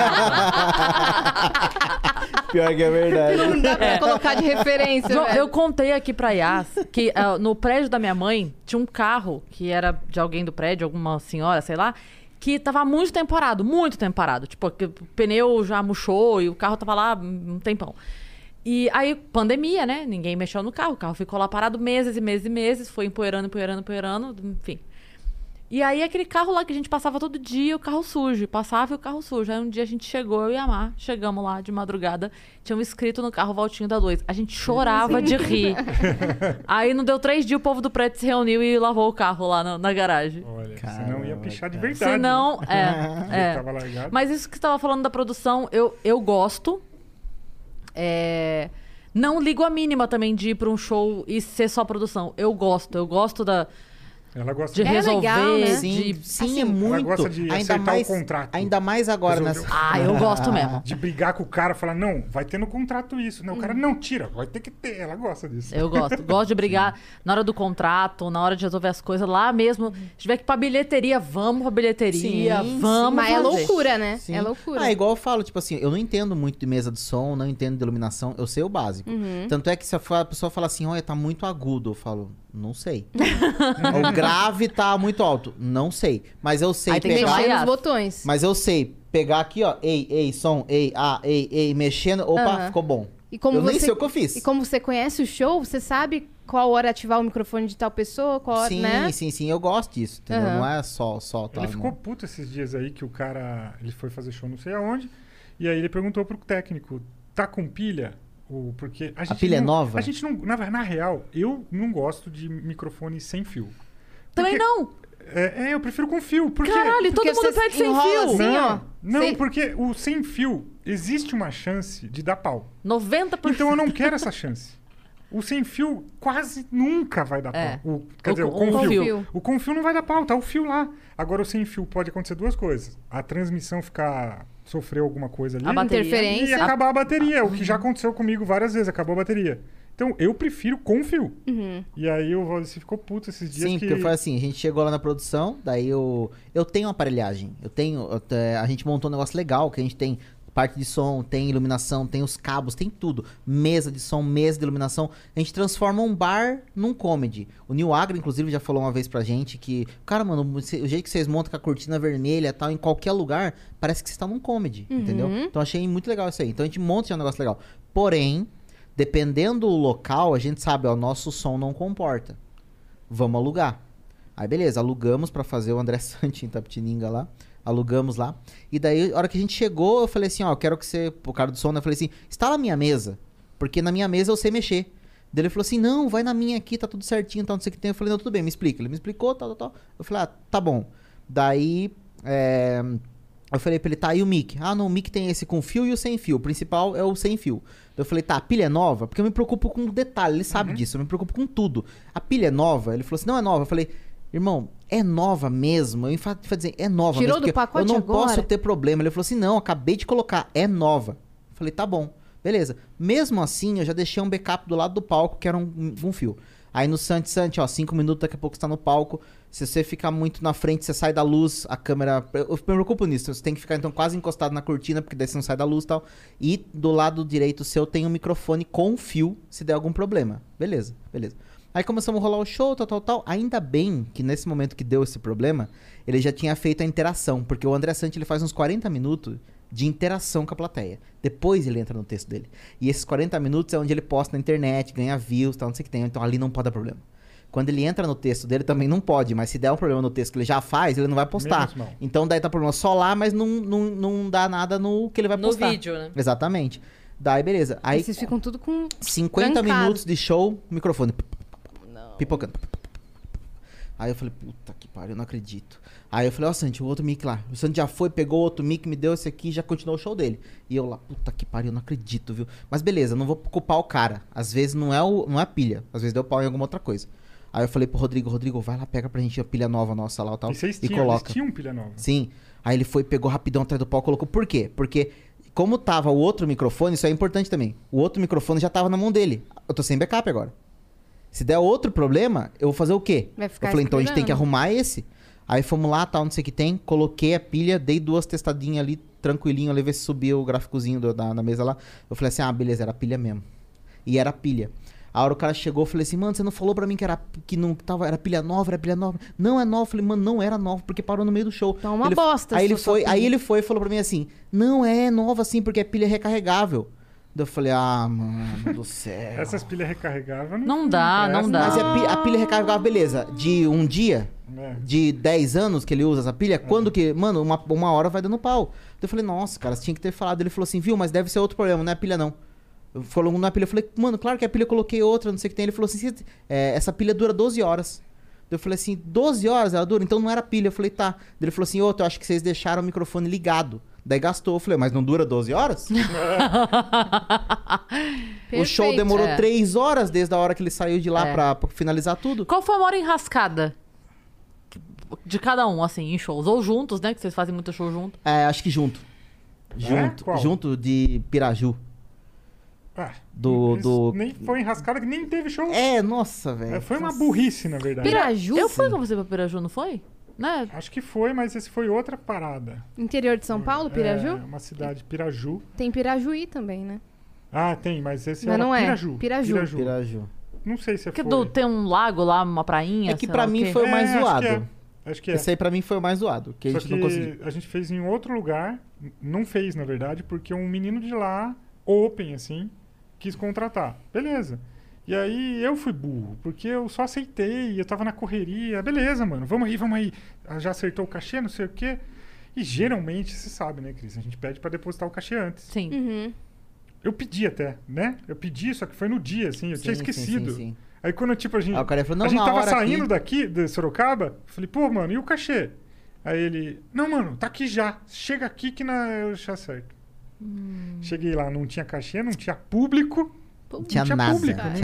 Pior que é verdade. Não dá pra colocar de referência, João, eu contei aqui pra Yas que no prédio da minha mãe tinha um carro que era de alguém do prédio, alguma senhora, sei lá, que tava muito tempo parado. Tipo, que o pneu já murchou e o carro tava lá um tempão. E aí, pandemia, né? Ninguém mexeu no carro. O carro ficou lá parado meses e meses e meses. Foi empoeirando, enfim. E aí, aquele carro lá que a gente passava todo dia, o carro sujo. Passava e o carro sujo. Aí, um dia a gente chegou, eu e a Mar, chegamos lá de madrugada. Tinham escrito no carro Valtinho da 2. A gente chorava de rir. Aí, não deu 3 dias, o povo do prédio se reuniu e lavou o carro lá na garagem. Olha, senão ia pichar de verdade. Senão, né? Tava largado. Mas isso que você estava falando da produção, eu gosto. Não ligo a mínima também de ir pra um show e ser só produção. Eu gosto da... Ela gosta de resolver. Legal, né? Sim, assim, é muito. Ela gosta de aceitar o contrato. Ainda mais agora nessa... eu gosto mesmo. De brigar com o cara, falar, não, vai ter no contrato isso. Não, o cara não tira, vai ter que ter. Ela gosta disso. Eu gosto de brigar na hora do contrato, na hora de resolver as coisas lá mesmo. Se tiver que ir pra bilheteria, vamos pra bilheteria, vamos Mas fazer. é loucura, né? Sim. É loucura. Igual eu falo, tipo assim, eu não entendo muito de mesa de som, não entendo de iluminação, eu sei o básico. Tanto é que se a pessoa fala assim, olha, tá muito agudo, eu falo, não sei. O grave tá muito alto, não sei. Mas eu sei aí tem que pegar... mexer nos botões. Mas eu sei pegar aqui, ó, ei, som, ei, mexendo, opa, ficou bom. E como eu nem sei o que eu fiz. E como você conhece o show, você sabe qual hora ativar o microfone de tal pessoa, qual hora, né? Sim, eu gosto disso, entendeu? Não é só Ele ficou puto esses dias aí que o cara, ele foi fazer show não sei aonde, e aí ele perguntou pro técnico, tá com pilha? Porque a pilha é nova? A gente não, na real, eu não gosto de microfone sem fio. Também não. Eu prefiro com fio. Porque... Caralho, todo mundo pede sem fio. Assim, não, porque o sem fio, existe uma chance de dar pau. 90%. Então eu não quero essa chance. O sem fio quase nunca vai dar pau. Quer dizer, o com fio. O com fio não vai dar pau, tá o fio lá. Agora o sem fio pode acontecer 2 coisas. A transmissão sofrer alguma coisa ali. A interferência. E acabar a bateria. O que já aconteceu comigo várias vezes. Acabou a bateria. Então, eu prefiro com fio. E aí o Valdeci ficou puto esses dias. Sim, porque foi assim, a gente chegou lá na produção, daí eu tenho aparelhagem. A gente montou um negócio legal, que a gente tem parte de som, tem iluminação, tem os cabos, tem tudo. Mesa de som, mesa de iluminação. A gente transforma um bar num comedy. O Nil Agra, inclusive, já falou uma vez pra gente que... Cara, mano, o jeito que vocês montam com a cortina vermelha e tal, em qualquer lugar, parece que vocês estão num comedy, entendeu? Então, achei muito legal isso aí. Então, a gente monta um negócio legal. Porém, dependendo do local, a gente sabe, ó, o nosso som não comporta. Vamos alugar. Aí, beleza, alugamos pra fazer o André Santi em Tapetininga lá. Alugamos lá. E daí, a hora que a gente chegou, eu falei assim, ó, quero que você... O cara do som, né? Eu falei assim, instala a minha mesa. Porque na minha mesa eu sei mexer. Daí ele falou assim, não, vai na minha aqui, tá tudo certinho, tá, não sei o que tem. Eu falei, não, tudo bem, me explica. Ele me explicou, tal. Eu falei, tá bom. Daí, Eu falei pra ele, tá, e o mic? Ah, não, o mic tem esse com fio e o sem fio. O principal é o sem fio. Eu falei, tá, a pilha é nova? Porque eu me preocupo com detalhe, ele sabe disso, eu me preocupo com tudo. A pilha é nova? Ele falou assim, não é nova. Eu falei, irmão, é nova mesmo? Eu ia dizer, é nova Tirou mesmo. do pacote eu não agora? posso ter problema. Ele falou assim, não, acabei de colocar, é nova. Eu falei, tá bom, beleza. Mesmo assim, eu já deixei um backup do lado do palco, que era um fio. Aí no Santi, ó, 5 minutos, daqui a pouco você tá no palco. Se você ficar muito na frente, você sai da luz, a câmera... Eu me preocupo nisso, você tem que ficar então quase encostado na cortina, porque daí você não sai da luz e tal. E do lado direito seu tem um microfone com fio, se der algum problema. Beleza. Aí começamos a rolar o show, tal. Ainda bem que nesse momento que deu esse problema, ele já tinha feito a interação, porque o André Santi, ele faz uns 40 minutos de interação com a plateia. Depois ele entra no texto dele. E esses 40 minutos é onde ele posta na internet, ganha views, tal, não sei o que tem. Então ali não pode dar problema. Quando ele entra no texto dele também não pode, mas se der um problema no texto que ele já faz, ele não vai postar. Então daí tá problema só lá, mas não dá nada no que ele vai postar. No vídeo, né? Exatamente. Daí beleza. Aí vocês ficam tudo com 50 trancado. minutos de show, microfone pipocando. Aí eu falei, puta que pariu, eu não acredito. Aí eu falei, ó, Santi, o outro mic lá. O Santi já foi, pegou outro mic, me deu esse aqui e já continuou o show dele. E eu lá, puta que pariu, eu não acredito, viu? Mas beleza, não vou culpar o cara. Às vezes não é a pilha. Às vezes deu pau em alguma outra coisa. Aí eu falei pro Rodrigo, vai lá, pega pra gente a pilha nova nossa lá tal, e coloca. Eles tinham pilha nova? Sim. Aí ele foi, pegou rapidão atrás do pau, colocou. Por quê? Porque como tava o outro microfone, isso é importante também. O outro microfone já tava na mão dele. Eu tô sem backup agora. Se der outro problema, eu vou fazer o quê? Vai ficar eu falei, então a gente tem que esperando. arrumar esse. Aí fomos lá, tal, não sei o que tem. Coloquei a pilha, dei 2 testadinhas ali, tranquilinho. Eu levei se subir o gráficozinho da mesa lá. Eu falei assim, beleza, era pilha mesmo. E era pilha. A hora o cara chegou, eu falei assim, mano, você não falou pra mim que era pilha nova, era pilha nova? Não é nova. Eu falei, mano, não era nova, porque parou no meio do show. Então é uma bosta. Aí ele foi e falou pra mim assim, não é nova assim, porque é pilha recarregável. Daí eu falei, mano do céu. Essas pilhas recarregáveis Não dá. Mas a pilha recarregável, beleza, de um dia, de 10 anos que ele usa essa pilha, quando que, mano, uma hora vai dando pau. Daí eu falei, nossa, cara, você tinha que ter falado. Ele falou assim, viu, mas deve ser outro problema, não é a pilha não. Falou na pilha, eu falei, mano, claro que a pilha eu coloquei outra, não sei o que tem. Ele falou assim, essa pilha dura 12 horas. Eu falei assim, 12 horas ela dura? Então não era pilha. Eu falei, tá. Ele falou assim, eu acho que vocês deixaram o microfone ligado. Daí gastou. Eu falei, mas não dura 12 horas? O show demorou 3 horas desde a hora que ele saiu de lá pra finalizar tudo. Qual foi a maior enrascada de cada um, assim, em shows? Ou juntos, né? Que vocês fazem muito show junto. Acho que junto. Junto de Piraju. Nem foi enrascada, que nem teve show. Nossa, velho. Foi uma burrice, na verdade. Piraju? Eu fui com você pra Piraju, não foi? Né? Acho que foi, mas esse foi outra parada. Interior de São Paulo, Piraju? É, uma cidade, Piraju. Tem Pirajuí também, né? Tem, mas esse mas era não Piraju. Piraju. Não sei se Porque foi. tem um lago lá, uma prainha. É que pra mim foi o mais zoado. Acho que é. Esse aí pra mim foi o mais zoado, que a gente não conseguiu. A gente fez em outro lugar, não fez, na verdade, porque um menino de lá, open, assim, quis contratar. Beleza. E aí eu fui burro, porque eu só aceitei, eu tava na correria. Beleza, mano, vamos aí. Já acertou o cachê, não sei o quê. E geralmente, você sabe, né, Cris? A gente pede pra depositar o cachê antes. Sim. Uhum. Eu pedi até, né? Eu pedi, só que foi no dia, assim, eu tinha esquecido. Sim. Aí quando, tipo, a gente o cara falou, não, a gente na tava hora saindo aqui... daqui, de Sorocaba, eu falei, pô, mano, e o cachê? Aí ele, não, mano, tá aqui já. Chega aqui que eu já acerto. Cheguei lá, não tinha cachê, não tinha público. Não tinha nada, público, não tinha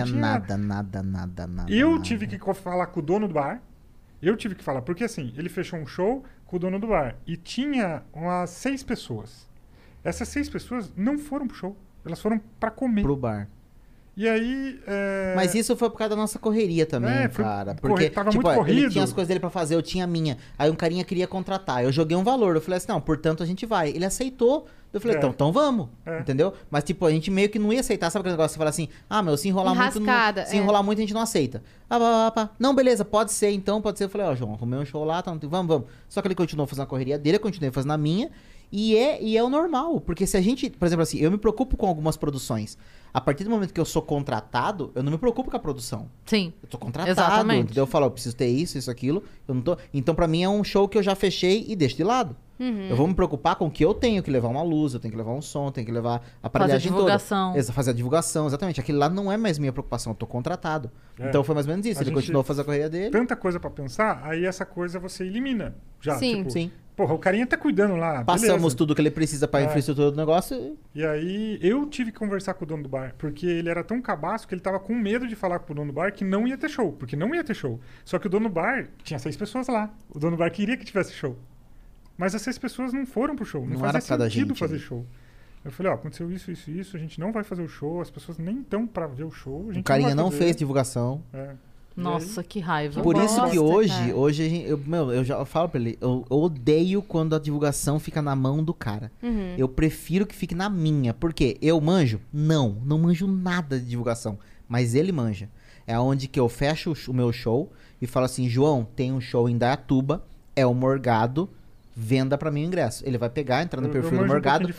nada. Eu tive que falar com o dono do bar. Porque assim, ele fechou um show com o dono do bar. E tinha umas 6 pessoas. Essas 6 pessoas não foram pro show. Elas foram pra comer. Pro bar. E aí... Mas isso foi por causa da nossa correria também, cara. Porque tava tipo, muito corrido. Ele tinha as coisas dele pra fazer, eu tinha a minha. Aí um carinha queria contratar. Eu joguei um valor. Eu falei assim, não, portanto a gente vai. Ele aceitou. Eu falei, então vamos. Entendeu? Mas tipo, a gente meio que não ia aceitar. Sabe aquele negócio que você fala assim, se enrolar muito... Se enrolar muito a gente não aceita. Não, beleza, pode ser então, pode ser. Eu falei, João, arrumei um show lá, vamos. Só que ele continuou fazendo a correria dele, eu continuei fazendo a minha. E é o normal, porque se a gente, por exemplo assim, eu me preocupo com algumas produções. A partir do momento que eu sou contratado, eu não me preocupo com a produção. Sim. Eu tô contratado. Exatamente. Entendeu? Eu falo, eu preciso ter isso, aquilo. Eu não tô... Então, pra mim, é um show que eu já fechei e deixo de lado. Eu vou me preocupar com o que eu tenho que levar uma luz, eu tenho que levar um som, tenho que levar a aparelhagem toda. Fazer a divulgação, exatamente. Aquele lá não é mais minha preocupação, eu tô contratado. Então foi mais ou menos isso. Ele continuou a fazer a correria dele. Tanta coisa pra pensar, aí essa coisa você elimina. Já, Sim. tipo, Sim. Porra, o carinha tá cuidando lá. Passamos beleza. tudo que ele precisa pra infraestrutura do negócio. E aí eu tive que conversar com o dono do bar, porque ele era tão cabaço que ele tava com medo de falar com o dono do bar que não ia ter show, porque não ia ter show. Só que o dono do bar tinha 6 pessoas lá. O dono do bar queria que tivesse show. Mas as 6 pessoas não foram pro show. Não fazia sentido fazer show. Eu falei, ó, aconteceu isso, a gente não vai fazer o show, as pessoas nem estão pra ver o show. O carinha não fez divulgação. Nossa, que raiva. Por isso que hoje eu já falo pra ele, eu odeio quando a divulgação fica na mão do cara. Eu prefiro que fique na minha. Por quê? Eu manjo? Não manjo nada de divulgação. Mas ele manja. É onde que eu fecho o meu show e falo assim, João, tem um show em Dayatuba, é o Morgado, venda pra mim o ingresso. Ele vai pegar, entrar no perfil do Morgado,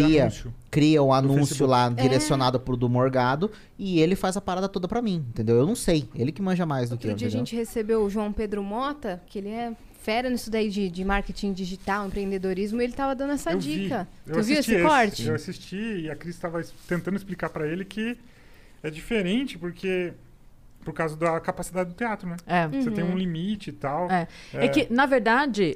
cria um anúncio lá direcionado pro do Morgado e ele faz a parada toda pra mim, entendeu? Eu não sei. Ele que manja mais do que eu. Outro dia a gente recebeu o João Pedro Mota, que ele é fera nisso daí de marketing digital, empreendedorismo, e ele tava dando essa dica. Tu viu esse corte? Eu assisti e a Cris tava tentando explicar pra ele que é diferente porque... Por causa da capacidade do teatro, né? Você tem um limite e tal. É que, na verdade,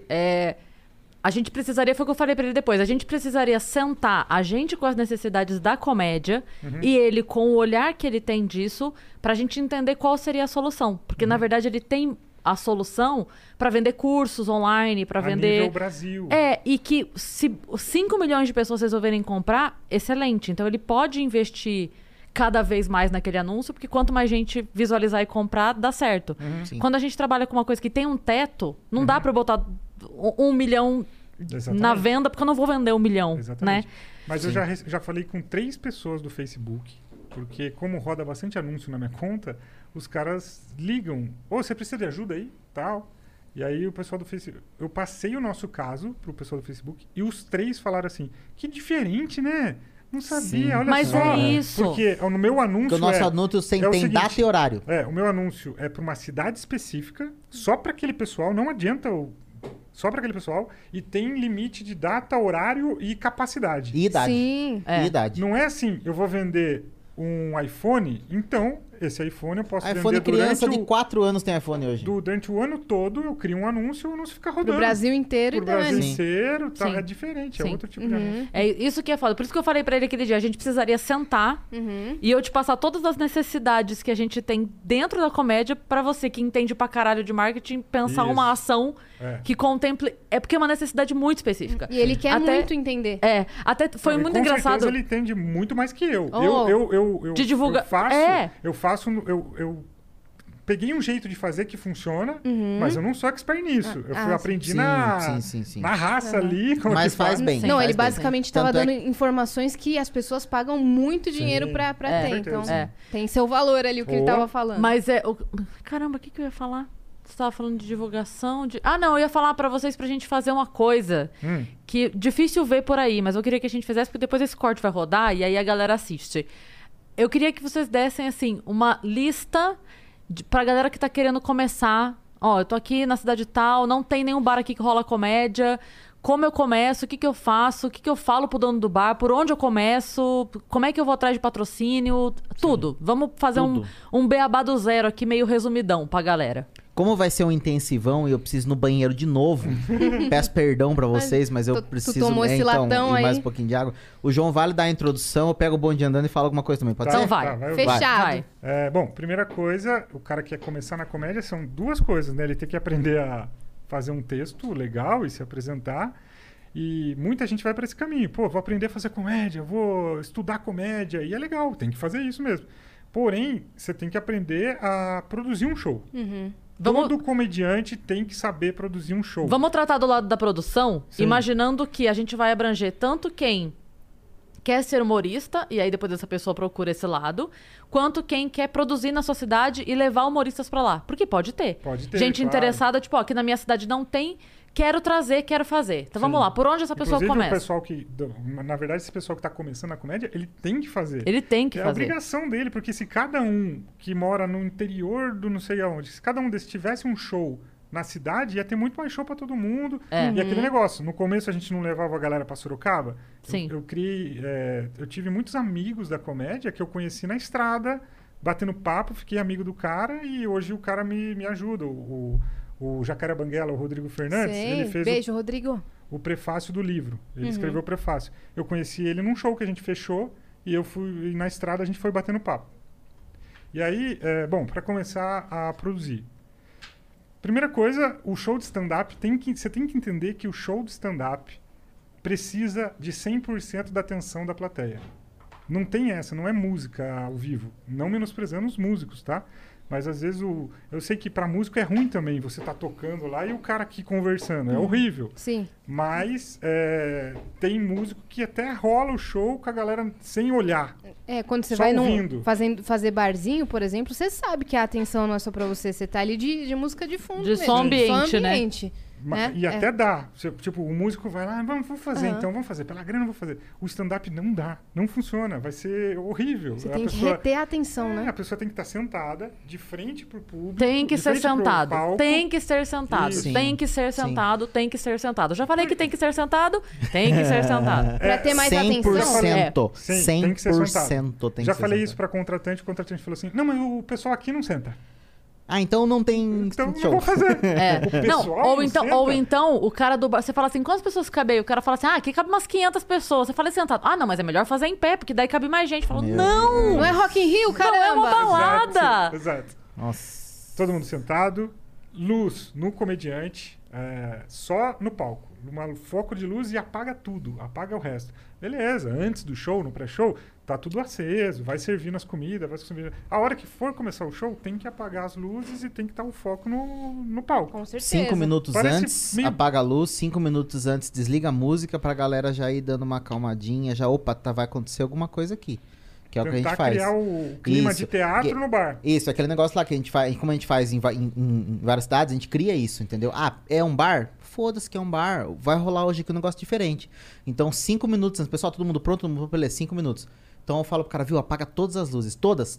a gente precisaria, foi o que eu falei pra ele depois, a gente precisaria sentar a gente com as necessidades da comédia e ele com o olhar que ele tem disso pra gente entender qual seria a solução. Porque, na verdade, ele tem a solução pra vender cursos online, pra vender... nível Brasil. E que se 5 milhões de pessoas resolverem comprar, excelente. Então, ele pode investir cada vez mais naquele anúncio, porque quanto mais gente visualizar e comprar, dá certo. Quando a gente trabalha com uma coisa que tem um teto, não dá pra botar 1 milhão na venda, porque eu não vou vender 1 milhão, né? Mas eu já falei com 3 pessoas do Facebook, porque como roda bastante anúncio na minha conta, os caras ligam. Você precisa de ajuda aí? Tal. E aí o pessoal do Facebook... Eu passei o nosso caso pro pessoal do Facebook e os 3 falaram assim, que diferente, né? Não sabia, olha mas só. Mas é isso. Porque no meu anúncio porque o nosso anúncio tem data e horário. O meu anúncio é para uma cidade específica, só para aquele pessoal, não adianta só para aquele pessoal, e tem limite de data, horário e capacidade. E idade. Sim. E idade. Não é assim, eu vou vender um iPhone, então esse iPhone eu posso vender iPhone criança de 4 anos tem iPhone hoje. Durante o ano todo eu crio um anúncio e o anúncio fica rodando. Pro Brasil inteiro. Pro Brasil inteiro, tá, é diferente, é outro tipo de anúncio. É isso que é foda. Por isso que eu falei pra ele aquele dia, a gente precisaria sentar e eu te passar todas as necessidades que a gente tem dentro da comédia pra você que entende pra caralho de marketing, pensar uma ação que contemple... É porque é uma necessidade muito específica. E ele quer muito entender. Até foi muito engraçado. Com certeza ele entende muito mais que eu. De divulgar. Eu peguei um jeito de fazer que funciona, mas eu não sou expert nisso. Eu aprendi na raça ali. Mas faz bem. Não, ele basicamente estava dando informações que as pessoas pagam muito dinheiro pra ter. Então, tem seu valor ali o que ele estava falando. Mas caramba, o que eu ia falar? Você estava falando de divulgação? Não, eu ia falar pra vocês pra gente fazer uma coisa que difícil ver por aí, mas eu queria que a gente fizesse, porque depois esse corte vai rodar e aí a galera assiste. Eu queria que vocês dessem, assim, uma lista pra galera que tá querendo começar. Ó, eu tô aqui na cidade tal, não tem nenhum bar aqui que rola comédia. Como eu começo, o que eu faço, o que eu falo pro dono do bar, por onde eu começo, como é que eu vou atrás de patrocínio, tudo. Vamos fazer um beabá do zero aqui, meio resumidão pra galera. Como vai ser um intensivão e eu preciso ir no banheiro de novo, peço perdão pra vocês, mas eu preciso esse latão ir mais um pouquinho de água. O João Vale dá a introdução, eu pego o bonde andando e falo alguma coisa também. Pode ser? Então vai. Fechado. Vai. Bom, primeira coisa, o cara que quer começar na comédia são 2 coisas, né? Ele tem que aprender a fazer um texto legal e se apresentar. E muita gente vai para esse caminho. Pô, vou aprender a fazer comédia, vou estudar comédia. E é legal, tem que fazer isso mesmo. Porém, você tem que aprender a produzir um show. Todo comediante tem que saber produzir um show. Vamos tratar do lado da produção, imaginando que a gente vai abranger tanto quem quer ser humorista, e aí depois essa pessoa procura esse lado, quanto quem quer produzir na sua cidade e levar humoristas pra lá. Porque pode ter. Pode ter, gente interessada, tipo, ó, aqui na minha cidade não tem, quero trazer, quero fazer. Então vamos lá, por onde essa pessoa começa? O pessoal na verdade, esse pessoal que tá começando a comédia, ele tem que fazer. Ele tem que fazer. É a obrigação dele, porque se cada um que mora no interior do não sei aonde, se cada um desses tivesse um show na cidade, ia ter muito mais show pra todo mundo. E aquele negócio, no começo a gente não levava a galera pra Sorocaba. Sim. Eu tive muitos amigos da comédia que eu conheci na estrada, batendo papo, fiquei amigo do cara e hoje o cara me ajuda. O Jacaré Banguela, o Rodrigo Fernandes, ele fez Beijo, Rodrigo. o prefácio do livro. Ele escreveu o prefácio. Eu conheci ele num show que a gente fechou e eu fui na estrada, a gente foi batendo papo. E aí, bom, para começar a produzir. Primeira coisa, o show de stand-up, você tem que entender que o show de stand-up precisa de 100% da atenção da plateia. Não tem essa, não é música ao vivo. Não menosprezando os músicos, tá? Mas às vezes eu sei que para músico é ruim também você tá tocando lá e o cara aqui conversando. É horrível. Sim. Mas tem músico que até rola o show com a galera sem olhar. Quando você só vai ouvindo. fazer barzinho, por exemplo, você sabe que a atenção não é só pra você. Você tá ali de música de fundo De mesmo. som ambiente, né? E até dá. Tipo, o músico vai lá, vamos fazer, então vamos fazer. Pela grana, vamos fazer. O stand-up não dá. Não funciona. Vai ser horrível. Você tem que reter a atenção, né? A pessoa tem que estar sentada, de frente pro público. Tem que ser sentado. Tem que ser sentado. Sim. Tem que ser sentado. Tem que ser sentado. Já falei que tem que ser sentado. Tem que ser sentado. Pra ter mais 100%. atenção. Sim, tem que ser 100% tem que Já ser falei sentado. isso pra contratante. O contratante falou assim, não, mas o pessoal aqui não senta. Ah, então não tem Então show. não vou fazer. É. O pessoal Ou então, o cara do bar... Você fala assim, quantas pessoas cabe aí? O cara fala assim, aqui cabe umas 500 pessoas. Você fala sentado. Ah, não, mas é melhor fazer em pé, porque daí cabe mais gente. Fala, não! Não é Rock in Rio, caramba! Não é uma balada! Exato. Nossa. Todo mundo sentado, luz no comediante, só no palco. Foco de luz e apaga tudo, apaga o resto. Beleza, antes do show, no pré-show, tá tudo aceso, vai servindo as comidas, vai servindo. A hora que for começar o show, tem que apagar as luzes e tem que estar o foco no palco. Com certeza. 5 minutos Parece antes, meio- apaga a luz. 5 minutos antes, desliga a música pra galera já ir dando uma acalmadinha. Já, opa, vai acontecer alguma coisa aqui. Que é o que a gente Tentar faz. criar o clima Isso, de teatro porque- no bar. Isso, aquele negócio lá que a gente faz, como a gente faz em várias cidades, a gente cria isso, entendeu? Ah, é um bar? Foda-se que é um bar. Vai rolar hoje aqui um negócio diferente. Então, 5 minutos antes, pessoal, todo mundo pronto, beleza, 5 minutos. Então eu falo pro cara, viu, apaga todas as luzes.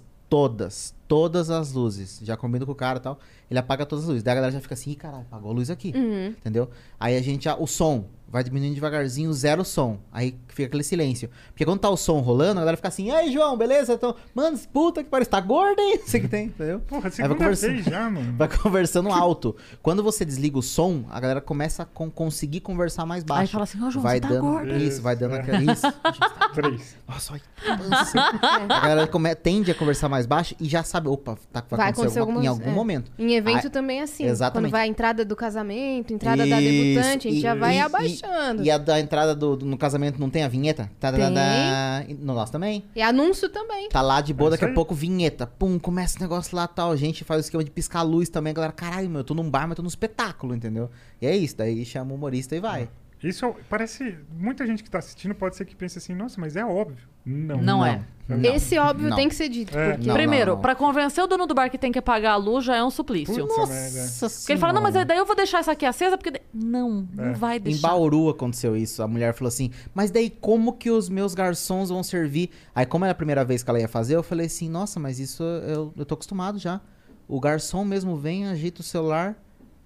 Todas as luzes. Já combino com o cara e tal. Ele apaga todas as luzes. Daí a galera já fica assim, ih, caralho, apagou a luz aqui. Entendeu? Aí a gente, o som, vai diminuindo devagarzinho, zero som. Aí fica aquele silêncio. Porque quando tá o som rolando, a galera fica assim, e aí, João, beleza? Então, mano, puta que parece, tá gordo, hein? Isso que tem, entendeu? Porra, Aí segunda vez já, mano. Vai conversando alto. Quando você desliga o som, a galera começa a conseguir conversar mais baixo. Aí fala assim, ô, João, vai você tá dando, gordo. Isso, vai dando aquele... Isso. 3. Nossa, olha. A galera tende a conversar mais baixo e já sabe, opa, vai acontecer em algum momento. Em evento Aí- também é assim. Exatamente. Quando vai a entrada do casamento, entrada da debutante, a gente já vai abaixando. E a da entrada no casamento não tem a vinheta? No nosso também. E anúncio também. Tá lá de boa, É daqui isso a aí. pouco vinheta. Pum, começa o negócio lá tal. A gente faz o esquema de piscar a luz também. A galera, caralho, meu, eu tô num bar, mas tô num espetáculo, entendeu? E é isso, daí chama o humorista e vai. Isso parece... Muita gente que tá assistindo pode ser que pense assim, nossa, mas é óbvio. Não. Não é. Esse óbvio Não. tem que ser dito. É. Porque Não, Primeiro, não. pra convencer o dono do bar que tem que apagar a luz já é um suplício. Putz, Nossa Porque ele fala, não, mas daí eu vou deixar essa aqui acesa, porque... Não vai Em deixar. Bauru aconteceu isso. A mulher falou assim, mas daí como que os meus garçons vão servir? Aí como era a primeira vez que ela ia fazer, eu falei assim, nossa, mas isso eu tô acostumado já. O garçom mesmo vem, ajeita o celular,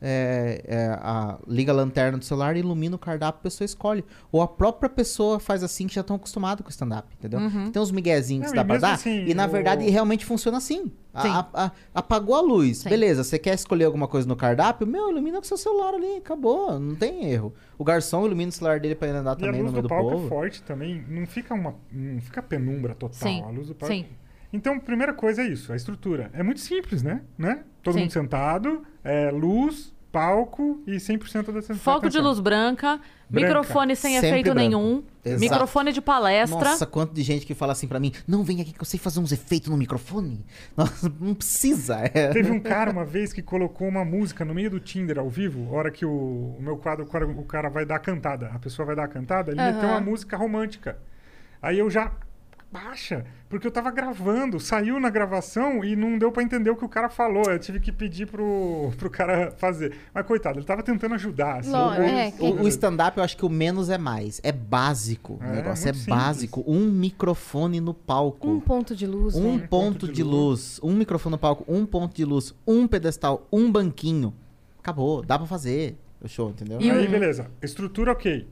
liga a lanterna do celular, ilumina o cardápio, a pessoa escolhe. Ou a própria pessoa faz assim, que já estão acostumados com o stand-up, entendeu? Tem uns miguezinhos que Não, dá e pra mesmo dar, assim, e na verdade realmente funciona assim. Sim. Apagou a luz, Sim. beleza, você quer escolher alguma coisa no cardápio? Meu, ilumina com seu celular ali, acabou, não tem erro. O garçom ilumina o celular dele pra ele andar E a também no luz meio do do palco povo. é forte também. Não fica penumbra total. Sim, A luz do palco... sim. Então, primeira coisa é isso, a estrutura. É muito simples, né? Todo Sim. mundo sentado, luz, palco e 100% da atenção. Foco de luz branca, microfone sem Sempre efeito branco. nenhum, Exato. microfone de palestra. Nossa, quanto de gente que fala assim pra mim, não, vem aqui que eu sei fazer uns efeitos no microfone. Nossa, não precisa. Teve um cara uma vez que colocou uma música no meio do Tinder ao vivo, a hora que o meu quadro, o cara vai dar a cantada, a pessoa vai dar a cantada, ele meteu uma música romântica. Aí eu já... Baixa, porque eu tava gravando, saiu na gravação e não deu pra entender o que o cara falou. Eu tive que pedir pro cara fazer. Mas coitado, ele tava tentando ajudar. Assim, O stand-up eu acho que o menos é mais. É básico. O negócio é muito básico. Um microfone no palco. Um ponto de luz, Um né? ponto de luz. Um microfone no palco. Um ponto de luz. Um pedestal. Um banquinho. Acabou. Dá pra fazer o show, entendeu? Aí, beleza. Estrutura, ok.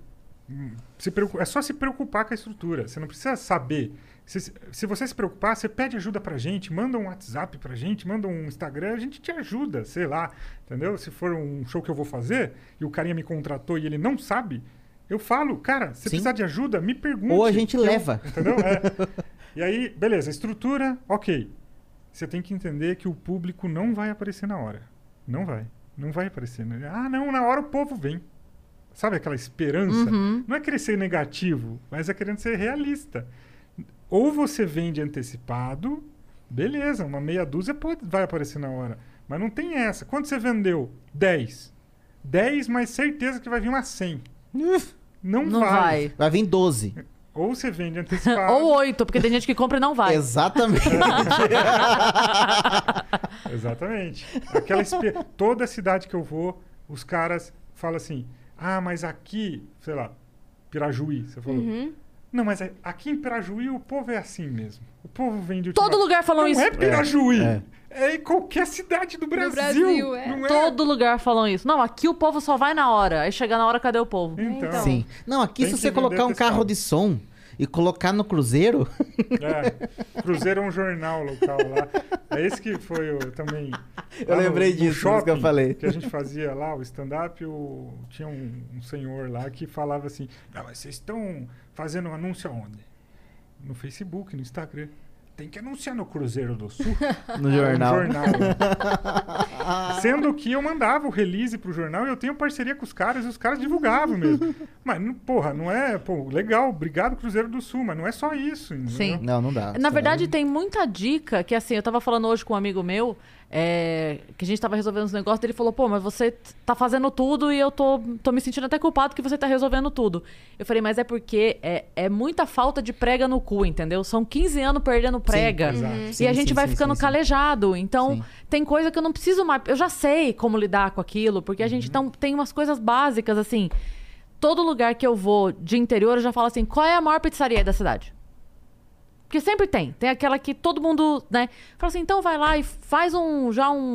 É só se preocupar com a estrutura. Você não precisa saber. Se você se preocupar, você pede ajuda pra gente, manda um WhatsApp pra gente, manda um Instagram, a gente te ajuda, sei lá, entendeu? Se for um show que eu vou fazer e o carinha me contratou e ele não sabe, Eu falo, cara, se Sim. precisar de ajuda, me pergunte. Ou a gente leva. Entendeu? E aí, beleza, estrutura, ok. Você tem que entender que o público não vai aparecer na hora. Não vai aparecer. Ah, não, na hora o povo vem. Sabe aquela esperança? Não é querer ser negativo, mas é querendo ser realista. Ou você vende antecipado, beleza, uma meia dúzia vai aparecer na hora. Mas não tem essa. Quanto você vendeu? 10. 10, mas certeza que vai vir uma 100. Não vai. Vai vir 12. Ou você vende antecipado. Ou 8, porque tem gente que compra e não vai. Exatamente. Exatamente. Toda cidade que eu vou, os caras falam assim, ah, mas aqui, sei lá, Pirajuí, você falou. Não, mas aqui em Pirajuí o povo é assim mesmo. O povo vende... Todo lugar falam isso. Não é Pirajuí. É em qualquer cidade do Brasil. Não é? Todo lugar falam isso. Não, aqui o povo só vai na hora. Aí chega na hora, cadê o povo? Então. Sim. Não, aqui Tem se que você colocar um vender carro pessoal. de som e colocar no cruzeiro... Cruzeiro é um jornal local lá. É esse que foi também... Eu lembrei disso, shopping isso que eu falei. que a gente fazia lá, o stand-up, tinha um senhor lá que falava assim, não, mas vocês estão fazendo um anúncio aonde? No Facebook, no Instagram. Tem que anunciar no Cruzeiro do Sul. No jornal. No jornal. Sendo que eu mandava o release pro jornal e eu tenho parceria com os caras e os caras divulgavam mesmo. Mas, porra, não é... Pô, legal, obrigado Cruzeiro do Sul, mas não é só isso. Entendeu? Sim. Não dá. Na verdade, tem muita dica que, assim, eu tava falando hoje com um amigo meu, que a gente tava resolvendo os negócios, ele falou, pô, mas você tá fazendo tudo e eu tô me sentindo até culpado que você tá resolvendo tudo. Eu falei, mas é porque é muita falta de prega no cu, entendeu? São 15 anos perdendo prega. Exato. E a gente vai ficando calejado. Então, Sim. tem coisa que eu não preciso mais... Eu já sei como lidar com aquilo, porque a gente tem umas coisas básicas, assim... Todo lugar que eu vou de interior, eu já falo assim, qual é a maior pizzaria da cidade? Porque sempre tem. Tem aquela que todo mundo, né? Fala assim, então vai lá e faz um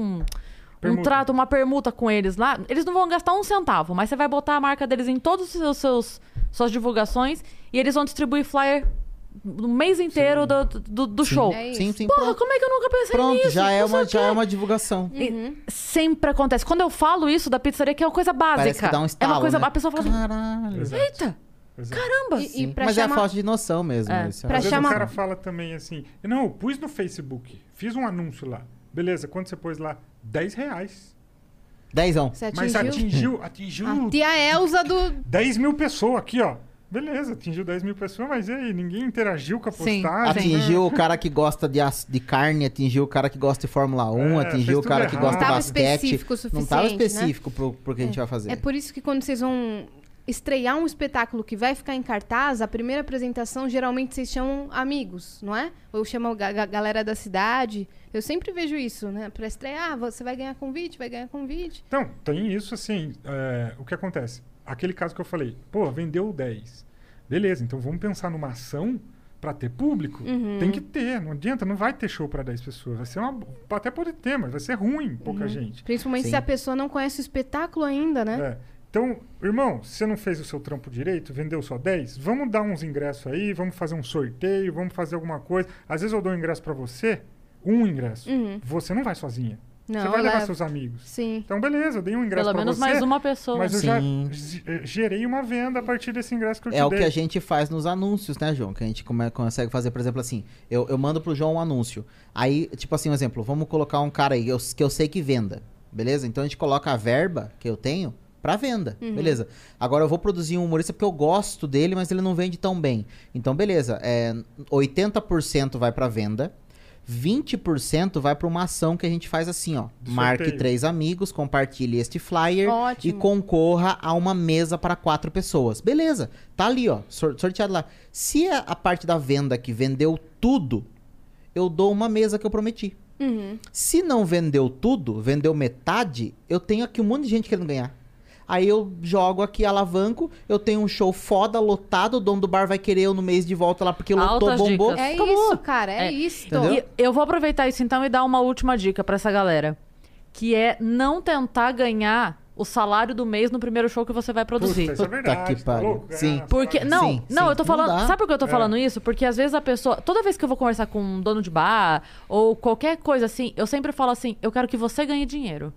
trato, uma permuta com eles lá. Eles não vão gastar um centavo, mas você vai botar a marca deles em todas as suas divulgações e eles vão distribuir flyer no mês inteiro do show. É isso. Sim, Porra, pronto. como é que eu nunca pensei Pronto, nisso? já é Não sei o quê. uma divulgação. E sempre acontece. Quando eu falo isso da pizzaria, que é uma coisa básica. Parece que dá um estalo, é uma coisa... né? A pessoa fala assim, Caralho. Exato. eita, Exato. caramba. E pra Mas é a chamar... falta de noção mesmo. Isso. Pra Às vezes chamar- o cara fala também assim, não, eu pus no Facebook, fiz um anúncio lá. Beleza, quando você pôs lá? R$10. 10ão. Você Mas atingiu? atingiu A tia Elza do... 10 mil pessoas aqui, ó. Beleza, atingiu 10 mil pessoas, mas e aí? Ninguém interagiu com a Sim. postagem. Atingiu o cara que gosta de carne, atingiu o cara que gosta de Fórmula 1, atingiu fez o cara tudo que errado. gosta de Não tava basquete. específico o suficiente, Não tava né? específico pro que a gente vai fazer. É por isso que quando vocês vão estrear um espetáculo que vai ficar em cartaz, a primeira apresentação, geralmente vocês chamam amigos, não é? Ou chamam galera da cidade. Eu sempre vejo isso, né? Pra estrear, você vai ganhar convite, vai ganhar convite. Então, tem isso assim, o que acontece? Aquele caso que eu falei, pô, vendeu 10. Beleza, então vamos pensar numa ação para ter público. Tem que ter, não adianta, não vai ter show para 10 pessoas. Vai ser até pode ter, mas vai ser ruim, pouca gente. Principalmente Sim. se a pessoa não conhece o espetáculo ainda, né? É. Então, irmão, se você não fez o seu trampo direito, vendeu só 10, vamos dar uns ingressos aí, vamos fazer um sorteio, vamos fazer alguma coisa. Às vezes eu dou um ingresso para você, um ingresso. Você não vai sozinha. Não, você vai levar leva. seus amigos. Sim. Então, beleza, eu dei um ingresso Pelo pra menos você. mais uma pessoa. Mas eu Sim. já gerei uma venda a partir desse ingresso que eu te É o dei. que a gente faz nos anúncios, né, João? Que a gente consegue fazer, por exemplo, assim, eu mando pro João um anúncio. Aí, tipo assim, um exemplo, vamos colocar um cara aí que eu sei que venda, beleza? Então a gente coloca a verba que eu tenho pra venda, beleza? Agora eu vou produzir um humorista porque eu gosto dele, mas ele não vende tão bem. Então, beleza, 80% vai pra venda, 20% vai pra uma ação que a gente faz assim, ó. Do Marque sorteio. 3 amigos, compartilhe este flyer Ótimo. e concorra a uma mesa para 4 pessoas. Beleza, tá ali, ó, sorteado lá. Se a parte da venda que vendeu tudo, eu dou uma mesa que eu prometi. Se não vendeu tudo, vendeu metade, eu tenho aqui um monte de gente querendo ganhar. Aí eu jogo aqui, alavanco, eu tenho um show foda, lotado, o dono do bar vai querer eu no mês de volta lá porque lotou, Altas bombou. dicas. É Acabou. isso, cara, é isso. Entendeu? E eu vou aproveitar isso então e dar uma última dica pra essa galera. Que é não tentar ganhar o salário do mês no primeiro show que você vai produzir. Puta, isso é verdade. que pariu. louco? Sim. Ganhar Porque, salário. não, Sim, não, sim. eu tô Não falando. dá. Sabe por que eu tô falando isso? Porque às vezes a pessoa. Toda vez que eu vou conversar com um dono de bar ou qualquer coisa assim, eu sempre falo assim: eu quero que você ganhe dinheiro.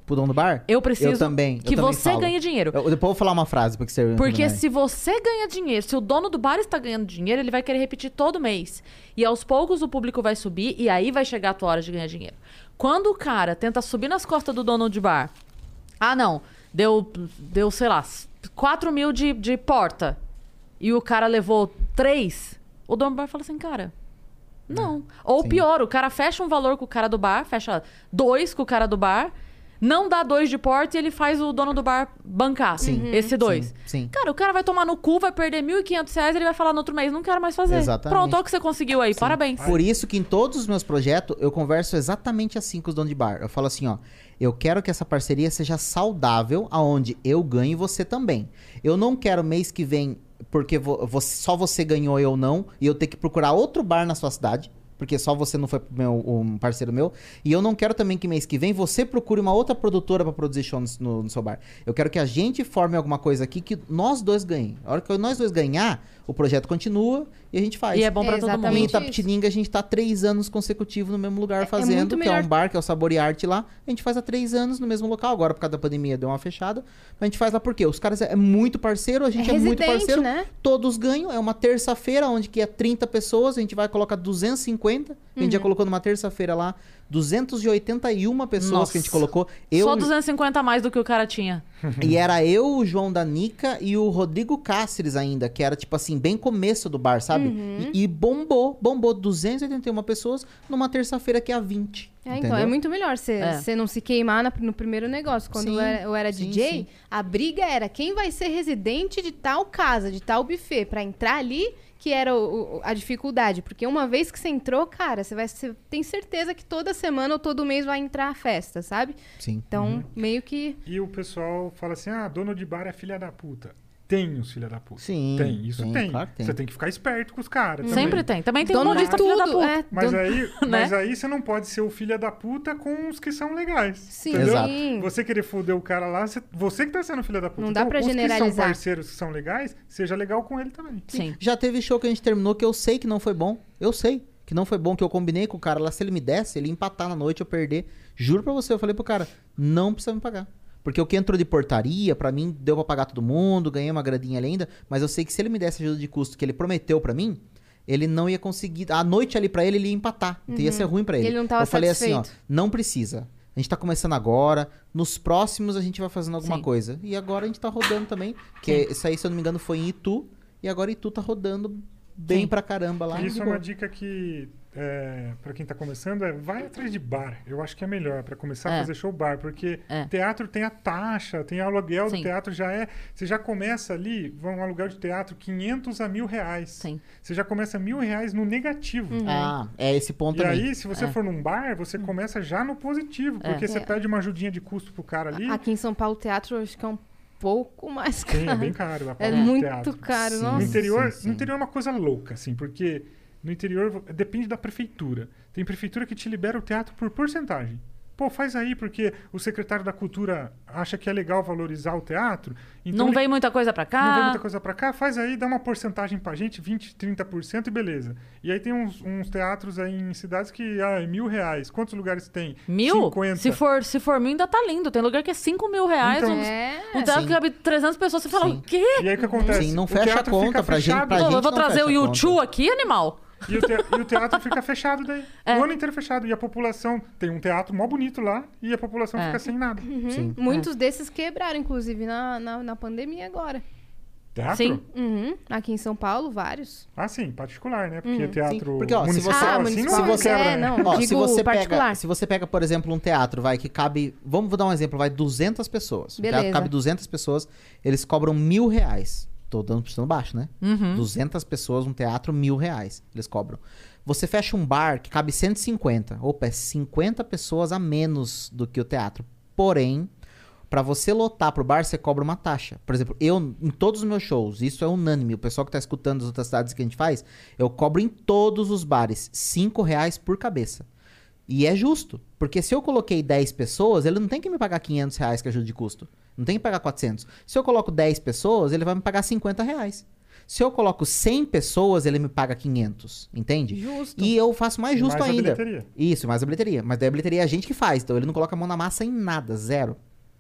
pro dono do bar? Eu preciso também que você falo. ganhe dinheiro. Depois eu vou falar uma frase porque você... Porque se você ganha dinheiro, se o dono do bar está ganhando dinheiro, ele vai querer repetir todo mês. E aos poucos o público vai subir e aí vai chegar a tua hora de ganhar dinheiro. Quando o cara tenta subir nas costas do dono de bar, não, deu sei lá, 4 mil de porta, e o cara levou 3, o dono do bar fala assim, cara... Não. Ou pior, o cara fecha um valor com o cara do bar, fecha 2 com o cara do bar, não dá 2 de porta e ele faz o dono do bar bancar esse 2. Sim. Cara, o cara vai tomar no cu, vai perder R$1.500 e ele vai falar no outro mês, não quero mais fazer. Exatamente. Pronto, olha o que você conseguiu aí, parabéns. Por isso que em todos os meus projetos eu converso exatamente assim com os donos de bar. Eu falo assim, ó, eu quero que essa parceria seja saudável, aonde eu ganho e você também. Eu não quero mês que vem... porque só você ganhou e eu não, e eu ter que procurar outro bar na sua cidade, porque só você não foi um parceiro meu, e eu não quero também que mês que vem você procure uma outra produtora pra produzir show no seu bar. Eu quero que a gente forme alguma coisa aqui que nós dois ganhem. A hora que nós dois ganhar, o projeto continua e a gente faz. E é bom pra todo mundo. E em Itapetininga a gente tá 3 anos consecutivos no mesmo lugar fazendo, que é um bar, que é o Sabor e Arte lá. A gente faz há 3 anos no mesmo local. Agora, por causa da pandemia, deu uma fechada. Mas a gente faz lá porque os caras é muito parceiro, a gente é muito parceiro. Né? Todos ganham. É uma terça-feira, onde que é 30 pessoas. A gente vai colocar 250. A gente já colocou numa terça-feira lá 281 pessoas que a gente colocou. Só 250 a mais do que o cara tinha. E era eu, o João da Nica e o Rodrigo Cáceres ainda, que era tipo assim, bem começo do bar, sabe? E bombou 281 pessoas numa terça-feira que é a 20. Então, é muito melhor você não se queimar no primeiro negócio. Quando eu era DJ, a briga era quem vai ser residente de tal casa, de tal buffet, pra entrar ali, que era a dificuldade. Porque uma vez que você entrou, cara, você tem certeza que toda semana ou todo mês vai entrar a festa, sabe? Sim. Então, meio que... E o pessoal fala assim, dono de bar é filha da puta. Tem os filha da puta. Sim. Tem, isso tem. Claro que tem. Você tem que ficar esperto com os caras. Sempre tem. Também tem dono um monte de filha da puta. Mas aí você não pode ser o filha da puta com os que são legais. Sim. Entendeu? Exato. Você querer foder o cara lá, você que tá sendo filha da puta. Não dá pra generalizar. Os que são parceiros que são legais, seja legal com ele também. Sim. Já teve show que a gente terminou que eu sei que não foi bom. Eu sei que não foi bom, que eu combinei com o cara lá. Se ele me desse, ele ia empatar na noite, eu perder. Juro pra você, eu falei pro cara, não precisa me pagar. Porque o que entrou de portaria, pra mim, deu pra pagar todo mundo, ganhei uma graninha ali ainda, mas eu sei que se ele me desse ajuda de custo que ele prometeu pra mim, ele não ia conseguir... A noite ali pra ele ia empatar, então ia ser ruim pra ele. Ele não tava falei satisfeito. assim, ó, não precisa. A gente tá começando agora, nos próximos a gente vai fazendo alguma coisa. E agora a gente tá rodando também, que isso aí, se eu não me engano, foi em Itu, e agora Itu tá rodando bem pra caramba lá. Isso é uma dica que... pra quem tá começando, vai atrás de bar. Eu acho que é melhor pra começar a fazer show bar, porque teatro tem a taxa, tem o aluguel do teatro, você já começa ali, vão aluguel de teatro 500 a R$1.000. Sim. Você já começa R$1.000 no negativo. É esse ponto e também. aí, se você for num bar, você começa já no positivo, porque você pede uma ajudinha de custo pro cara ali. Aqui em São Paulo, o teatro, eu acho que é um pouco mais caro. Sim, é bem caro. É muito caro, nossa. No interior é uma coisa louca, assim, porque no interior depende da prefeitura. Tem prefeitura que te libera o teatro por porcentagem. Pô, faz aí, porque o secretário da Cultura acha que é legal valorizar o teatro. Então não vem muita coisa pra cá. Não vem muita coisa pra cá, faz aí, dá uma porcentagem pra gente, 20%, 30% e beleza. E aí tem uns teatros aí em cidades que é R$1.000. Quantos lugares tem? 1.000? 50. Se for 1.000 ainda tá lindo. Tem lugar que é R$5.000. Então, um teatro que cabe 300 pessoas. Você fala, o quê? E aí o que acontece? Sim, não fecha a conta pra gente. Eu vou trazer o YouTube aqui, animal. E o teatro fica fechado daí. O ano inteiro fechado. E a população... Tem um teatro mó bonito lá e a população fica sem nada. Sim. Muitos desses quebraram, inclusive, na pandemia agora. Teatro? Sim. Aqui em São Paulo, vários. Ah, sim. Particular, né? Porque teatro Porque, ó, municipal, municipal, não quebra, né? não, digo particular. Se você pega, por exemplo, um teatro, que cabe... Vou dar um exemplo, 200 pessoas. Beleza. O teatro cabe 200 pessoas, eles cobram R$1.000. Tô dando por baixo, né? 200 pessoas, um teatro, R$1.000 eles cobram. Você fecha um bar que cabe 150. Opa, é 50 pessoas a menos do que o teatro. Porém, pra você lotar pro bar, você cobra uma taxa. Por exemplo, eu, em todos os meus shows, isso é unânime, o pessoal que tá escutando das outras cidades que a gente faz, eu cobro em todos os bares R$5 por cabeça. E é justo, porque se eu coloquei 10 pessoas, ele não tem que me pagar R$500 que ajuda de custo. Não tem que pagar 400. Se eu coloco 10 pessoas, ele vai me pagar R$50. Se eu coloco 100 pessoas, ele me paga 500, entende? Justo. E eu faço mais justo mais a ainda. bilheteria. Isso, mais a bilheteria. Mas daí a bilheteria é a gente que faz, então ele não coloca a mão na massa em nada, zero.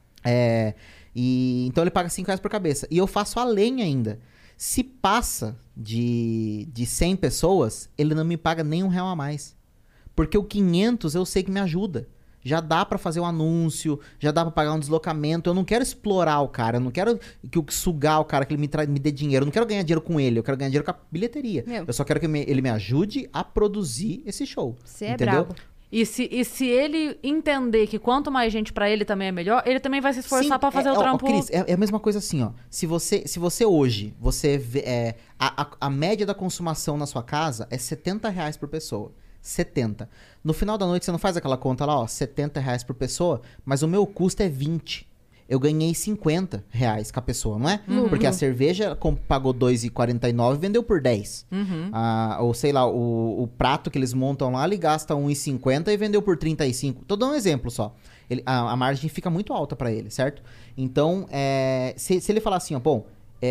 Então ele paga R$5 por cabeça. E eu faço além ainda. Se passa de 100 pessoas, ele não me paga nem R$1 a mais. Porque o 500 eu sei que me ajuda. Já dá pra fazer um anúncio, já dá pra pagar um deslocamento. Eu não quero explorar o cara, eu não quero sugar o cara, que ele me dê dinheiro. Eu não quero ganhar dinheiro com ele, eu quero ganhar dinheiro com a bilheteria. Eu só quero que ele me ajude a produzir esse show. Você é entendeu? brabo. E se ele entender que quanto mais gente pra ele também é melhor, ele também vai se esforçar pra fazer o trampo. Cris, é a mesma coisa assim, ó. Se você hoje, você vê, a média da consumação na sua casa é R$70 por pessoa. 70. No final da noite, você não faz aquela conta lá, ó, R$70 por pessoa, mas o meu custo é 20. Eu ganhei R$50 com a pessoa, não é? Porque a cerveja pagou R$2,49 e vendeu por 10. Ou sei lá, o prato que eles montam lá, ele gasta R$1,50 e vendeu por 35. Tô dando um exemplo só. A margem fica muito alta pra ele, certo? Então, se ele falar assim, ó, bom,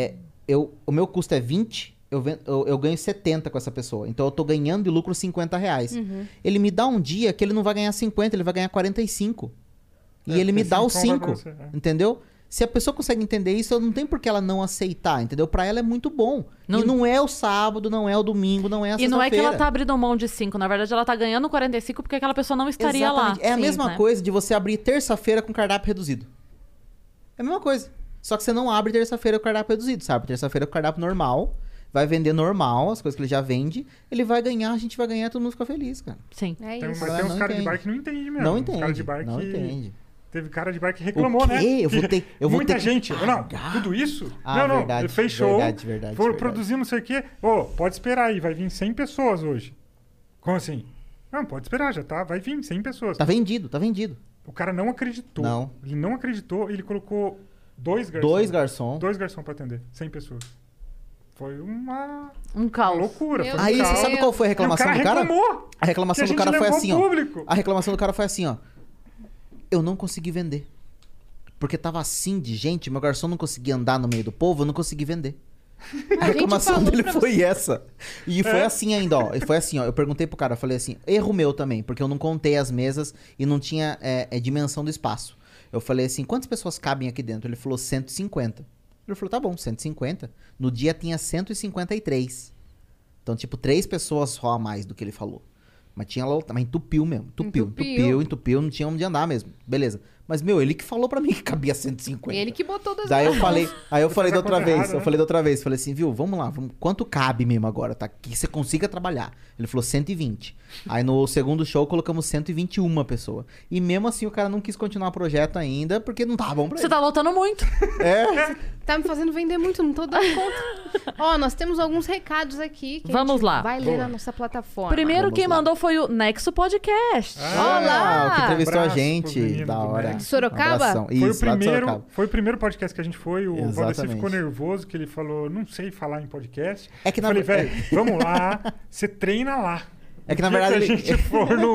o meu custo é 20, eu ganho 70 com essa pessoa. Então eu tô ganhando de lucro R$50. Ele me dá um dia que ele não vai ganhar 50, ele vai ganhar 45. E ele me dá os 5, entendeu? Se a pessoa consegue entender isso, não tem por que ela não aceitar, entendeu? Pra ela é muito bom. E não é o sábado, não é o domingo, não é a sexta-feira. E não é que ela tá abrindo mão de 5, na verdade ela tá ganhando 45 porque aquela pessoa não estaria lá. É a mesma coisa de você abrir terça-feira com cardápio reduzido. É a mesma coisa. Só que você não abre terça-feira com cardápio reduzido, sabe? Terça-feira com cardápio normal, vai vender normal, as coisas que ele já vende, ele vai ganhar, a gente vai ganhar, todo mundo fica feliz, cara. Sim. É Mas isso. tem uns caras de bar que não entendem mesmo. Não Uns caras de entende, bar não que... entende. Teve cara de bar que reclamou, né? Muita gente. Não, tudo isso? Não, verdade, ele fez show, verdade. produzir não sei o quê. Pode esperar aí, vai vir 100 pessoas hoje. Como assim? Não, pode esperar, já tá, vai vir 100 pessoas. Tá vendido. O cara não acreditou. Não. Ele não acreditou e ele colocou 2 garçons. 2 garçons. 2 garçons pra atender, 100 pessoas. Foi um caos. Loucura. Foi Aí, um caos. você sabe qual foi a reclamação do cara? Reclamou, A reclamação do cara foi assim, público. A reclamação do cara foi assim, ó. Eu não consegui vender. Porque tava assim de gente, meu garçom não conseguia andar no meio do povo, eu não consegui vender. A reclamação dele foi essa. E foi assim ainda, ó. E foi assim, ó. Eu perguntei pro cara, eu falei assim, erro meu também, porque eu não contei as mesas e não tinha dimensão do espaço. Eu falei assim, quantas pessoas cabem aqui dentro? Ele falou 150. Ele falou, tá bom, 150. No dia tinha 153. Então, tipo, 3 pessoas só a mais do que ele falou. Mas tinha lá, mas entupiu mesmo. Entupiu, não tinha onde andar mesmo. Beleza. Mas, meu, ele que falou pra mim que cabia 150. Ele que botou 2 Daí eu falei, da outra vez, falei assim, viu, vamos lá, quanto cabe mesmo agora, tá? Que você consiga trabalhar. Ele falou 120. Aí no segundo show colocamos 121 pessoas. E mesmo assim o cara não quis continuar o projeto ainda, porque não tava bom pra ele. Você tá lotando muito. Tá me fazendo vender muito, não tô dando conta. Ó, nós temos alguns recados aqui que Vamos lá. vai ler na nossa plataforma. Primeiro quem mandou foi o Nexo Podcast. Olá! Que entrevistou Abraço a gente. pros meninos Da do hora. Nexo. Sorocaba? Isso, lá de Sorocaba. Foi o primeiro podcast que a gente foi. O Valdeci Exatamente. ficou nervoso, que ele falou, não sei falar em podcast. É que eu falei, velho, vamos lá, você treina lá. É que na O dia verdade que a gente for no...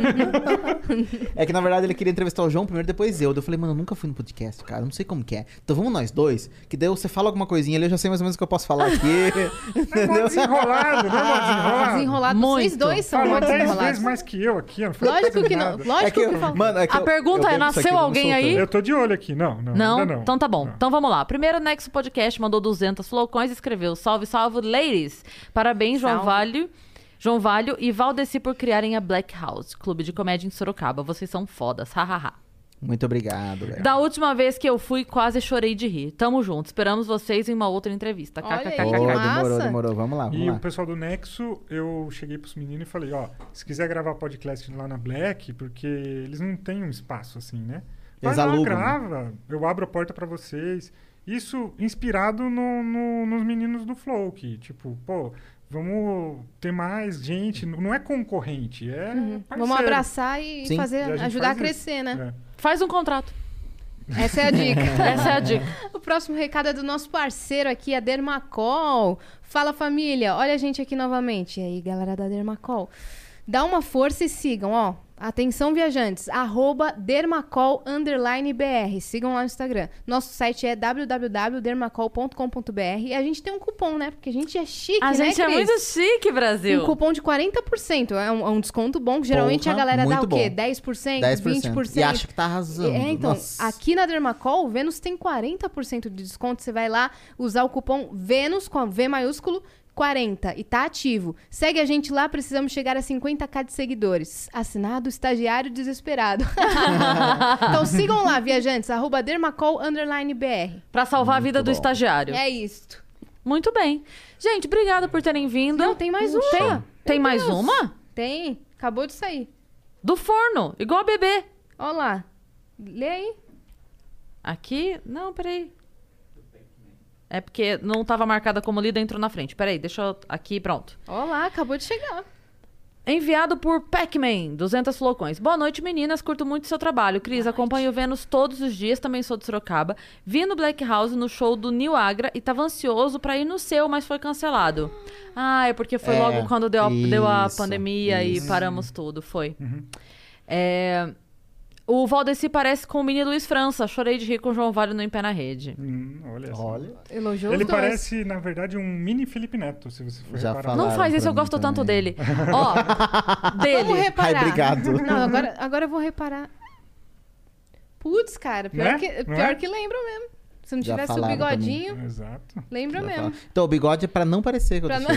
É que na verdade ele queria entrevistar o João primeiro, depois eu. Daí eu falei, mano, eu nunca fui no podcast, cara. Eu não sei como que é. Então vamos nós dois, que daí você fala alguma coisinha ali, eu já sei mais ou menos o que eu posso falar aqui. Não é desenrolado, não é desenrolado. Desenrolado. Muito. Vocês dois são Falou muito 10 desenrolados. vezes mais que eu aqui. Não foi Lógico que não. nada. Lógico que falou. Mano, A pergunta é, eu nasceu isso aqui, eu não alguém soltando. aí? Eu tô de olho aqui. Não, ainda não. Então tá bom. Não. Então vamos lá. Primeiro, Nexo Podcast mandou 200 flocões e escreveu: Salve, salve, ladies! Parabéns, João Valho e Valdeci por criarem a Black House, clube de comédia em Sorocaba. Vocês são fodas, hahaha. Muito obrigado, velho. Da última vez que eu fui, quase chorei de rir. Tamo junto. Esperamos vocês em uma outra entrevista. Olha aí. KKKK. massa. Demorou. Vamos lá, E vamos lá. o pessoal do Nexo, eu cheguei pros meninos e falei, ó, se quiser gravar podcast lá na Black, porque eles não têm um espaço assim, né? Vai Eles lá, alugam, grava, eu abro a porta pra vocês. Isso inspirado nos meninos do Flow, que tipo, pô, vamos ter mais gente, não é concorrente, é parceiro. Vamos abraçar e Sim. E fazer, a gente ajudar a faz crescer, isso. né? Faz um contrato. Essa é a dica. Essa é a dica. O próximo recado é do nosso parceiro aqui, a Dermacol. Fala, família. Olha a gente aqui novamente. E aí, galera da Dermacol. Dá uma força e sigam, ó. Atenção, viajantes, @dermacol_br. Sigam lá no Instagram. Nosso site é www.dermacol.com.br e a gente tem um cupom, né? Porque a gente é chique, né, A gente é Cris? muito chique, Brasil. Um cupom de 40%. É um desconto bom, que geralmente a galera dá o quê? 10%, 20%. E acha que tá arrasando. Então, Nossa. aqui na Dermacol, o Vênus tem 40% de desconto. Você vai lá usar o cupom Vênus, com V maiúsculo, 40, e tá ativo. Segue a gente lá, precisamos chegar a 50k de seguidores. Assinado estagiário desesperado. Então sigam lá, viajantes, @dermacol_br. Pra salvar a vida do estagiário. É isto. Muito bem. Gente, obrigada por terem vindo. Não, tem mais uma. Tem Meu mais Deus. uma? Tem. Acabou de sair. Do forno, igual a bebê. Ó lá. Lê aí. Aqui? Não, peraí. É porque não tava marcada como lida, entrou na frente. Peraí, deixa eu... Aqui, pronto. Ó lá, acabou de chegar. Enviado por Pac-Man, 200 flocões. Boa noite, meninas. Curto muito seu trabalho. Cris, acompanho o Vênus todos os dias. Também sou de Sorocaba. Vi no Black House no show do New Agra e tava ansioso pra ir no seu, mas foi cancelado. Ah, é porque foi logo quando deu a pandemia e paramos tudo. Foi. O Valdeci parece com o mini Luiz França. Chorei de rir com o João Vale no Em Pé na Rede. Olha só. Olha. Elogiou Ele os dois. parece, na verdade, um mini Felipe Neto, se você for Já reparar. falaram. Não faz isso, pra eu mim gosto tanto também. dele. Ó, dele. Vamos reparar. Ai, obrigado. Não, agora eu vou reparar. Putz, cara, pior, Né? que, Não pior é? que lembra mesmo. Se não Já tivesse o falaram pra mim. bigodinho, Exato. lembra Já mesmo. fala. Então, o bigode é pra não parecer que eu Pra deixei.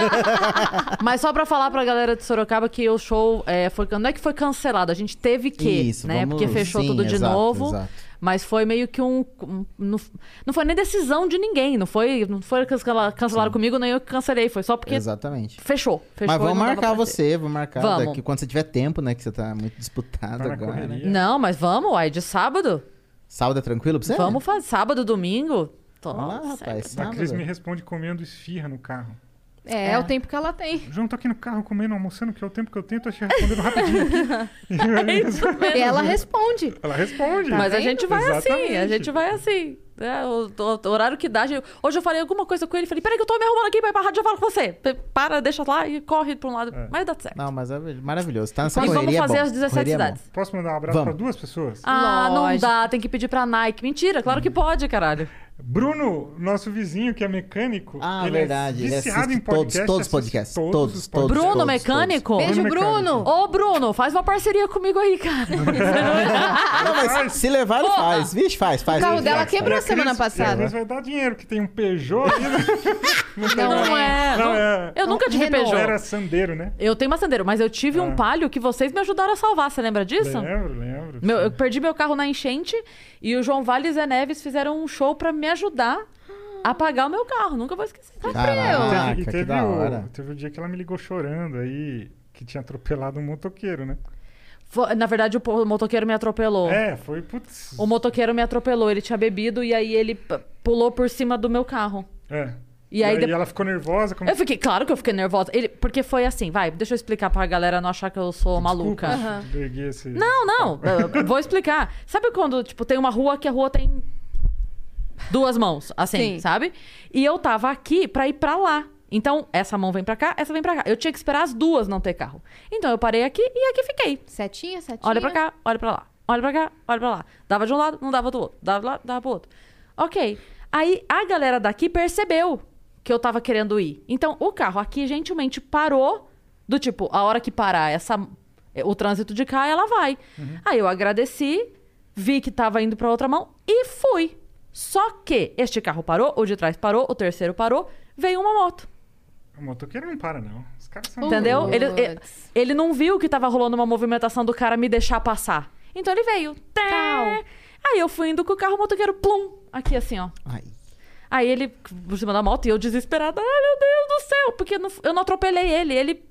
Mas só pra falar pra galera de Sorocaba que o show não é que foi cancelado, a gente teve que, Isso, né? vamos- Porque fechou sim, tudo de exato, novo. exato. Mas foi meio que não foi nem decisão de ninguém. Não foi cancelaram comigo, nem eu que cancelei. Foi só porque Exatamente. fechou. Mas e vamos não dava marcar pra ter. você, vamos marcar Vamos. daqui quando você tiver tempo, né? Que você tá muito disputado Tá na agora. correria. Não, mas vamos, uai, de sábado. Sábado é tranquilo pra você? Vamos fazer sábado, domingo. Vamos lá, Nossa, rapaz. A Cris Sábado. me responde comendo esfirra no carro. É o tempo que ela tem. João, tô aqui no carro comendo, almoçando, que é o tempo que eu tenho, tô te respondendo rapidinho aqui. E ela responde. Ela responde. Mas a vendo? gente vai assim, a Exatamente. gente vai assim. É, o horário que dá. Hoje eu falei alguma coisa com ele, falei, peraí que eu tô me arrumando aqui pra ir pra rádio, eu falo com você. Para, deixa lá e corre pra um lado. Mas dá certo. Não, mas é maravilhoso. Tá nessa E vamos correria, é fazer bom. as 17 Correria é bom. cidades. Posso mandar um abraço Vamos. pra 2 pessoas? Ah, não Lógico. dá, tem que pedir pra Nike. Mentira, claro que pode, caralho. Bruno, nosso vizinho que é mecânico. Ah, ele verdade. É Ele viciado assiste em podcast, todos os assiste podcasts. todos Todos, os todos. podcasts. Bruno Mecânico? Beijo, Bruno Bruno. Ô, Bruno, faz uma parceria comigo aí, cara. Não, mas se levar, ele Porra. faz. Vixe, faz. O carro dela quebrou E a semana Cris- e a passada. Cris vai dar dinheiro, que tem um Peugeot ali, né? Não é. Não não- é. Eu nunca tive Renault. Peugeot. Era Sandero, né? Eu tenho uma Sandero, mas eu tive um Palio que vocês me ajudaram a salvar. Você lembra disso? Lembro. Eu perdi meu carro na enchente e o João Vale e Zé Neves fizeram um show pra me ajudar a pagar o meu carro. Nunca vou esquecer. Caraca, E que teve da hora. teve o dia que ela me ligou chorando aí, que tinha atropelado um motoqueiro, né? Na verdade, o motoqueiro me atropelou. Foi, putz. O motoqueiro me atropelou. Ele tinha bebido e aí ele pulou por cima do meu carro. E aí aí ela ficou nervosa. Eu fiquei, claro que eu fiquei nervosa. Porque foi assim, deixa eu explicar pra galera não achar que eu sou maluca. Ergui esse... Não, eu vou explicar. Sabe quando, tipo, tem uma rua que a rua tem 2 mãos, assim, Sim. sabe? E eu tava aqui pra ir pra lá. Então, essa mão vem pra cá, essa vem pra cá. Eu tinha que esperar as 2 não ter carro. Então, eu parei aqui e aqui fiquei. Setinha. Olha pra cá, olha pra lá. Olha pra cá, olha pra lá. Dava de um lado, não dava do outro. Dava lá, dava pro outro. Ok. Aí, a galera daqui percebeu que eu tava querendo ir. Então, o carro aqui gentilmente parou do tipo, a hora que parar o trânsito de cá, ela vai. Aí eu agradeci, vi que tava indo pra outra mão e fui. Só que este carro parou, o de trás parou, o terceiro parou, veio uma moto. O motoqueiro não para, não. Os caras são... Entendeu? Putz. Ele não viu que tava rolando uma movimentação do cara me deixar passar. Então ele veio. Tá. Aí eu fui indo com o carro, o motoqueiro, plum, aqui assim, ó. Ai. Aí ele, por cima da moto, e eu desesperada, ai meu Deus do céu, porque eu não atropelei ele, ele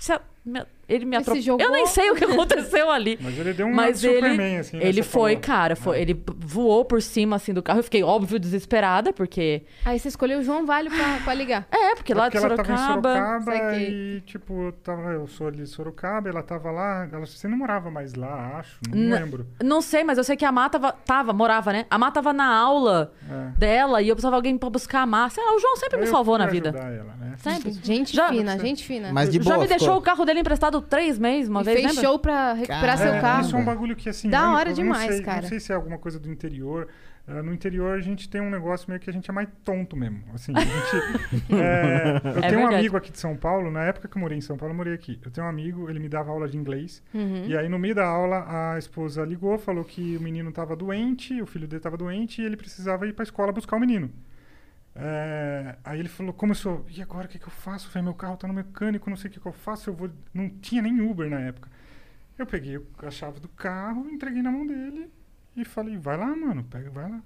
me atropelou. jogou. Eu nem sei o que aconteceu ali. Mas ele deu um Mas Superman, assim, né? ele Você foi, falou. cara, ele voou por cima, assim, do carro. Eu fiquei, óbvio, desesperada, porque... Aí você escolheu o João Vale pra ligar. Porque lá de ela tava em Sorocaba... Sorocaba Saquei. e, tipo, eu sou ali de Sorocaba, ela tava lá. Você não morava mais lá, acho. Não lembro. Não sei, mas eu sei que a Má morava, né? A Má tava na aula dela e eu precisava de alguém pra buscar a Má. Sei lá, o João sempre me Eu salvou fui na vida. ajudar ela, né? Sempre. Gente Já- fina, gente fina. Mas de boa, Já me deixou ficou. o carro dele emprestado 3 meses, uma vez, fez lembra? show pra recuperar seu carro. Isso é um bagulho que, assim... Da hora eu demais, cara. Não sei se é alguma coisa do interior. No interior, a gente tem um negócio meio que a gente é mais tonto mesmo. Assim, a gente... eu tenho um amigo aqui de São Paulo. Na época que eu morei em São Paulo, eu morei aqui. Eu tenho um amigo, ele me dava aula de inglês. E aí, no meio da aula, a esposa ligou, falou que o menino estava doente, o filho dele estava doente, e ele precisava ir pra escola buscar o menino. Aí ele falou, começou, e agora o que eu faço? Eu falei, meu carro tá no mecânico, não sei o que eu faço, eu vou... Não tinha nem Uber na época. Eu peguei a chave do carro, entreguei na mão dele e falei, vai lá, mano, vai lá.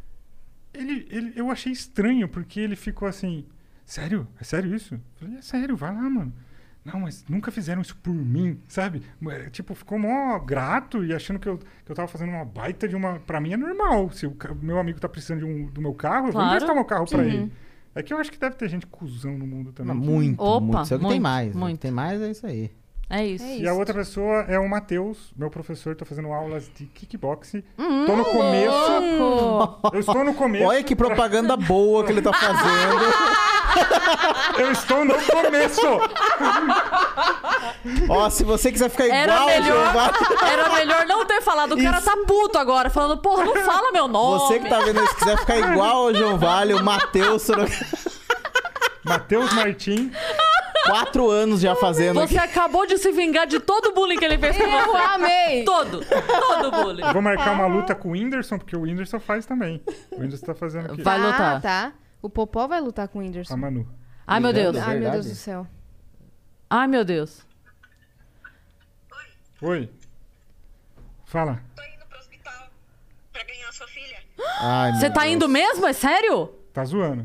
Eu achei estranho, porque ele ficou assim, sério? É sério isso? Eu falei, é sério, vai lá, mano. Não, mas nunca fizeram isso por mim, sabe? Tipo, ficou mó grato e achando que eu tava fazendo uma baita de uma... Pra mim é normal. Se o meu amigo tá precisando do meu carro, eu vou emprestar meu carro pra ele. É que eu acho que deve ter gente cuzão no mundo também. Muito, Opa, muito. Isso é o que tem mais. muito. O que tem mais é isso aí. É isso. E a outra pessoa é o Matheus, meu professor. Tô fazendo aulas de kickboxing. Tô no começo. Eu estou no começo. Olha que propaganda boa que ele tá fazendo. Eu estou no começo. Ó, se você quiser ficar igual... Era melhor não ter falado. O cara tá puto agora, falando, porra, não fala meu nome. Você que tá vendo isso, quiser ficar igual ao João Vale, o Matheus... Matheus Martim. 4 anos já fazendo Você acabou de se vingar de todo o bullying que ele fez com você. Eu amei! Todo bullying. Vou marcar uma luta com o Whindersson, porque o Whindersson faz também. O Whindersson tá fazendo aqui. Vai lutar. Tá. O Popó vai lutar com o A Whindersson. Manu. Ai, meu Deus. Ai, meu Deus do céu. Ai, meu Deus. Oi. Fala. Tô indo pro hospital pra ganhar sua filha. Ai, Você tá indo mesmo? É sério? Tá zoando.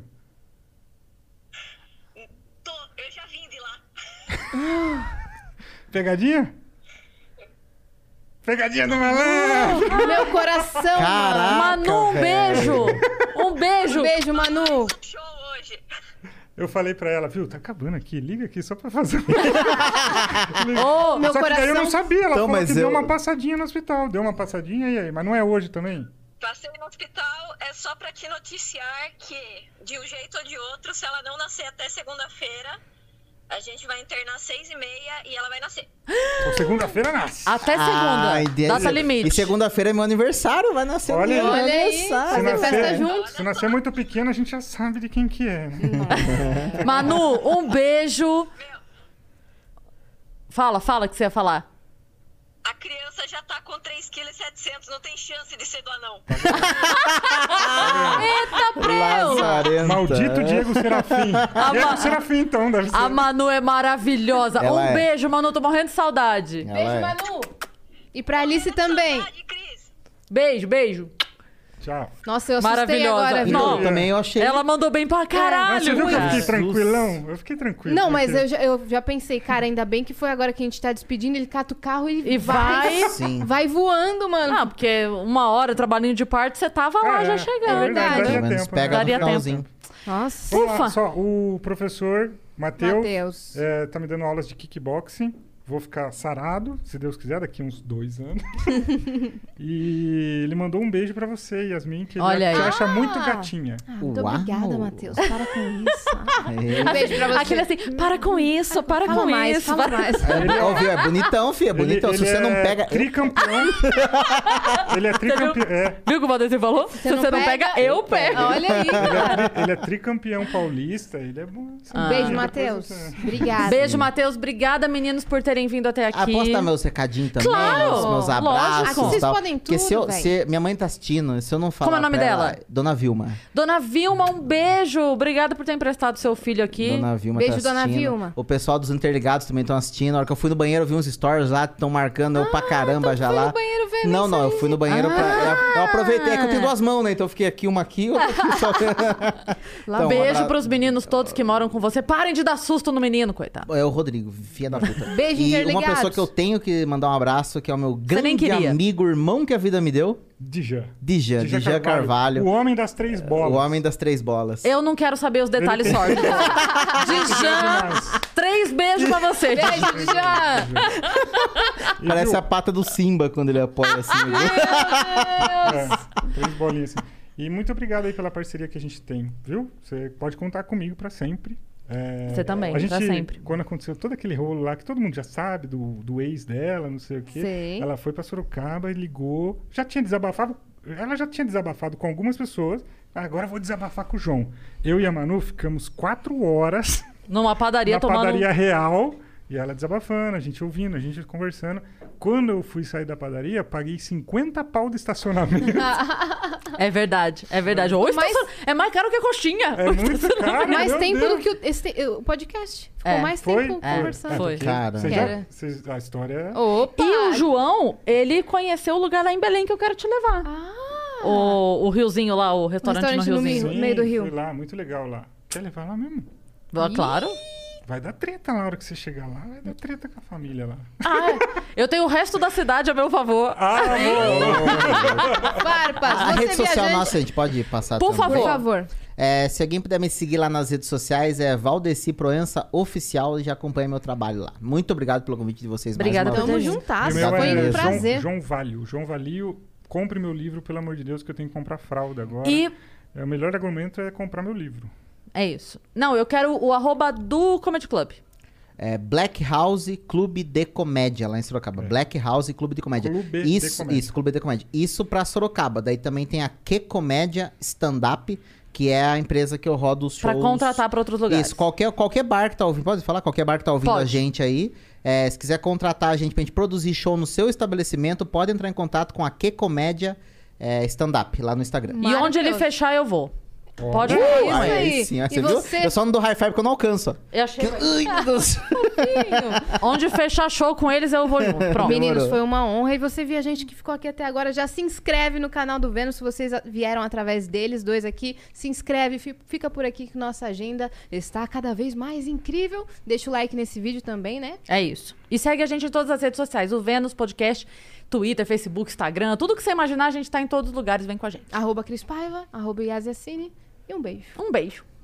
Eu já vim de lá. Pegadinha? Pegadinha do malandro! Meu coração, Caraca, Manu, um beijo. Um beijo. Um beijo, Manu. Show hoje. Eu falei pra ela, viu, tá acabando aqui, liga aqui só pra fazer. Ô, Meu Só que daí eu não coração. sabia, ela Então, falou mas que deu eu- uma passadinha no hospital. Deu uma passadinha e aí? Mas não é hoje também? Passei no hospital é só pra te noticiar que, de um jeito ou de outro, se ela não nascer até segunda-feira, a gente vai internar às 6h30 e ela vai nascer. Então, segunda-feira nasce. Até segunda. Ai, Data limite. E segunda-feira é meu aniversário, vai nascer o Olha meu aí. Olha aí. aniversário. Fazer festa junto. Se nascer muito pequeno, a gente já sabe de quem que é. Né? Manu, um beijo. Fala o que você ia falar. A criança já tá com 3,7 kg, não tem chance de ser do anão. Eita, preu! Lazarenta. Maldito Diego Serafim. Diego Serafim, então, deve ser. A Manu é maravilhosa. Ela Um é. beijo, Manu. Tô morrendo de saudade. Ela Beijo, é. Manu. E pra Alice também. Saudade, Cris. Beijo. Tchau. Nossa, eu assustei Maravilhosa. agora, viu? Não. Então, também eu achei... Ela mandou bem pra Mas caralho. você viu que eu cara. fiquei Jesus. tranquilão? Eu fiquei tranquilo. Não, mas porque- eu já pensei, cara, ainda bem que foi agora que a gente tá despedindo, ele cata o carro E vai. Sim. vai voando, mano. Não, porque 1 hora trabalhinho de parto, você tava lá já chegando. É verdade, Pelo Pelo daria menos tempo. pega né? Daria no tempo. finalzinho. Nossa. Vamos lá, Ufa. só, o professor Matheus Matheus. tá me dando aulas de kickboxing. Vou ficar sarado, se Deus quiser, daqui uns 2 anos. E ele mandou um beijo pra você, Yasmin, que Olha ele te aí. acha muito gatinha. Muito Uau. obrigada, Matheus. Para com isso. É. Um beijo pra você. Aquele assim, para com isso, para Fala com mais, isso. fala para- mais. Ó, viu? É bonitão, filho. É bonitão. Se você não pega... Tricampeão. Ele é tricampeão. Viu o que o Matheus falou? Se você não pega, eu pego. Olha aí, cara. Ele é tricampeão paulista. Ele é bom. Um beijo, Depois Matheus. você- Obrigada. Beijo, Matheus. Obrigada, meninos, por terem vindo até aqui. Posso dar meus recadinhos também? Claro, Meus abraços lógico. Aqui vocês tal. podem Porque tudo, se minha mãe tá assistindo, se eu não falar Como é o nome pra ela- dela? Dona Vilma. Dona Vilma, um beijo. Obrigada por ter emprestado seu filho aqui. Dona Vilma Beijo, tá Dona assistindo. Vilma. O pessoal dos Interligados também estão assistindo. Na hora que eu fui no banheiro, eu vi uns stories lá, estão marcando eu pra caramba já Fui lá. no banheiro ver Não, isso não, eu aí. fui no banheiro pra... Eu aproveitei, é que eu tenho 2 mãos, né? Então eu fiquei aqui, uma aqui, outra aqui. Só... Então, Beijo abra- pros meninos todos que moram com você. Parem de dar susto no menino, coitado. É o Rodrigo, filha da puta. Beijo, E uma Interligados. pessoa que eu tenho que mandar um abraço, que é o meu nem grande queria. amigo, irmão que a vida me deu, Dijan. Dijan Carvalho. O homem das 3 bolas. O homem das 3 bolas. Eu não quero saber os detalhes Ele tem- sórdidos. Dijan, 3 beijos pra você. Beijo, Dijan. E Parece viu? a pata do Simba quando ele apoia assim. É, 3 bolinhas assim. E muito obrigado aí pela parceria que a gente tem, viu? Você pode contar comigo pra sempre. Você também, a gente, pra sempre. Quando aconteceu todo aquele rolo lá, que todo mundo já sabe, do ex dela, não sei o quê. Sei. Ela foi pra Sorocaba e ligou. Ela já tinha desabafado com algumas pessoas. Agora eu vou desabafar com o João. Eu e a Manu ficamos 4 horas Numa padaria na tomando... padaria real. E ela desabafando, a gente ouvindo, a gente conversando. Quando eu fui sair da padaria, paguei 50 pau de estacionamento. É verdade, é verdade. É mais caro que a coxinha. É muito caro, Mais meu tempo Deus. do que o podcast. Ficou mais Foi? tempo conversando. Foi. Cara. A história... Opa! E o João, ele conheceu o lugar lá em Belém que eu quero te levar. O riozinho lá, o restaurante no restaurante no riozinho. no meio do rio. Fui lá, muito legal lá. Quer levar lá mesmo? Claro. Vai dar treta na hora que você chegar lá. Vai dar treta com a família lá. Eu tenho o resto da cidade a meu favor. Farpas, A você rede social viajante. nossa, a gente pode passar Por também. favor. Por favor. Se alguém puder me seguir lá nas redes sociais, é Valdeci Proença Oficial e já acompanha meu trabalho lá. Muito obrigado pelo convite de vocês Obrigada mais uma por Tamo ter vez. vindo. juntas. E o meu Foi um é prazer. João Valio. João Valio, compre meu livro, pelo amor de Deus, que eu tenho que comprar fralda agora. E O melhor argumento é comprar meu livro. é isso. Não, eu quero o @ do Comedy Club. Black House Clube de Comédia, lá em Sorocaba. Black House Clube de Comédia. Clube de Isso, Comédia. isso, Clube de Comédia. Isso pra Sorocaba. Daí também tem a Que Comédia Stand-Up, que é a empresa que eu rodo os shows. Pra contratar pra outros lugares. Isso, qualquer bar que tá ouvindo, pode falar? Qualquer bar que tá ouvindo Pode. a gente aí, se quiser contratar a gente pra gente produzir show no seu estabelecimento, pode entrar em contato com a Que Comédia Stand-Up, lá no Instagram. E onde ele Maravilhoso. fechar, eu vou. Pode É falar. isso aí. Sim, ó, E você viu? você? Eu só não dou high five porque eu não alcanço. ó. Eu achei... Ai, meu Deus. Onde fechar show com eles, eu vou junto. Pronto. Meninos, Demorou. foi uma honra. E você viu a gente que ficou aqui até agora, já se inscreve no canal do Vênus. Se vocês vieram através deles, dois aqui, se inscreve, fica por aqui que nossa agenda está cada vez mais incrível. Deixa o like nesse vídeo também, né? É isso. E segue a gente em todas as redes sociais. O Vênus Podcast, Twitter, Facebook, Instagram. Tudo que você imaginar, a gente tá em todos os lugares. Vem com a gente. @Cris Paiva, @Yasiacine. E um beijo. Um beijo.